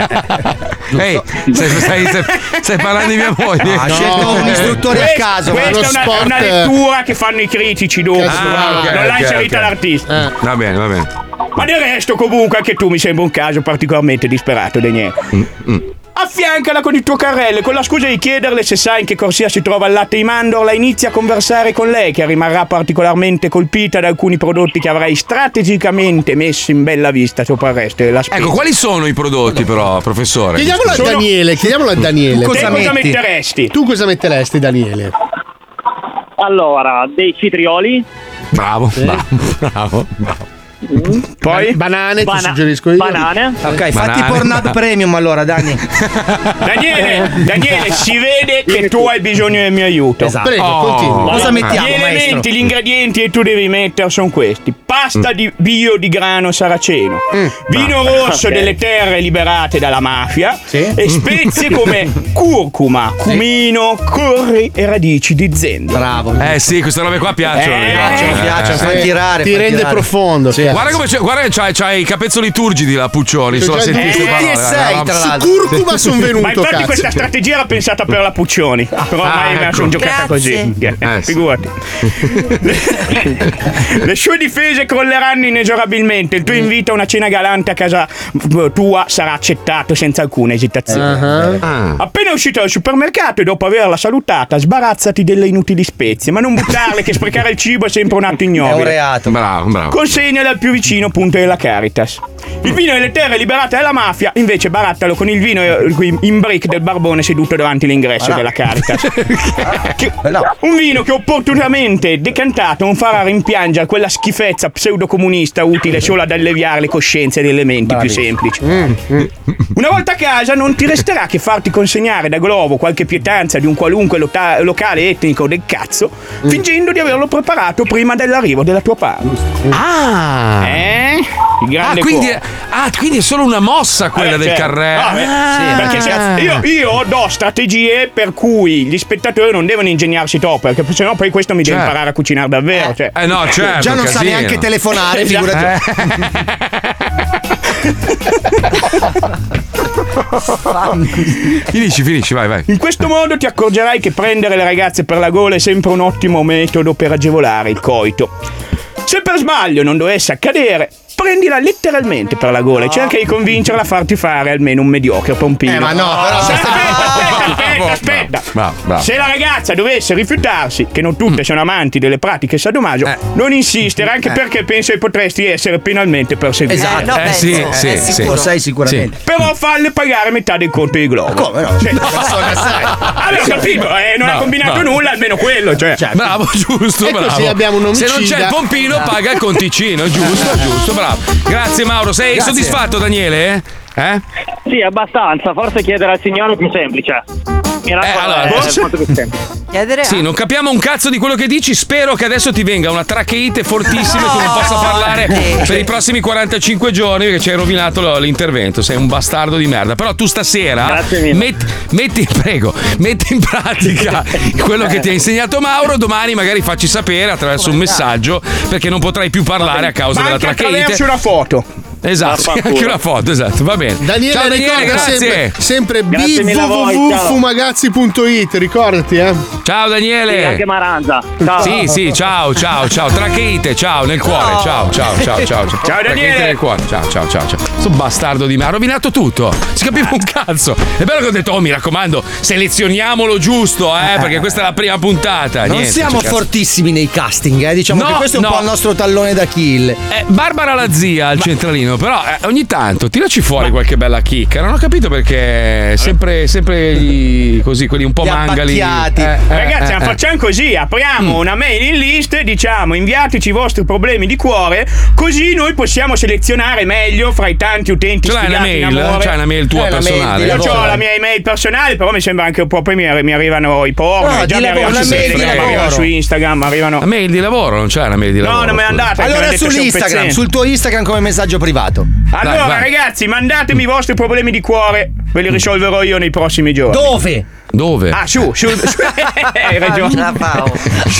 Ehi, stai, stai, stai, stai parlando di mia moglie? Ha scelto un istruttore a Questa- caso. Questa uno è una, sport, una eh. lettura che fanno i critici dopo. Ah, ok, non l'ha ok, inserita ok. l'artista. Va bene, va bene. Ma del resto, comunque, anche tu mi sembra un caso particolarmente disperato, Daniele. Affiancala con il tuo carrello e con la scusa di chiederle se sai in che corsia si trova il latte di mandorla, inizia a conversare con lei, che rimarrà particolarmente colpita da alcuni prodotti che avrai strategicamente messi in bella vista sopra il resto della spesa. Ecco, quali sono i prodotti però, professore? Chiediamolo a Sono- Daniele, chiediamolo a Daniele. Te cosa metteresti? Tu cosa metteresti, Daniele? Allora, dei citrioli. Bravo, bravo, bravo, bravo. Poi? Banane, ti Bana- suggerisco io. banane. Ok, fatti Banane. Pornhub Premium allora, Dani. Daniele, Daniele, si vede che tu hai bisogno del mio aiuto. Esatto. Prego, Oh. continua. Cosa mettiamo, Gli elementi, maestro? gli ingredienti che tu devi mettere sono questi: pasta di bio di grano saraceno, vino rosso Ok. delle terre liberate dalla mafia Sì. e spezie come curcuma, cumino, curry e radici di zenzero. Bravo. Eh sì, queste robe qua piacciono. Eh, mi Piacciono, Eh, piacciono, eh. fai tirare. Ti fai rende tirare. profondo. Sì. Guarda come c'è, guarda che c'hai, c'hai i capezzoli turgidi la Puccioni. Solo a Tutti sentire e queste parole, sei, no? tra Su l'altro. curcuma sono Ma venuto, infatti cazzo. questa strategia era pensata per la Puccioni, però ormai me la ecco. sono giocata Grazie. così. Eh, sì. Figurati. Le sue difese crolleranno inesorabilmente. Il tuo invito a una cena galante a casa tua sarà accettato senza alcuna esitazione. Ah. Appena uscito dal supermercato e dopo averla salutata, sbarazzati delle inutili spezie, ma non buttarle, che sprecare il cibo è sempre un atto È un ignobile. reato. Bravo, bravo. Consegnale al più vicino punto della Caritas. Il vino e le terre liberate dalla mafia, invece barattalo con il vino eh, in brick del barbone seduto davanti all'ingresso della Caritas. Che- un vino che opportunamente decantato non farà rimpiangere quella schifezza pseudocomunista utile solo ad alleviare le coscienze degli elementi più semplici. Una volta a casa non ti resterà che farti consegnare da Globo qualche pietanza di un qualunque lota- locale etnico del cazzo, fingendo di averlo preparato prima dell'arrivo della tua parte. Ah. Eh? Il Ah grande quindi, cuore. ah, quindi è solo una mossa quella Eh, del certo. carrello. No, beh, Ah. perché se- io, io do strategie per cui gli spettatori non devono ingegnarsi troppo, perché sennò poi questo mi deve Certo. imparare a cucinare davvero. Cioè. Eh no, certo. Già non sa casino. neanche telefonare, Esatto. figurati. Finisci, finisci, vai, vai. In questo modo ti accorgerai che prendere le ragazze per la gola è sempre un ottimo metodo per agevolare il coito. Se per sbaglio non dovesse accadere, prendila letteralmente per la gola e cerca di convincerla a farti fare almeno un mediocre pompino. Eh, ma no, però. Aspetta, aspetta, aspetta, aspetta. Bravo, bravo. Se la ragazza dovesse rifiutarsi, che non tutte sono amanti delle pratiche sadomaso, Eh. non insistere, anche perché penso che potresti essere penalmente perseguito. Esatto. Eh, sì, sì, sì. Lo sai sicuramente. Però falle pagare metà del conto di Globo. Come no? Cioè, Persona seria. Avevo capito, eh, non No, ha combinato no. nulla, almeno quello. Cioè. Bravo, giusto, E bravo. così abbiamo un Se non c'è il omicida. pompino, paga il conticino, giusto, giusto, bravo. Grazie Mauro, sei Grazie. soddisfatto Daniele? Eh? Sì, abbastanza. Forse chiedere al signore è più semplice. Mi raccomando, allora, è forse- molto più semplice. Chiedere Sì, non capiamo un cazzo di quello che dici. Spero che adesso ti venga una tracheite fortissima e tu non possa parlare per i prossimi quarantacinque giorni perché ci hai rovinato lo- l'intervento. Sei un bastardo di merda. Però tu stasera Grazie mille. metti, metti, prego, metti in pratica quello che ti ha insegnato Mauro. Domani magari facci sapere attraverso un messaggio perché non potrai più parlare a causa Ma della anche tracheite. attraverso una foto. Esatto, sì, Vaffanculo. anche una foto, esatto, va bene. Daniele, Ciao Daniele, ricorda grazie. sempre, sempre Grazie mille a voi, w w w punto ciao. fumagazzi punto it, ricordati, eh. Ciao Sì, Daniele. anche Maranza. Ciao. Sì, sì, ciao, ciao, ciao. Tracheite, ciao, nel cuore. Ciao, ciao, ciao, ciao. Ciao Daniele. Tracheite nel cuore. Ciao, ciao, ciao, ciao. Sto bastardo di me ha rovinato tutto. Si capiva un cazzo. È bello che ho detto, oh, mi raccomando, selezioniamolo giusto, eh, perché questa è la prima puntata. Non Niente, siamo cioè, cazzo. fortissimi nei casting, eh. Diciamo No, che questo è un no. po' il nostro tallone d'Achille. Eh, Barbara la zia al centralino, però eh, ogni tanto tiraci fuori qualche bella chicca. Non ho capito perché sempre, sempre gli- così, quelli un po' Gli mangali. abbacchiati. Eh, eh, Ragazzi, eh, ma eh. facciamo così: apriamo una mailing list e diciamo inviateci i vostri problemi di cuore, così noi possiamo selezionare meglio fra i tanti utenti Ce l'hai una sfigati in mail? amore. C'hai una mail tua Eh, la mail personale? di Io lavoro. ho la mia email personale, però mi sembra anche un po'. Poi mi, mi arrivano i porno, No, già di mi lavoro, arrivano una su mail di Facebook, mi lavoro. arrivano su Instagram, arrivano. La mail di lavoro, non c'è una mail di lavoro. No, non me l'è scusa. andata. Allora perché mi ha detto sei un sull'Instagram, pezzente. sul tuo Instagram come messaggio privato. Allora, Dai, vai. ragazzi, mandatemi i vostri problemi di cuore, ve li risolverò io nei prossimi giorni. Dove? Dove? Ah, su, su, su. Hai ragione. La Paolo.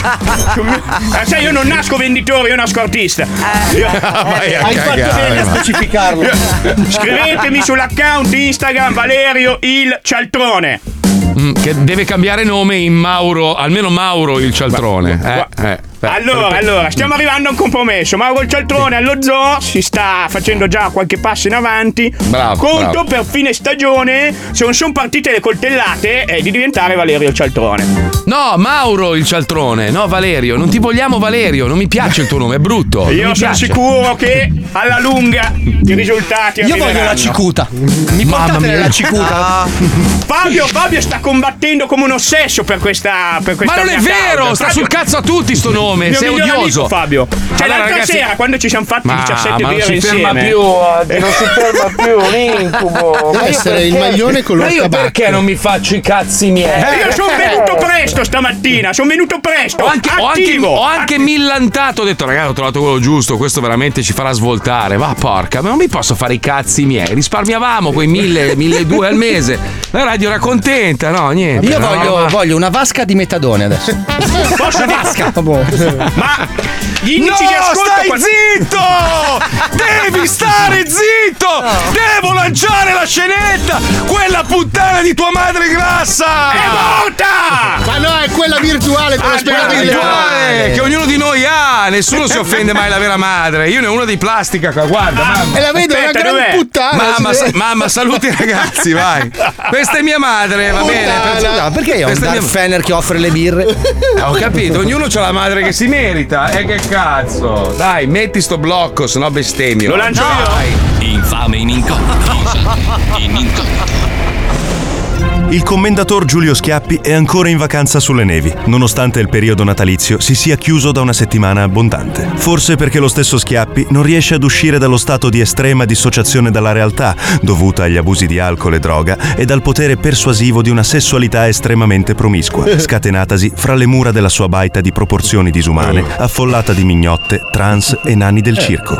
Sul mio- Ah, sai, io non nasco venditore, io nasco artista. Io- Vai a Hai fatto cagare, bene a ma- specificarlo. Scrivetemi sull'account Instagram Valerio il Cialtrone. Mm, che deve cambiare nome in Mauro, almeno Mauro il cialtrone. Eh, eh, beh. Allora, allora, stiamo arrivando a un compromesso. Mauro il Cialtrone allo zoo si sta facendo già qualche passo in avanti. Bravo, Conto bravo. per fine stagione, se non sono partite le coltellate, è di diventare Valerio il Cialtrone. No, Mauro il cialtrone. No, Valerio, non ti vogliamo Valerio. Non mi piace il tuo nome, è brutto. non Io mi sono piace. sicuro che alla lunga i risultati Io arriveranno. voglio la cicuta. Mi Mamma portate mia. nella cicuta? Fabio, Fabio sta combattendo come un ossesso per questa per Ma questa non è mia vero, causa. sta Fabio- sul cazzo a tutti sto nome. Mio Sei migliore odioso. amico Fabio. Cioè Allora, l'altra ragazzi- sera quando ci siamo fatti Ma- diciassette ma non birre si ferma insieme. più oggi, non si ferma più, un incubo. Deve essere il maglione con lo Ma io tabacco. perché non mi faccio i cazzi miei? Eh, io sono venuto presto stamattina, sono venuto presto. Ho anche, ho anche, attivo. ho anche millantato, ho detto ragazzi ho trovato quello giusto, questo veramente ci farà svoltare. Va porca, ma non mi posso fare i cazzi miei. Risparmiavamo quei mille, milleduecento al mese. La radio era contenta, no? Niente. Io no, voglio, ma- voglio una vasca di metadone adesso. Posso dire? Vasca. Ma gli indici No, di ascolto stai qua- zitto! Devi stare zitto! Devo lanciare la scenetta! Quella puttana di tua madre grassa! È morta! Ma no, è quella virtuale, te l'ho Ah, spiegato quella mille virtuale volte. che ognuno di noi ha, nessuno si offende mai la vera madre. Io ne ho uno di plastica qua, guarda, mamma. E la vedo, è una Aspetta, gran dov'è? puttana. Mamma, si sa- vede. mamma, saluti i ragazzi, vai. Questa è mia madre, va bene. Scusa, ma perché io ho un Questa è Darth mia- Fener che offre le birre? Eh, ho capito, ognuno c'ha la madre che si merita. E che cazzo? Dai, metti sto blocco, sennò bestemmio. Lo lancio io? Dai. Infame in incognito. In incognito. Il commendator Giulio Schiappi è ancora in vacanza sulle nevi, nonostante il periodo natalizio si sia chiuso da una settimana abbondante. Forse perché lo stesso Schiappi non riesce ad uscire dallo stato di estrema dissociazione dalla realtà, dovuta agli abusi di alcol e droga e dal potere persuasivo di una sessualità estremamente promiscua, scatenatasi fra le mura della sua baita di proporzioni disumane, affollata di mignotte, trans e nani del circo.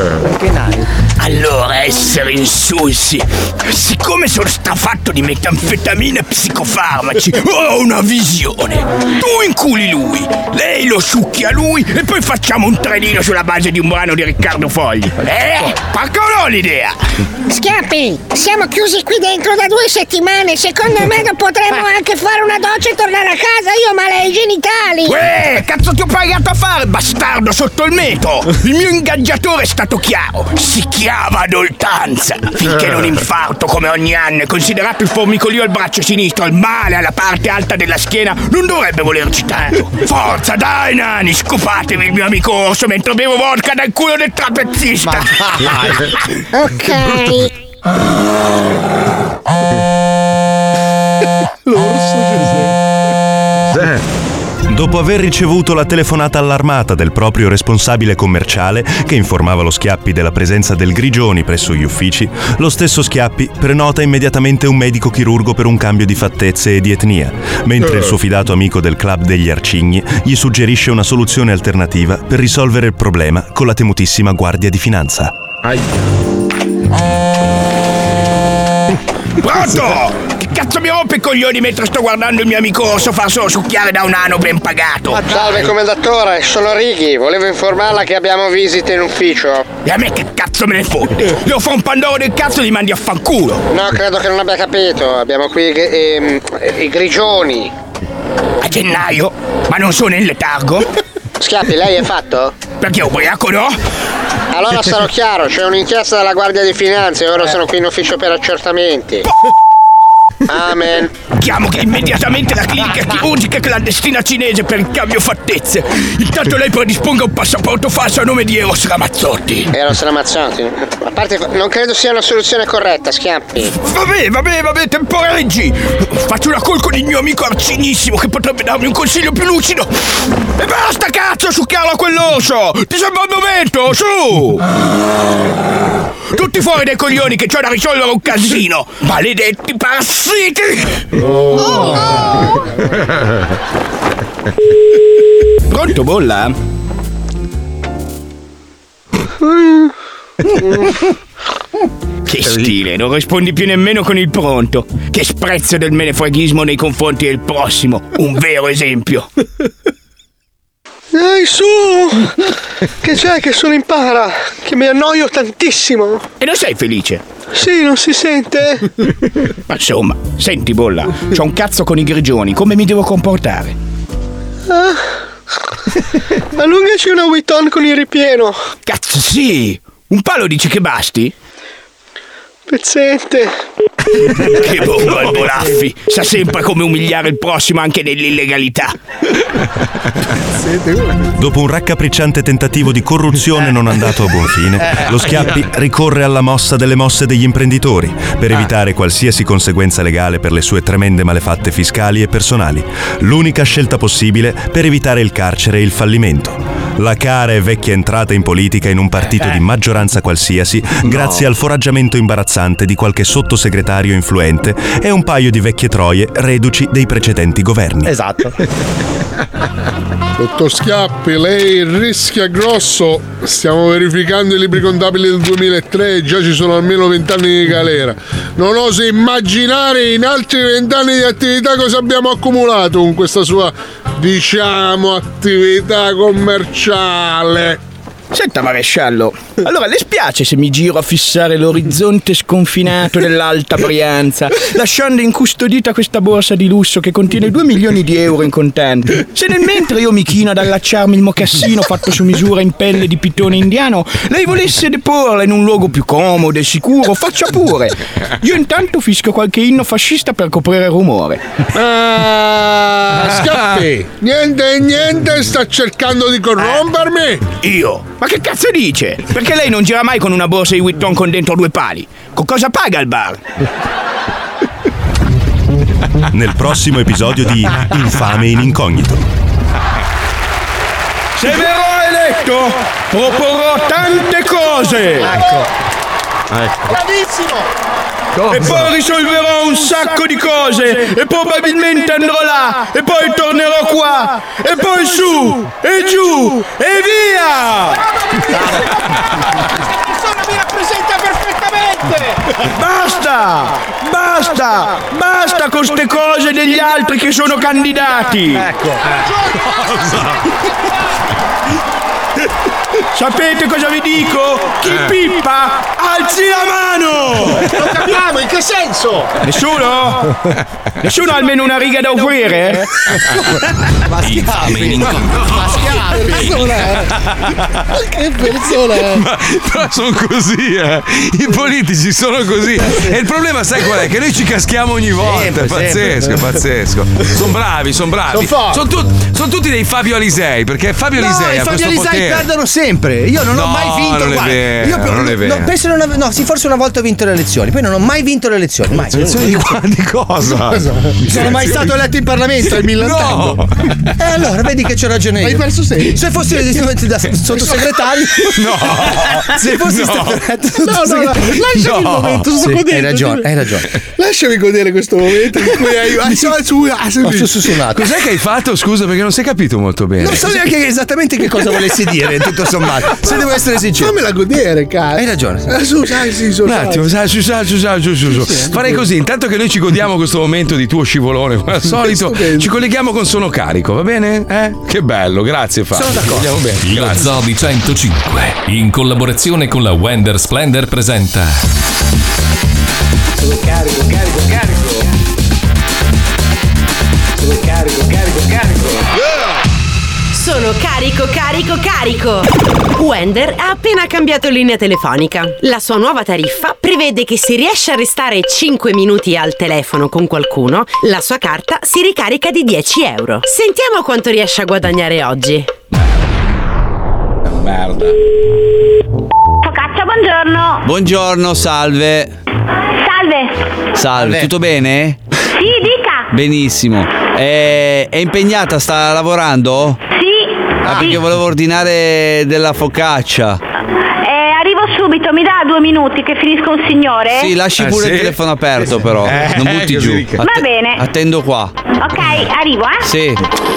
Perché nani? Allora, essere insulsi. Siccome sono strafatto di metanfetamina metanfetamina e psicofarmaci. Ho una visione. Tu inculi lui, lei lo succhi a lui e poi facciamo un trenino sulla base di un brano di Riccardo Fogli. Eh? Pacca o no l'idea? Schiappi, siamo chiusi qui dentro da due settimane. Secondo me potremmo anche fare una doccia e tornare a casa. Io ho male ai genitali. Uè, cazzo ti ho pagato a fare, bastardo sotto il metro. Il mio ingaggiatore è stato chiaro. Si chiama ad oltanza. Finché non infarto come ogni anno e considerato il formicolio al braccio sinistro, il male alla parte alta della schiena, non dovrebbe volerci tanto. Forza, dai nani, scopatevi il mio amico orso mentre bevo vodka dal culo del trapezzista. Ok. L'orso Dopo aver ricevuto la telefonata allarmata del proprio responsabile commerciale, che informava lo Schiappi della presenza del Grigioni presso gli uffici, lo stesso Schiappi prenota immediatamente un medico chirurgo per un cambio di fattezze e di etnia, mentre il suo fidato amico del club degli Arcigni gli suggerisce una soluzione alternativa per risolvere il problema con la temutissima Guardia di Finanza. Pronto? Che cazzo mi rompe i coglioni mentre sto guardando il mio amico orso far solo succhiare da un nano ben pagato? Salve commendatore, sono Righi, volevo informarla che abbiamo visite in ufficio. E a me che cazzo me ne fotte? Io fa un pandoro del cazzo e li mandi a fanculo. No, credo che non abbia capito, abbiamo qui ehm, i Grigioni. A gennaio? Ma non sono in letargo? Schiappi, lei è fatto? Perché ubriaco no? Allora sarò chiaro, c'è un'inchiesta della Guardia di Finanza e ora sono qui in ufficio per accertamenti. Amen. Chiamo immediatamente la clinica chirurgica clandestina cinese per il cambio fattezze. Intanto lei predisponga un passaporto falso a nome di Eros Ramazzotti. Eros Ramazzotti? A parte, non credo sia una soluzione corretta, Schiappi. Vabbè, vabbè, vabbè, temporeggi. Faccio una call con il mio amico arcinissimo che potrebbe darmi un consiglio più lucido. E basta cazzo succhiarlo a quell'orso. Ti sembra un momento, su. Tutti fuori dai coglioni che c'ho da risolvere un casino. Maledetti parassiti. Oh. Pronto, bolla? Che stile, non rispondi più nemmeno con il pronto. Che sprezzo del menefreghismo nei confronti del prossimo. Un vero esempio. Dai su! Che c'è che sono in para? Che mi annoio tantissimo. E non sei felice? Sì, non si sente? Ma insomma, senti bolla, c'ho un cazzo con i Grigioni, come mi devo comportare? Ah, allungaci una Vuitton con il ripieno. Cazzo sì! Un palo dici che basti? Pezzente. Che bomba il Bolaffi! Sa sempre come umiliare il prossimo anche nell'illegalità. Dopo un raccapricciante tentativo di corruzione non andato a buon fine, lo Schiappi ricorre alla mossa delle mosse degli imprenditori per evitare qualsiasi conseguenza legale per le sue tremende malefatte fiscali e personali. L'unica scelta possibile per evitare il carcere e il fallimento. La cara e vecchia entrata in politica in un partito di maggioranza qualsiasi, grazie al foraggiamento imbarazzante di qualche sottosegretario influente e un paio di vecchie troie reduci dei precedenti governi. Esatto. Dottor Schiappi, lei rischia grosso. Stiamo verificando i libri contabili del duemilatré e già ci sono almeno vent'anni di galera. Non oso immaginare in altri vent'anni di attività cosa abbiamo accumulato con questa sua, diciamo, attività commerciale. Senta maresciallo, allora le spiace se mi giro a fissare l'orizzonte sconfinato dell'Alta Brianza, lasciando incustodita questa borsa di lusso che contiene due milioni di euro in contanti? Se nel mentre io mi chino ad allacciarmi il mocassino fatto su misura in pelle di pitone indiano, lei volesse deporla in un luogo più comodo e sicuro, faccia pure. Io intanto fischio qualche inno fascista per coprire il rumore. Ah, Schiappi, niente niente, sta cercando di corrompermi? Io? Ma che cazzo dice? Perché lei non gira mai con una borsa di Vuitton con dentro due pali? Con cosa paga il bar? Nel prossimo episodio di Infame in Incognito. Se verrò eletto, proporrò tante cose. Ecco. Ecco. Bravissimo! E poi risolverò un sacco di cose e probabilmente andrò là e poi tornerò qua e poi su e giù e via! Questa persona mi rappresenta perfettamente! Basta! Basta! basta! Basta con ste cose degli altri che sono candidati! Ecco. Sapete cosa vi dico? Chi Eh. pippa, alzi la mano! Non capiamo, in che senso? Nessuno? Nessuno ha almeno una riga da offrire? Infame in incontro. Che persona è? Che persona è? Ma però sono così, eh. I politici sono così. E il problema, sai qual è? Che noi ci caschiamo ogni volta. Sempre, È pazzesco, sempre. è pazzesco. Sono bravi, sono bravi. Son forti. Sono tut- son tutti dei Fabio Alisei, perché Fabio No, Alisei i ha Fabio questo Alisei potere. perdono sempre. Io non ho No, mai vinto. non è guarda, vero, io non è vero. No, penso non ave- no, sì, forse una volta ho vinto le elezioni, poi non ho mai vinto le elezioni. Mai. Elezioni di qua- di cosa? Non sono mai stato eletto in Parlamento, il millantesimo. No. E allora vedi che c'ho ragione io. Hai perso sempre. Se fossi da sottosegretario. No. Se fossi No. stato eletto No, no, no, sottosegretario. lasciami il momento, sto Sì, godendo. hai ragione, hai ragione. Lasciami godere questo momento in cui hai. Ah, su, su, ah, su, Ho sussurrato. Cos'è che hai fatto? Scusa, perché non si è capito molto bene. Non so neanche esattamente che cosa volessi dire, tutto sommato. Se devo essere sincero. Fammela godere, cazzo. Hai ragione. Eh, su, sai, sì, su, Un attimo, sai, su, sai, su, sai, su, su, su. Farei così, intanto che noi ci godiamo questo momento di tuo scivolone, come al solito, Stupendo. ci colleghiamo con Sono Carico, va bene? Eh? Che bello, grazie Fabio. Sono d'accordo. Andiamo bene. Lo Grazie. Zoo di centocinque, in collaborazione con la Wender Splendor, presenta Sono carico, carico, carico. Sono carico, carico, carico. Sono carico, carico, carico! Wender ha appena cambiato linea telefonica. La sua nuova tariffa prevede che se riesce a restare cinque minuti al telefono con qualcuno, la sua carta si ricarica di dieci euro. Sentiamo quanto riesce a guadagnare oggi. Merda. Focaccia, buongiorno. Buongiorno, salve. Salve. Salve, tutto bene? Sì, dica. Benissimo. È, è impegnata, sta lavorando? Sì. Ah, sì. perché volevo ordinare della focaccia. Eh, arrivo subito, mi dà due minuti che finisco un signore? Sì, lasci Eh, pure sì. il telefono aperto però. Eh, Non butti così giù. dica. Va bene. Attendo qua. Ok, arrivo, eh. Sì.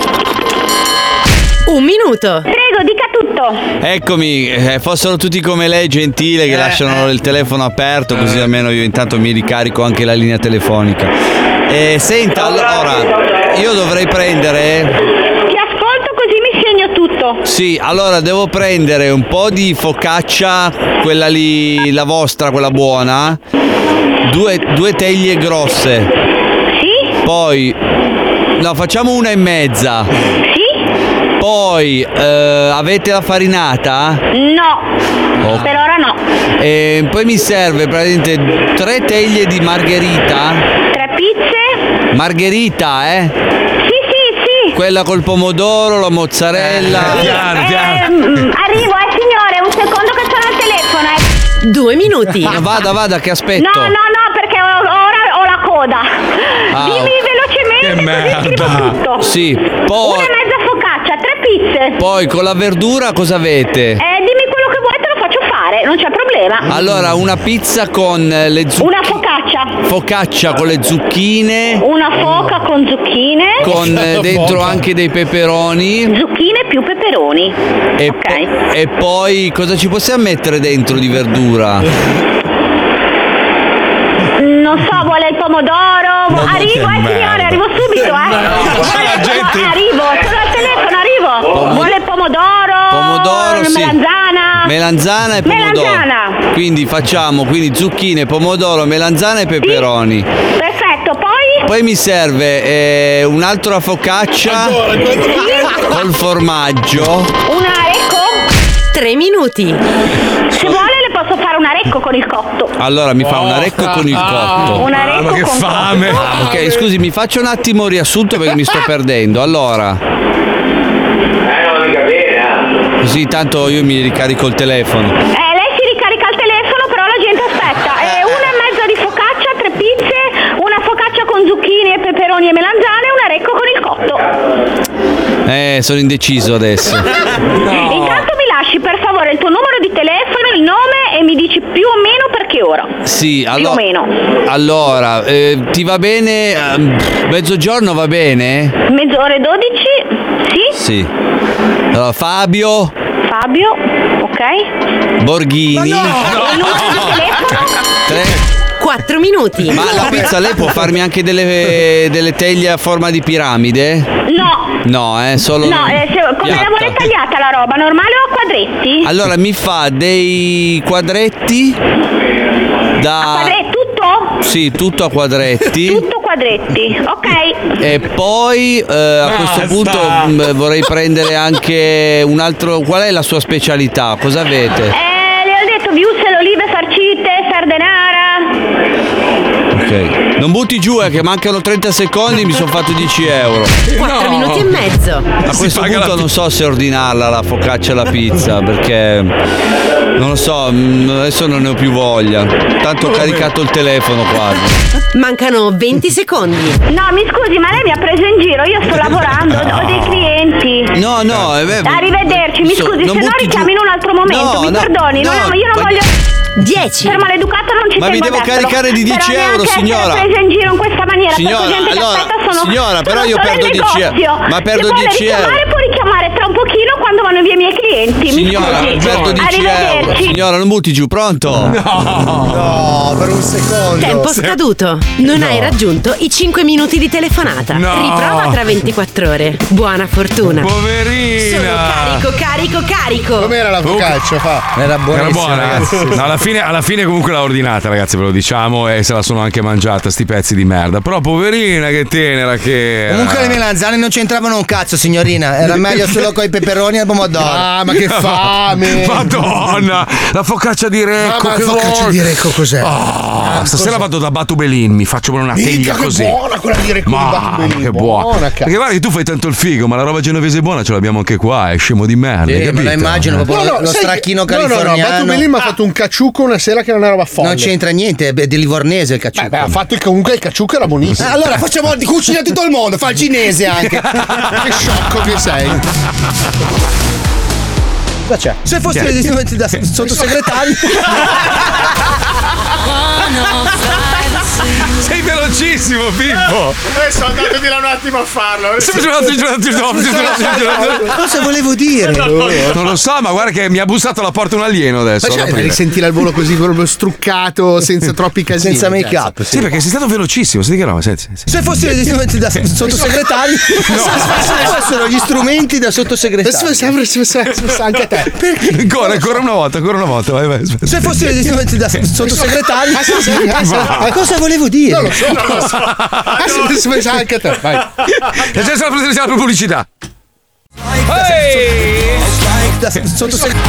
Un minuto. Prego, dica tutto. Eccomi, eh, fossero tutti come lei, gentile, che lasciano il telefono aperto, così almeno io intanto mi ricarico anche la linea telefonica. Eh, senta, allora, io dovrei prendere. Ti ascolto così mi segno tutto. Sì, allora devo prendere un po' di focaccia, quella lì, la vostra, quella buona. Due, due teglie grosse. Sì? Poi. No, facciamo una e mezza. Sì? Poi eh, avete la farinata? No. Oh. Per ora no. E poi mi serve praticamente tre teglie di margherita. Tre pizze? Margherita, eh? Sì, sì, sì. Quella col pomodoro, la mozzarella. Eh, piano, Eh, piano. mm, arrivo, eh, signore, un secondo che sono al telefono, eh. Due minuti. No, vada, vada, che aspetto. No, no, no, perché ho- ora ho la coda. Ah, Dimmi velocemente Che così scrivo merda. tutto. Sì, Una poi, e mezza focaccia, tre pizze. poi con la verdura cosa avete? Eh, dimmi quello che vuoi, te lo faccio fare, non c'è problema. Allora, una pizza con eh, le zucchine. Una focaccia. Focaccia con le zucchine. Una foca con zucchine. Con eh, dentro anche dei peperoni. Zucchine più peperoni. E, Ok. po- e poi cosa ci possiamo mettere dentro di verdura? Non so, vuole il pomodoro. Ma arrivo, che eh merda. signore, arrivo subito, eh. la gente- Arrivo, sono al telefono, arrivo. Pomo- vuole il pomodoro. Pomodoro, sì. Melanzana. Melanzana e pomodoro. Melanzana. Quindi facciamo quindi zucchine, pomodoro, melanzana e peperoni. Perfetto, poi? Poi mi serve eh, un'altra focaccia col formaggio. Una arecco? Tre minuti. Se vuole le posso fare un arecco con il cotto. Allora mi fa un arecco con il cotto. Un arecco ma che con fame. cotto. Ok, scusi, mi faccio un attimo il riassunto perché mi sto perdendo. Allora, Eh, non mica bene, così tanto io mi ricarico il telefono. Eh, lei si ricarica il telefono, però la gente aspetta. Eh, una e mezza di focaccia, tre pizze, una focaccia con zucchine, peperoni e melanzane e un arecco con il cotto. Eh, sono indeciso adesso. Intanto mi lasci per favore il tuo numero di telefono, il nome e mi dici più o meno per che ora. Sì, Più o allora. meno. Allora, eh, ti va bene? ehm, mezzogiorno va bene? Mezz'ora e dodici? Sì? Sì. Allora, Fabio Fabio? Ok? Borghini. Il numero di telefono? tre- quattro minuti. Ma la pizza lei può farmi anche delle, delle teglie a forma di piramide? No. No, eh, solo. No, eh, se, come piatta. la vuole tagliata la roba? Normale o a quadretti? Allora mi fa dei quadretti da. A quadretti tutto? Sì, tutto a quadretti. Tutto quadretti, ok. E poi eh, a questo punto mh, vorrei prendere anche un altro. Qual è la sua specialità? Cosa avete? Eh, le ho detto viuzze, olive farcite, sardenara. Ok. Non butti giù, è che mancano trenta secondi, mi sono fatto dieci euro. quattro minuti e mezzo. A questo punto non so se ordinarla la focaccia e la pizza, perché non lo so, mh, adesso non ne ho più voglia. Tanto ho caricato il telefono quasi. Mancano venti secondi. No, mi scusi, ma lei mi ha preso in giro, io sto lavorando, ho dei clienti. No, no, eh, beh, Arrivederci, mi so- scusi, non se no butti richiami giù. in un altro momento, No, mi no, perdoni, no, no, io non ma- voglio. dieci. Per maleducato non ci Ma tengo mi devo ad esserlo. caricare di dieci Però euro, neanche signora. essere presa in giro in questa maniera, Signora, per gente allora, che aspetta sono signora, però sono io solo perdo in dieci euro. negozio. Ma perdo Se vuole dieci euro. richiamare può richiamare tra un pochino quando vanno via i miei clienti. Mi Signora, scusi. perdo dieci euro. Arrivederci. Signora, non butti giù, pronto? No, per un secondo. Tempo scaduto. Non hai raggiunto i cinque minuti di telefonata. No. Riprova tra ventiquattro ore. Buona fortuna. Poverina. Sono carico, carico, carico. Com'era la focaccia? Fa? Era Era buonissima, buona, ragazzi. ragazzi. No, alla, fine, alla fine comunque l'ha ordinata, ragazzi, ve lo diciamo, e se la sono anche mangiata, sti pezzi di merda. Però poverina, che tenera che era. Comunque le melanzane non c'entravano un cazzo, signorina. Era meglio solo con i peperoni e il pomodoro. Ah, ma che fame! Madonna, la focaccia di Recco. Ma che la focaccia buona. di Recco cos'è? Ah, stasera vado da Batubelin, mi faccio una teglia Minchia, che così. buona quella di Recco di Ma Batubelin. che buona. Buona, cazzo. Perché guarda che tu fai tanto il figo, ma la roba genovese buona ce l'abbiamo anche qua, è scemo di merda. Sì, hai me capito? la immagino proprio lo, lo sai stracchino che- no, no, no, californiano. Batubelin mi ha fatto un cacciucco una sera che è una roba folle. Non c'entra niente, è di livornese il cacciucco. Beh, ha fatto il- comunque il cacciucco era buonissimo. Eh, allora facciamo di cucina tutto il mondo, fa il cinese anche. Che sciocco che sei. Cosa c'è? Se fossi Chi è? da sottosegretario. Sei velocissimo, Pippo. Adesso andate di là un attimo a farlo. Cosa volevo dire? Non lo so, ma guarda che mi ha bussato alla porta un alieno adesso. Ma ad cioè, aprire. risentire al volo così proprio struccato, senza troppi casini. Senza make up. Sì, perché sei stato velocissimo. Senti che roba, senti, senti. Se fossi da sottosegretario, se fossero gli strumenti da sottosegretario. Anche a te. Ancora, ancora una volta, ancora una volta. Vai, vai. aspetta. Se fossi da sottosegretario, Ah, sì, sì, ah, sì. cosa volevo dire? Non lo so, non lo so. Adesso pensa anche a te. Vai. Adesso la la pubblicità. Da sottosegretario.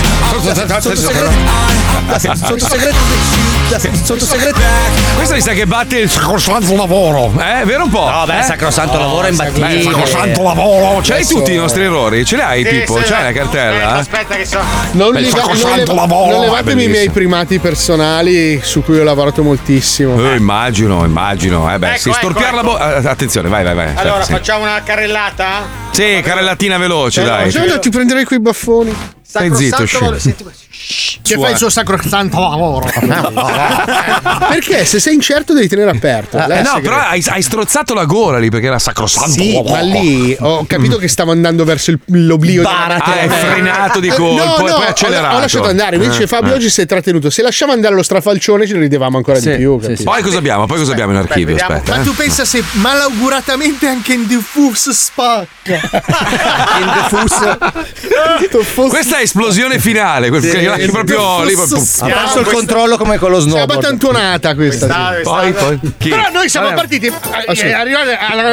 Sottosegretario. Questo mi sa che batte il sacrosanto lavoro, eh? Vero un po'? No, beh, eh? sacrosanto lavoro è imbattibile. Beh, sacrosanto lavoro. Ce l'hai Adesso- tutti i nostri errori? Ce li hai, Sì, Pippo? sì, C'hai la aspetta, cartella? aspetta che so. Non, Beh, il liga- non, sacrosanto le- lavoro, non è levatemi i miei bellissimo. primati personali su cui ho lavorato moltissimo. Eh, immagino, immagino. Eh beh, Ecco, sì, ecco, storpiare la ecco. bocca. Attenzione, vai, vai, vai. Allora, Aspetta, sì. facciamo una carrellata? Sì, carellatina veloce, dai. Cioè, ti prenderei quei baffoni. Stai zitto, scemo. Che fa il suo sacrosanto lavoro. Perché se sei incerto devi tenere aperto. Eh, no, però hai, hai strozzato la gola lì perché era sacrosanto. Sì, ma lì ho capito che stavo andando verso il- l'oblio. Ah, hai frenato di Eh, colpo no, e no, poi ho- accelerato. Ho lasciato andare, invece Eh, Fabio eh. oggi si è trattenuto. Se lasciava andare lo strafalcione ce ne ridevamo ancora di più. capito? Poi cosa abbiamo? Poi cosa abbiamo in archivio? Vediamo. Aspetta. Ma eh. tu pensa se malauguratamente anche in diffus spacca. In diffus. Questa è esplosione finale, quel- Sì, quella che il proprio lì, Ha perso il controllo come con lo Si è snowboard. abbattantuonata questa. Questa- sì. Poi, poi. Chi? Però noi siamo Vabbè. partiti. Ah, sì. eh, arrivati-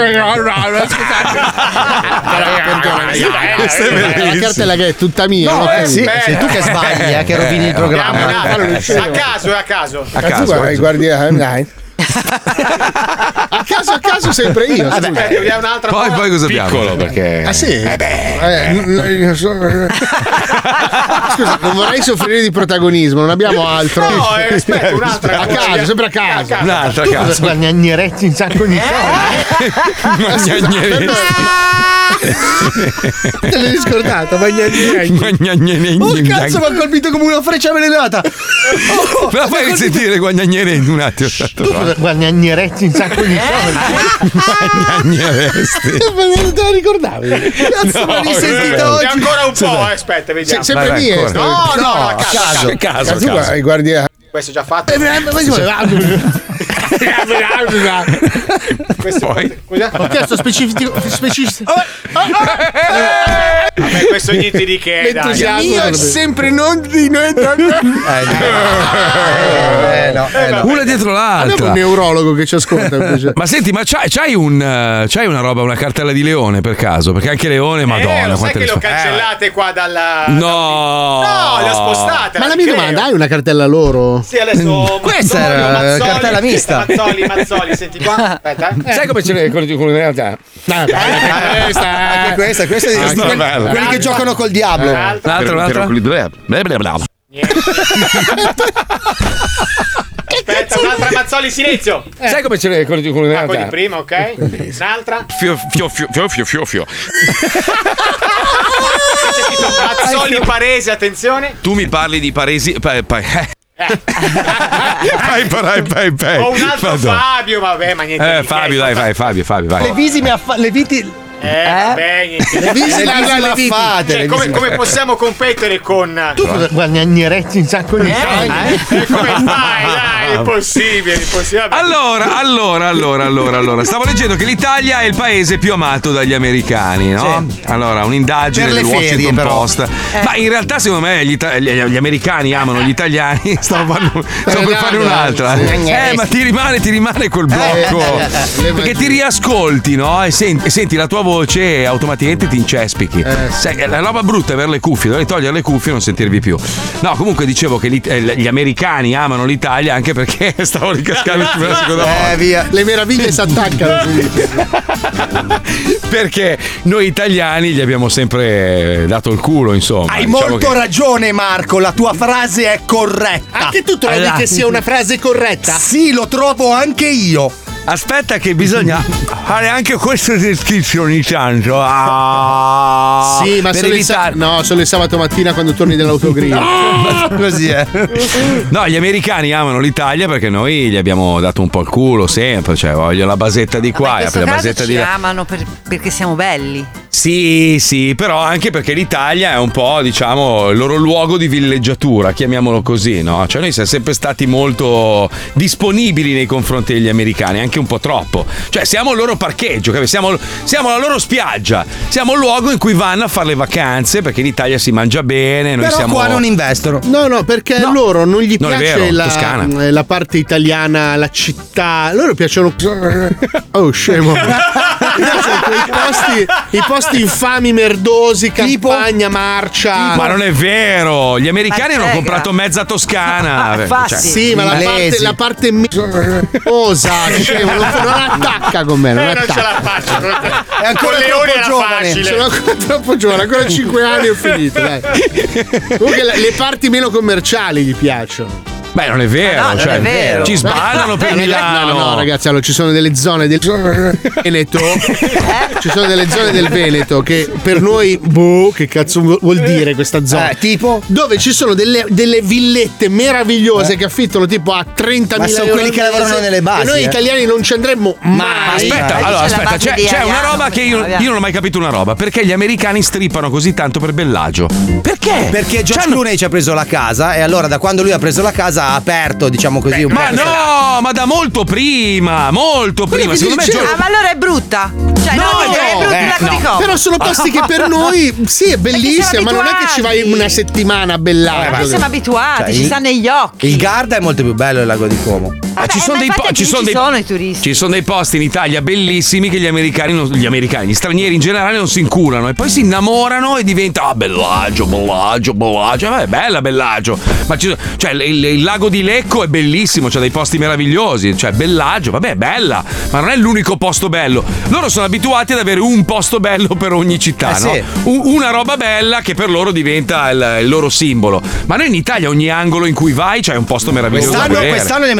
Questa è bellissima. La cartella che è tutta mia. No, non eh, ho sì, capito. sei tu che sbagli, eh, che rovini il programma. A caso, è a caso. A Tu caso, guardi, eh. guardi, eh, dai. A caso, a caso sempre io. scusa. Poi, poi cosa abbiamo? Piccolo perché. Ah sì? Eh, n- n- so- Scusa, non vorrei soffrire di protagonismo, non abbiamo altro. No, eh, aspetta, un'altra A cosa. caso, sempre a caso. Un'altra Tu caso. cosa guadagneresti un sacco di soldi. Magnagneresti. Te l'hai scordato, Magnagneresti. Oh cazzo, mi ha colpito come una freccia avvelenata. Oh, Me la fai risentire, guadagnere un attimo. Tu cosa guadagneresti un sacco di soldi. Guadagneresti. Non te la ricordavi? Cazzo, No, l'ho risentito vabbè. oggi. E ancora un po', eh, aspetta, vediamo. Se- sempre Vai, vai, mie. ancora. No, no, No, a caso. A caso, a Tu caso. guardi, guardi, eh. Questo è già fatto. Questo Poi. Ho chiesto specifico. specifico. Vabbè, questo niente di che. L'entusiasmo Io sarebbe- sempre non di noi. Eh, no, eh, no. Una dietro Abbiamo l'altra. un neurologo che ci ascolta invece. Ma senti, ma c'hai, c'hai un eh, c'hai una roba, una cartella di Leone per caso? Perché anche Leone, madonna, Eh, lo sai quante che ne lo fa- cancellate qua dalla. No, No, l'ho spostata. Ma la mia domanda, hai una cartella loro? Sì, adesso. Questa Mazzoli, era Mazzoli, cartella mista. Mazzoli, Mazzoli, senti qua. Aspetta. eh. Sai come ce l'hai con con in realtà? Anche questa, questa è di Questa è quelli, bella. quelli che giocano col diavolo. L'altra, l'altra. Aspetta, un'altra Mazzoli, silenzio. Sai come ce l'hai con con in Ah, poi di realtà? prima, ok? Un'altra. Fio fio fio fio fio fio fio. C'è scritto Mazzoli Paresi, attenzione. Tu mi parli di Paresi. Pa, pa, eh. Vai, vai, vai, vai. Ho un altro Vado. Fabio, vabbè, ma niente. Eh, di Fabio, che. dai, vai, Fabio, Fabio, vai. Le visime affa- le viti. Eh, vabbè, niente. Le visime Le visime affate. Cioè, le come, visime- come possiamo competere con. Tu cosa guardi agneretti un sacco di soldi? Eh, come fai? Dai, è impossibile, è impossibile. Vabbè. Allora, allora, allora, allora, allora, stavo leggendo che l'Italia è il paese più amato dagli americani, no? Allora, un'indagine Per le del ferie, Washington però. Post. Ma in realtà, secondo me, gli, ita- gli- gli americani amano gli italiani. Stavo, parlando- stavo per fare un'altra. Sì. Eh, ma ti rimane, ti rimane quel blocco. Perché ti riascolti, no? E senti, e senti la tua voce e automaticamente ti incespichi. Sai, la roba brutta è avere le cuffie, dovrei togliere le cuffie e non sentirvi più. No, comunque dicevo che l'It- eh, gli americani amano l'Italia anche perché stavo ricascando per la seconda volta. Eh, via. Le meraviglie si attaccano. Perché noi italiani gli abbiamo sempre dato il culo, insomma. Hai Diciamo molto che- ragione, Marco. La tua frase è corretta. Anche tu trovi Allora- che sia una frase corretta? Sì, lo trovo anche io. Aspetta che bisogna fare anche questo esercizio ogni tanto. Ah, Sì, ma per solo il, sa- evitare- no, solo il sabato mattina quando torni dall'autogrill. Così è. No, gli americani amano l'Italia perché noi gli abbiamo dato un po' il culo sempre. Cioè, voglio la basetta di qua In e questo la caso basetta ci di là. amano per- perché siamo belli. Sì, sì, però anche perché l'Italia è un po', diciamo, il loro luogo di villeggiatura, chiamiamolo così, no? Cioè noi siamo sempre stati molto disponibili nei confronti degli americani, anche un po' troppo. Cioè siamo il loro parcheggio, capi? siamo, siamo la loro spiaggia, siamo il luogo in cui vanno a fare le vacanze perché in Italia si mangia bene, noi Però siamo... qua non investono. No, no, perché No. loro non gli Non è piace vero, la, Toscana. la parte italiana, la città. Loro piacciono. Oh, scemo. I posti, i posti infami, merdosi, campagna, marcia. Ma non è vero, gli americani Ma hanno frega. comprato mezza Toscana. Cioè, Sì, ma la parte, la parte mi- osa, scemo, non, non attacca con me, non Eh, non ce attacca. la faccio. È ancora Con troppo Leone era giovane. facile. Sono ancora troppo giovane, ancora cinque anni e ho finito. Dai. Comunque le, le parti meno commerciali gli piacciono. Beh, non è vero, Ma no, non cioè, è vero. ci sballano per No, Milano. No, no, ragazzi, allora ci sono delle zone del Veneto. Ci sono delle zone del Veneto che per noi, boh, che cazzo vu- vuol dire questa zona? Eh, tipo? Dove ci sono delle, delle villette meravigliose Eh. che affittano tipo a trentamila Ma sono euro quelli al che mese, lavorano nelle basi, E noi eh. italiani non ci andremmo mai. Aspetta, Eh, allora, c'è la aspetta, base c'è, di c'è una Ariano, roba che io, abbiamo- io non ho mai capito una roba. Perché gli americani strippano così tanto per Bellagio? Perché? Perché George Clooney ci ha preso la casa e allora da quando lui ha preso la casa ha aperto, diciamo così, un Ma po' no, ma da molto prima, molto prima. che Secondo me dicevo- Gio- Ah, ma allora è brutta. Cioè, No, no, no, è brutta eh, il lago no. di Como. Però sono posti che per noi sì è bellissima, siamo ma non è che ci vai abituati. una settimana a Eh, Bellagio. ma siamo abituati, Cioè, ci il- sta negli occhi. Il Garda è molto più bello del lago di Como. Ah, ci Vabbè, sono ma dei po- infatti ci lì sono dei- sono i turisti. Ci sono dei posti in Italia bellissimi che gli americani, non- gli americani, gli stranieri in generale non si inculano e poi si innamorano e diventa ah, Bellagio, Bellagio, Bellagio. Eh, vabbè, bella Bellagio. Ma ci sono- cioè, il, il lago di Lecco è bellissimo, c'ha dei posti meravigliosi. Cioè, Bellagio, vabbè, è bella, ma non è l'unico posto bello. Loro sono abituati ad avere un posto bello per ogni città, Eh, no? sì. U- una roba bella che per loro diventa il, il loro simbolo. Ma noi in Italia ogni angolo in cui vai c'è un posto meraviglioso da Quest'anno, vedere. quest'anno gli americani hanno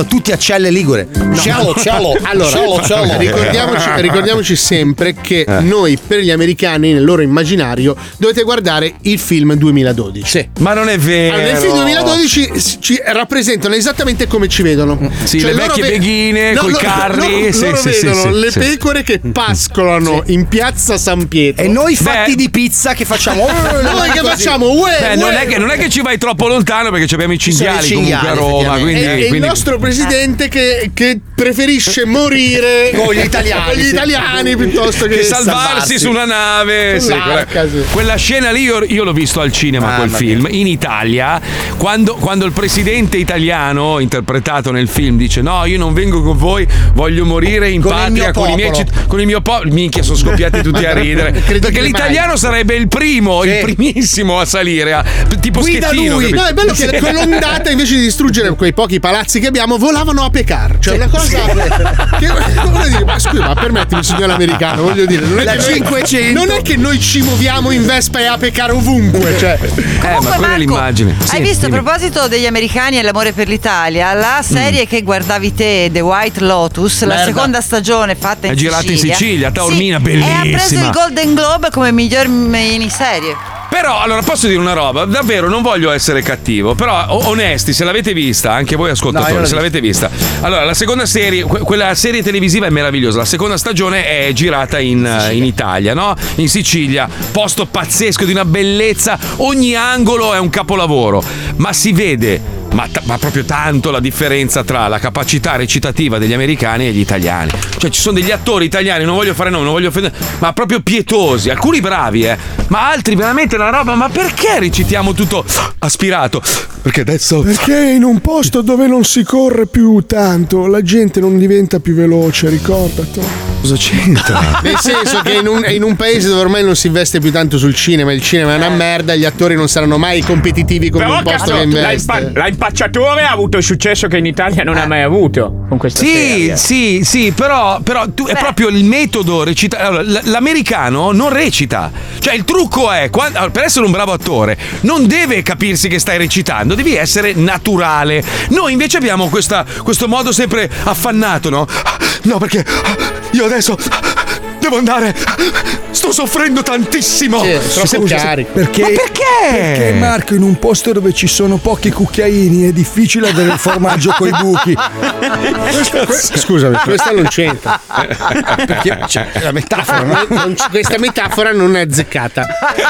tutti a Celle Ligure. Cielo, cielo. Allora, cielo, cielo. Ricordiamoci, ricordiamoci sempre che noi, per gli americani, nel loro immaginario, dovete guardare il film duemiladodici. Sì. Ma non è vero. Allora, nel film duemiladodici ci rappresentano esattamente come ci vedono. Sì, Cioè, le loro vecchie ve- beghine, no, coi loro- carri. Loro, sì, loro sì, sì, vedono sì, le sì. pecore che pascolano in piazza San Pietro. E noi fatti di pizza che facciamo. Noi che facciamo? Uè, Beh, non, uè. è che, non è che ci vai troppo lontano perché abbiamo i cinghiali, Sono i comunque a cinghiali, Roma. Quindi, E, e quindi- il nostro presidente che, che preferisce morire Con gli italiani, con gli sì. italiani piuttosto che, che salvarsi su una nave. Sì, quella, Sull'arca, sì. quella scena lì io, io l'ho visto al cinema, Ah, quel ma film. In Italia, quando, quando il presidente italiano, interpretato nel film, dice: no, io non vengo con voi, voglio morire in Con il patria mio con i miei popolo." citt- con il mio popolo. Minchia, sono scoppiati tutti a ridere. Perché l'italiano sarebbe il primo, il primissimo a salire. a- tipo Guida Schettino. lui. capito? No, è bello che con l'ondata, invece di distruggere quei pochi palazzi che abbiamo, volavano a Pecar. Cioè, una cosa. che, voglio dire, ma scusa, ma permettimi, signore americano, voglio dire, non è, La che noi, cinquecento. non è che noi ci muoviamo in Vespa e a Pecar ovunque. Cioè. Eh, ma Comunque, quella è Marco, l'immagine. Hai Sì, visto, dimmi. a proposito degli americani e l'amore per l'Italia, la serie che guardavi te, The White Lotus, la Merda. seconda stagione fatta in È girata in Sicilia. Sicilia, a Taormina, Sì, bellissima. E ha preso il Golden Globe come miglior miniserie. Però, allora, posso dire una roba? Davvero, non voglio essere cattivo, però o- onesti, se l'avete vista, anche voi ascoltatori, No, io se l'ho l'avete vista. Allora, la seconda serie, que- quella serie televisiva è meravigliosa. La seconda stagione è girata in, eh, in Italia, no? In Sicilia, posto pazzesco, di una bellezza, ogni angolo è un capolavoro, ma si vede. Ma, ta- ma proprio tanto la differenza tra la capacità recitativa degli americani e gli italiani. Cioè, ci sono degli attori italiani, non voglio fare nomi, non voglio offendere, ma proprio pietosi, alcuni bravi, eh, ma altri veramente una roba. Ma perché recitiamo tutto aspirato? Perché adesso. Perché in un posto dove non si corre più tanto, la gente non diventa più veloce, ricordati. Cosa c'entra? Nel senso che in un, in un paese dove ormai non si investe più tanto sul cinema, il cinema è una merda, gli attori non saranno mai competitivi come Però un posto cazzo, che la, investe. impa- la impacciatore ha avuto il successo che in Italia non ha mai avuto con questa Sì, serie. sì, sì, però, però tu, è proprio il metodo recita. Allora, l- l'americano non recita. Cioè, il trucco è, quan- allora, per essere un bravo attore, non deve capirsi che stai recitando, devi essere naturale. Noi invece abbiamo questa- questo modo sempre affannato, no? No, perché io adesso devo andare. Sto soffrendo tantissimo. troppo carico. Perché, Ma perché? Perché Marco, in un posto dove ci sono pochi cucchiaini è difficile avere il formaggio coi buchi. Questa, que- scusami, questa non c'entra. Perché cioè, la metafora, no? Non c- questa metafora non è azzeccata.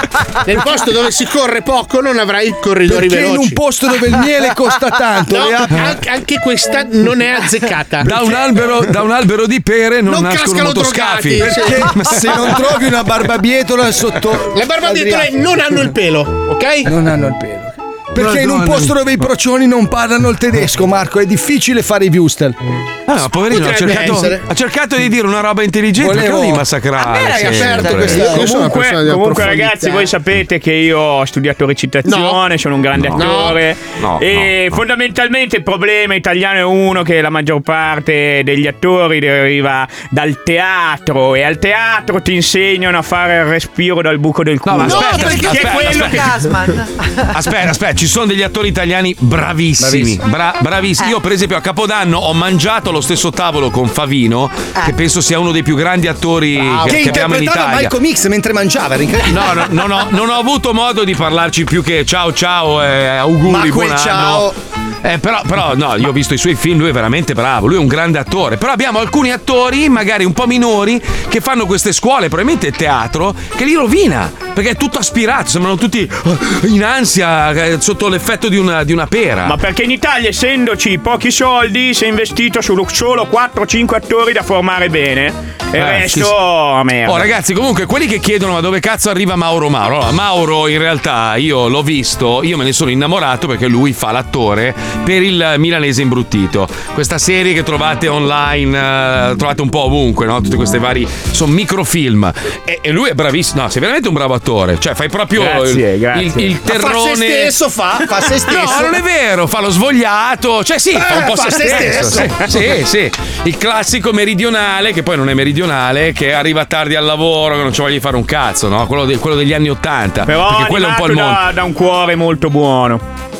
Nel posto dove si corre poco non avrai corridori Perché veloci. in un posto dove il miele costa tanto No, le api- anche, anche questa non è azzeccata. Da un albero, da un albero di pere non, Non nascono cascano motoscafi. drogati. Perché Ma se non trovi una barbabietola sotto Le barbabietole non hanno il pelo, ok? non hanno il pelo. Perché in un posto dove i procioni non parlano il tedesco, Marco, è difficile fare i Wustel. Ah, no, poverino, ha Potrebbe cercato, essere. ha cercato di dire una roba intelligente, Volevo- perché non di A me massacrare. l'hai sempre. aperto questa- io sono una persona di Comunque, comunque approfondita. ragazzi, voi sapete che io ho studiato recitazione, sono un grande No. attore No, e no. fondamentalmente il problema italiano è uno, che la maggior parte degli attori deriva dal teatro, e al teatro ti insegnano a fare il respiro dal buco del culo. No, ma aspetta, Che aspetta, è quello aspetta. che Gasman. Aspetta, aspetta, ci sono degli attori italiani bravissimi. Bra- bravissimi. Io, per esempio, a Capodanno ho mangiato allo stesso tavolo con Favino, che penso sia uno dei più grandi attori che, Che che abbiamo in interpretava Italia. Malcolm X mentre mangiava, era incredibile. No, no, non ho, non ho avuto modo di parlarci più che ciao ciao e auguri, Ma quel buon anno. ciao. Eh, però, però, no, io ho visto i suoi film, lui è veramente bravo, lui è un grande attore. Però abbiamo alcuni attori, magari un po' minori, che fanno queste scuole, probabilmente il teatro, che li rovina. Perché è tutto aspirato, sembrano tutti eh, in ansia, eh, sotto l'effetto di una, di una pera. Ma perché in Italia, essendoci pochi soldi, si è investito su solo quattro cinque attori da formare bene. E il Eh, resto, sì, sì. merda. Oh ragazzi, comunque quelli che chiedono ma dove cazzo arriva Mauro Mauro? Allora, Mauro in realtà io l'ho visto, io me ne sono innamorato perché lui fa l'attore per il Milanese Imbruttito. Questa serie che trovate online, eh, trovate un po' ovunque, no? Tutte queste vari, sono microfilm. E, e lui è bravissimo, no, sei veramente un bravo attore. Cioè fai proprio Grazie, il, grazie. il, il Ma fa terrone. se stesso, fa, fa se stesso. No, non è vero, fa lo svogliato. Cioè, sì, fa un po' fa se se stesso. stesso. Sì, sì, sì. Il classico meridionale, che poi non è meridionale, che arriva tardi al lavoro, che non ci voglia fare un cazzo, no? Quello, de- quello degli anni Ottanta. Però Perché quello è un po' il animato mondo. da, da un cuore molto buono.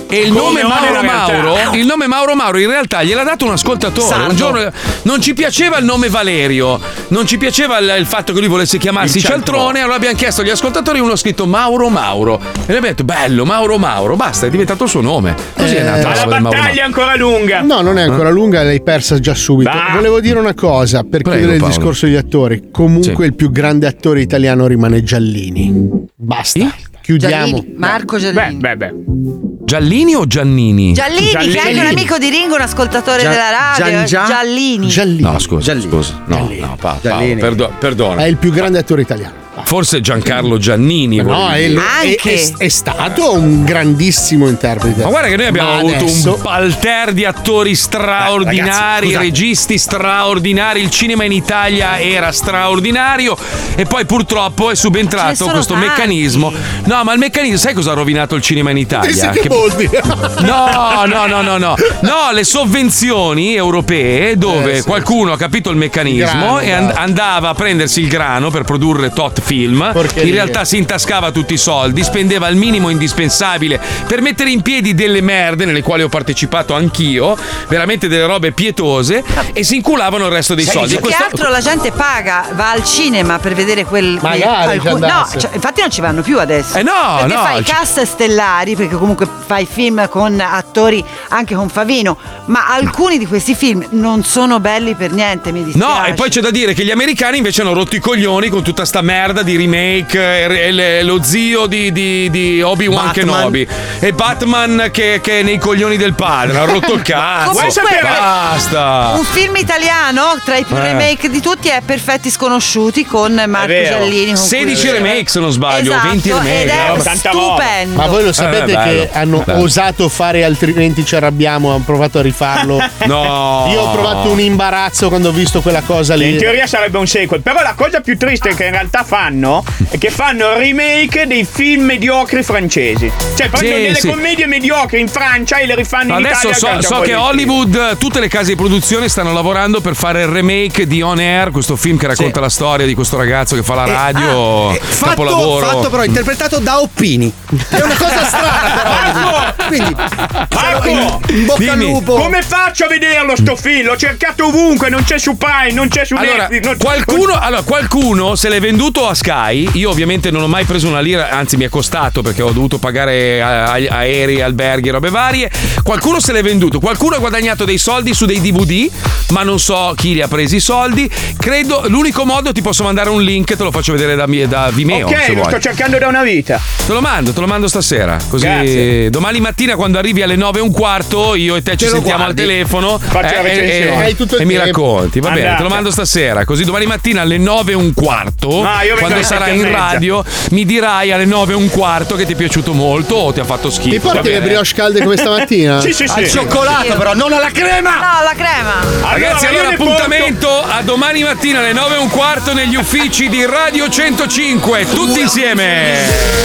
E il Come nome non Mauro nella realtà? Mauro, il nome Mauro Mauro in realtà gliel'ha dato un ascoltatore. Sardo. Un giorno non ci piaceva il nome Valerio, non ci piaceva il, il fatto che lui volesse chiamarsi Il Cialtrone, Cialtrone. allora abbiamo chiesto agli ascoltatori, uno ha scritto Mauro Mauro e lui abbiamo detto bello Mauro Mauro, basta, è diventato il suo nome. Così è nata Ma la la roba del Mauro battaglia è Mauro. ancora lunga. No, non è ancora lunga, l'hai persa già subito. Bah. Volevo dire una cosa per Prego, chiudere il Paolo. discorso degli attori. Comunque Sì. il più grande attore italiano rimane Giallini. Basta. Chiudiamo. Giallini, Marco Giallini. Beh, beh, beh. Giallini o Giannini? Giallini, Giallini. che è anche un amico di Ringo, un ascoltatore Gia- della radio. Gian- Gia- Giallini. Giallini. No, scusa, Giallini. scusa. No, Giallini. no, Pa- Paolo, Giallini. perdo- perdona. È il più grande attore italiano. Forse Giancarlo Giannini. No, volevi è, dire. è- Anche. è- è stato un grandissimo interprete. Ma guarda che noi abbiamo Ma avuto adesso- un palter di attori straordinari, Eh, ragazzi, scusate. registi straordinari, il cinema in Italia era straordinario e poi purtroppo è Ce ne subentrato sono questo tanti. meccanismo. No, ma il meccanismo, sai cosa ha rovinato il cinema in Italia? Sì, che vuol dire? No, no, no, no, no. No, le sovvenzioni europee dove Eh, sì. qualcuno ha capito il meccanismo Il grano, e and- bravo. andava a prendersi il grano per produrre tot film. Porcherie. In realtà si intascava tutti i soldi, spendeva il minimo indispensabile per mettere in piedi delle merde nelle quali ho partecipato anch'io, veramente delle robe pietose, e si inculavano il resto dei soldi. Più che Questo- altro la gente paga, va al cinema per vedere quel. Magari quei- ci alcun- no, andasse. cioè, infatti non ci vanno più adesso. Eh no, perché no, fai ci- cast stellari, perché comunque fai film con attori anche con Favino, ma alcuni di questi film non sono belli per niente, mi dispiace. No, e poi c'è da dire che gli americani invece hanno rotto i coglioni con tutta sta merda di remake, eh, e le- lo zio di, di- di Obi-Wan Batman. Kenobi e Batman che, che è nei coglioni del padre, ha rotto il cazzo. Comunque, Basta. un film italiano tra i più Eh. remake di tutti è Perfetti Sconosciuti con Marco vero. Giallini. con sedici cui- remake, se non sbaglio, Esatto, venti remake, ed è roba- tanta roba. stupendo. Ma voi lo sapete Eh, bello, che hanno bello. osato fare altrimenti ci arrabbiamo, hanno provato a rifarlo. No. Io ho provato un imbarazzo quando ho visto quella cosa lì. In teoria sarebbe un sequel, però la cosa più triste che in realtà fanno è che fanno remake dei film mediocri francesi. Cioè, prendono Sì, delle sì. commedie mediocri in Francia e le rifanno in Adesso Italia. so, cioè, so voglio che dire. Hollywood, tutte le case di produzione stanno lavorando per fare il remake di On Air, questo film che racconta la storia di questo ragazzo che fa la radio, Eh, fatto, capolavoro. fatto però interpretato da Oppini. È una cosa strana però. Quindi Marco! in, in bocca al Dimmi. lupo. Come faccio a vederlo sto film? L'ho cercato ovunque, non c'è su Prime, non c'è su Allora Netflix. non- qualcuno, allora, qualcuno se l'è venduto a Sky. Io ovviamente non ho mai preso una lira, anzi mi è costato perché ho dovuto pagare a- a- aerei, alberghi, robe varie. Qualcuno se l'è venduto, qualcuno ha guadagnato dei soldi su dei D V D, ma non so chi li ha presi i soldi. Credo l'unico modo, ti posso mandare un link, te lo faccio vedere da, mie- da Vimeo. Ok, se lo vuoi. sto cercando da una vita. Te lo mando, te lo mando stasera. Così Grazie. domani mattina quando arrivi alle nove e un quarto, io e te ci Te lo sentiamo guardi. al telefono Faccio la eh, recensione. e, Hai tutto il e mi tempo. racconti. Va bene, Andate. te lo mando stasera. Così domani mattina alle nove e un quarto, No, io vengo quando alle sarai sette e in mezza. radio, mi dirai alle nove e un quarto che ti è piaciuto molto o ti ha fatto schifo. Mi porti va le bene? brioche calde come stamattina? Sì, sì, sì. Al cioccolato però, non alla crema. No, la crema. Ragazzi, io allora ne appuntamento a domani mattina alle nove e un quarto negli uffici di Radio centocinque, tutti insieme.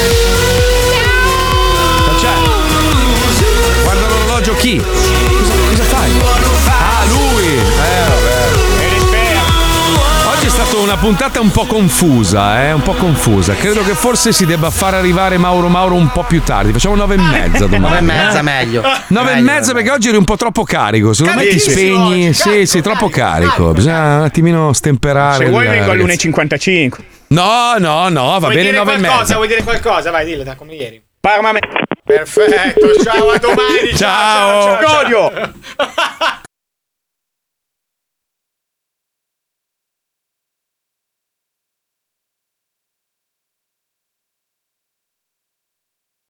Ma c'è? Guarda l'orologio, chi? Cosa, cosa fai? Ah, lui! Eh, vabbè. Oggi è stata una puntata un po' confusa, eh? Un po' confusa. Credo che forse si debba far arrivare Mauro Mauro un po' più tardi. Facciamo nove e mezza domani. Nove e mezza eh? meglio. Nove e Meglio. mezza perché oggi eri un po' troppo carico. Secondo me ti Carichissimo spegni. oggi, Sì, sì, troppo carico. Bisogna un attimino stemperare. Se vuoi il- vengo all'una e ragazzi. cinquantacinque. No, no, no, va Vuoi bene dire nove e qualcosa? mezza. Vuoi dire qualcosa? Vai, dillo, da come ieri. Parma me. Perfetto, ciao, a domani. Ciao. ciao, ciao, ciao. Godio.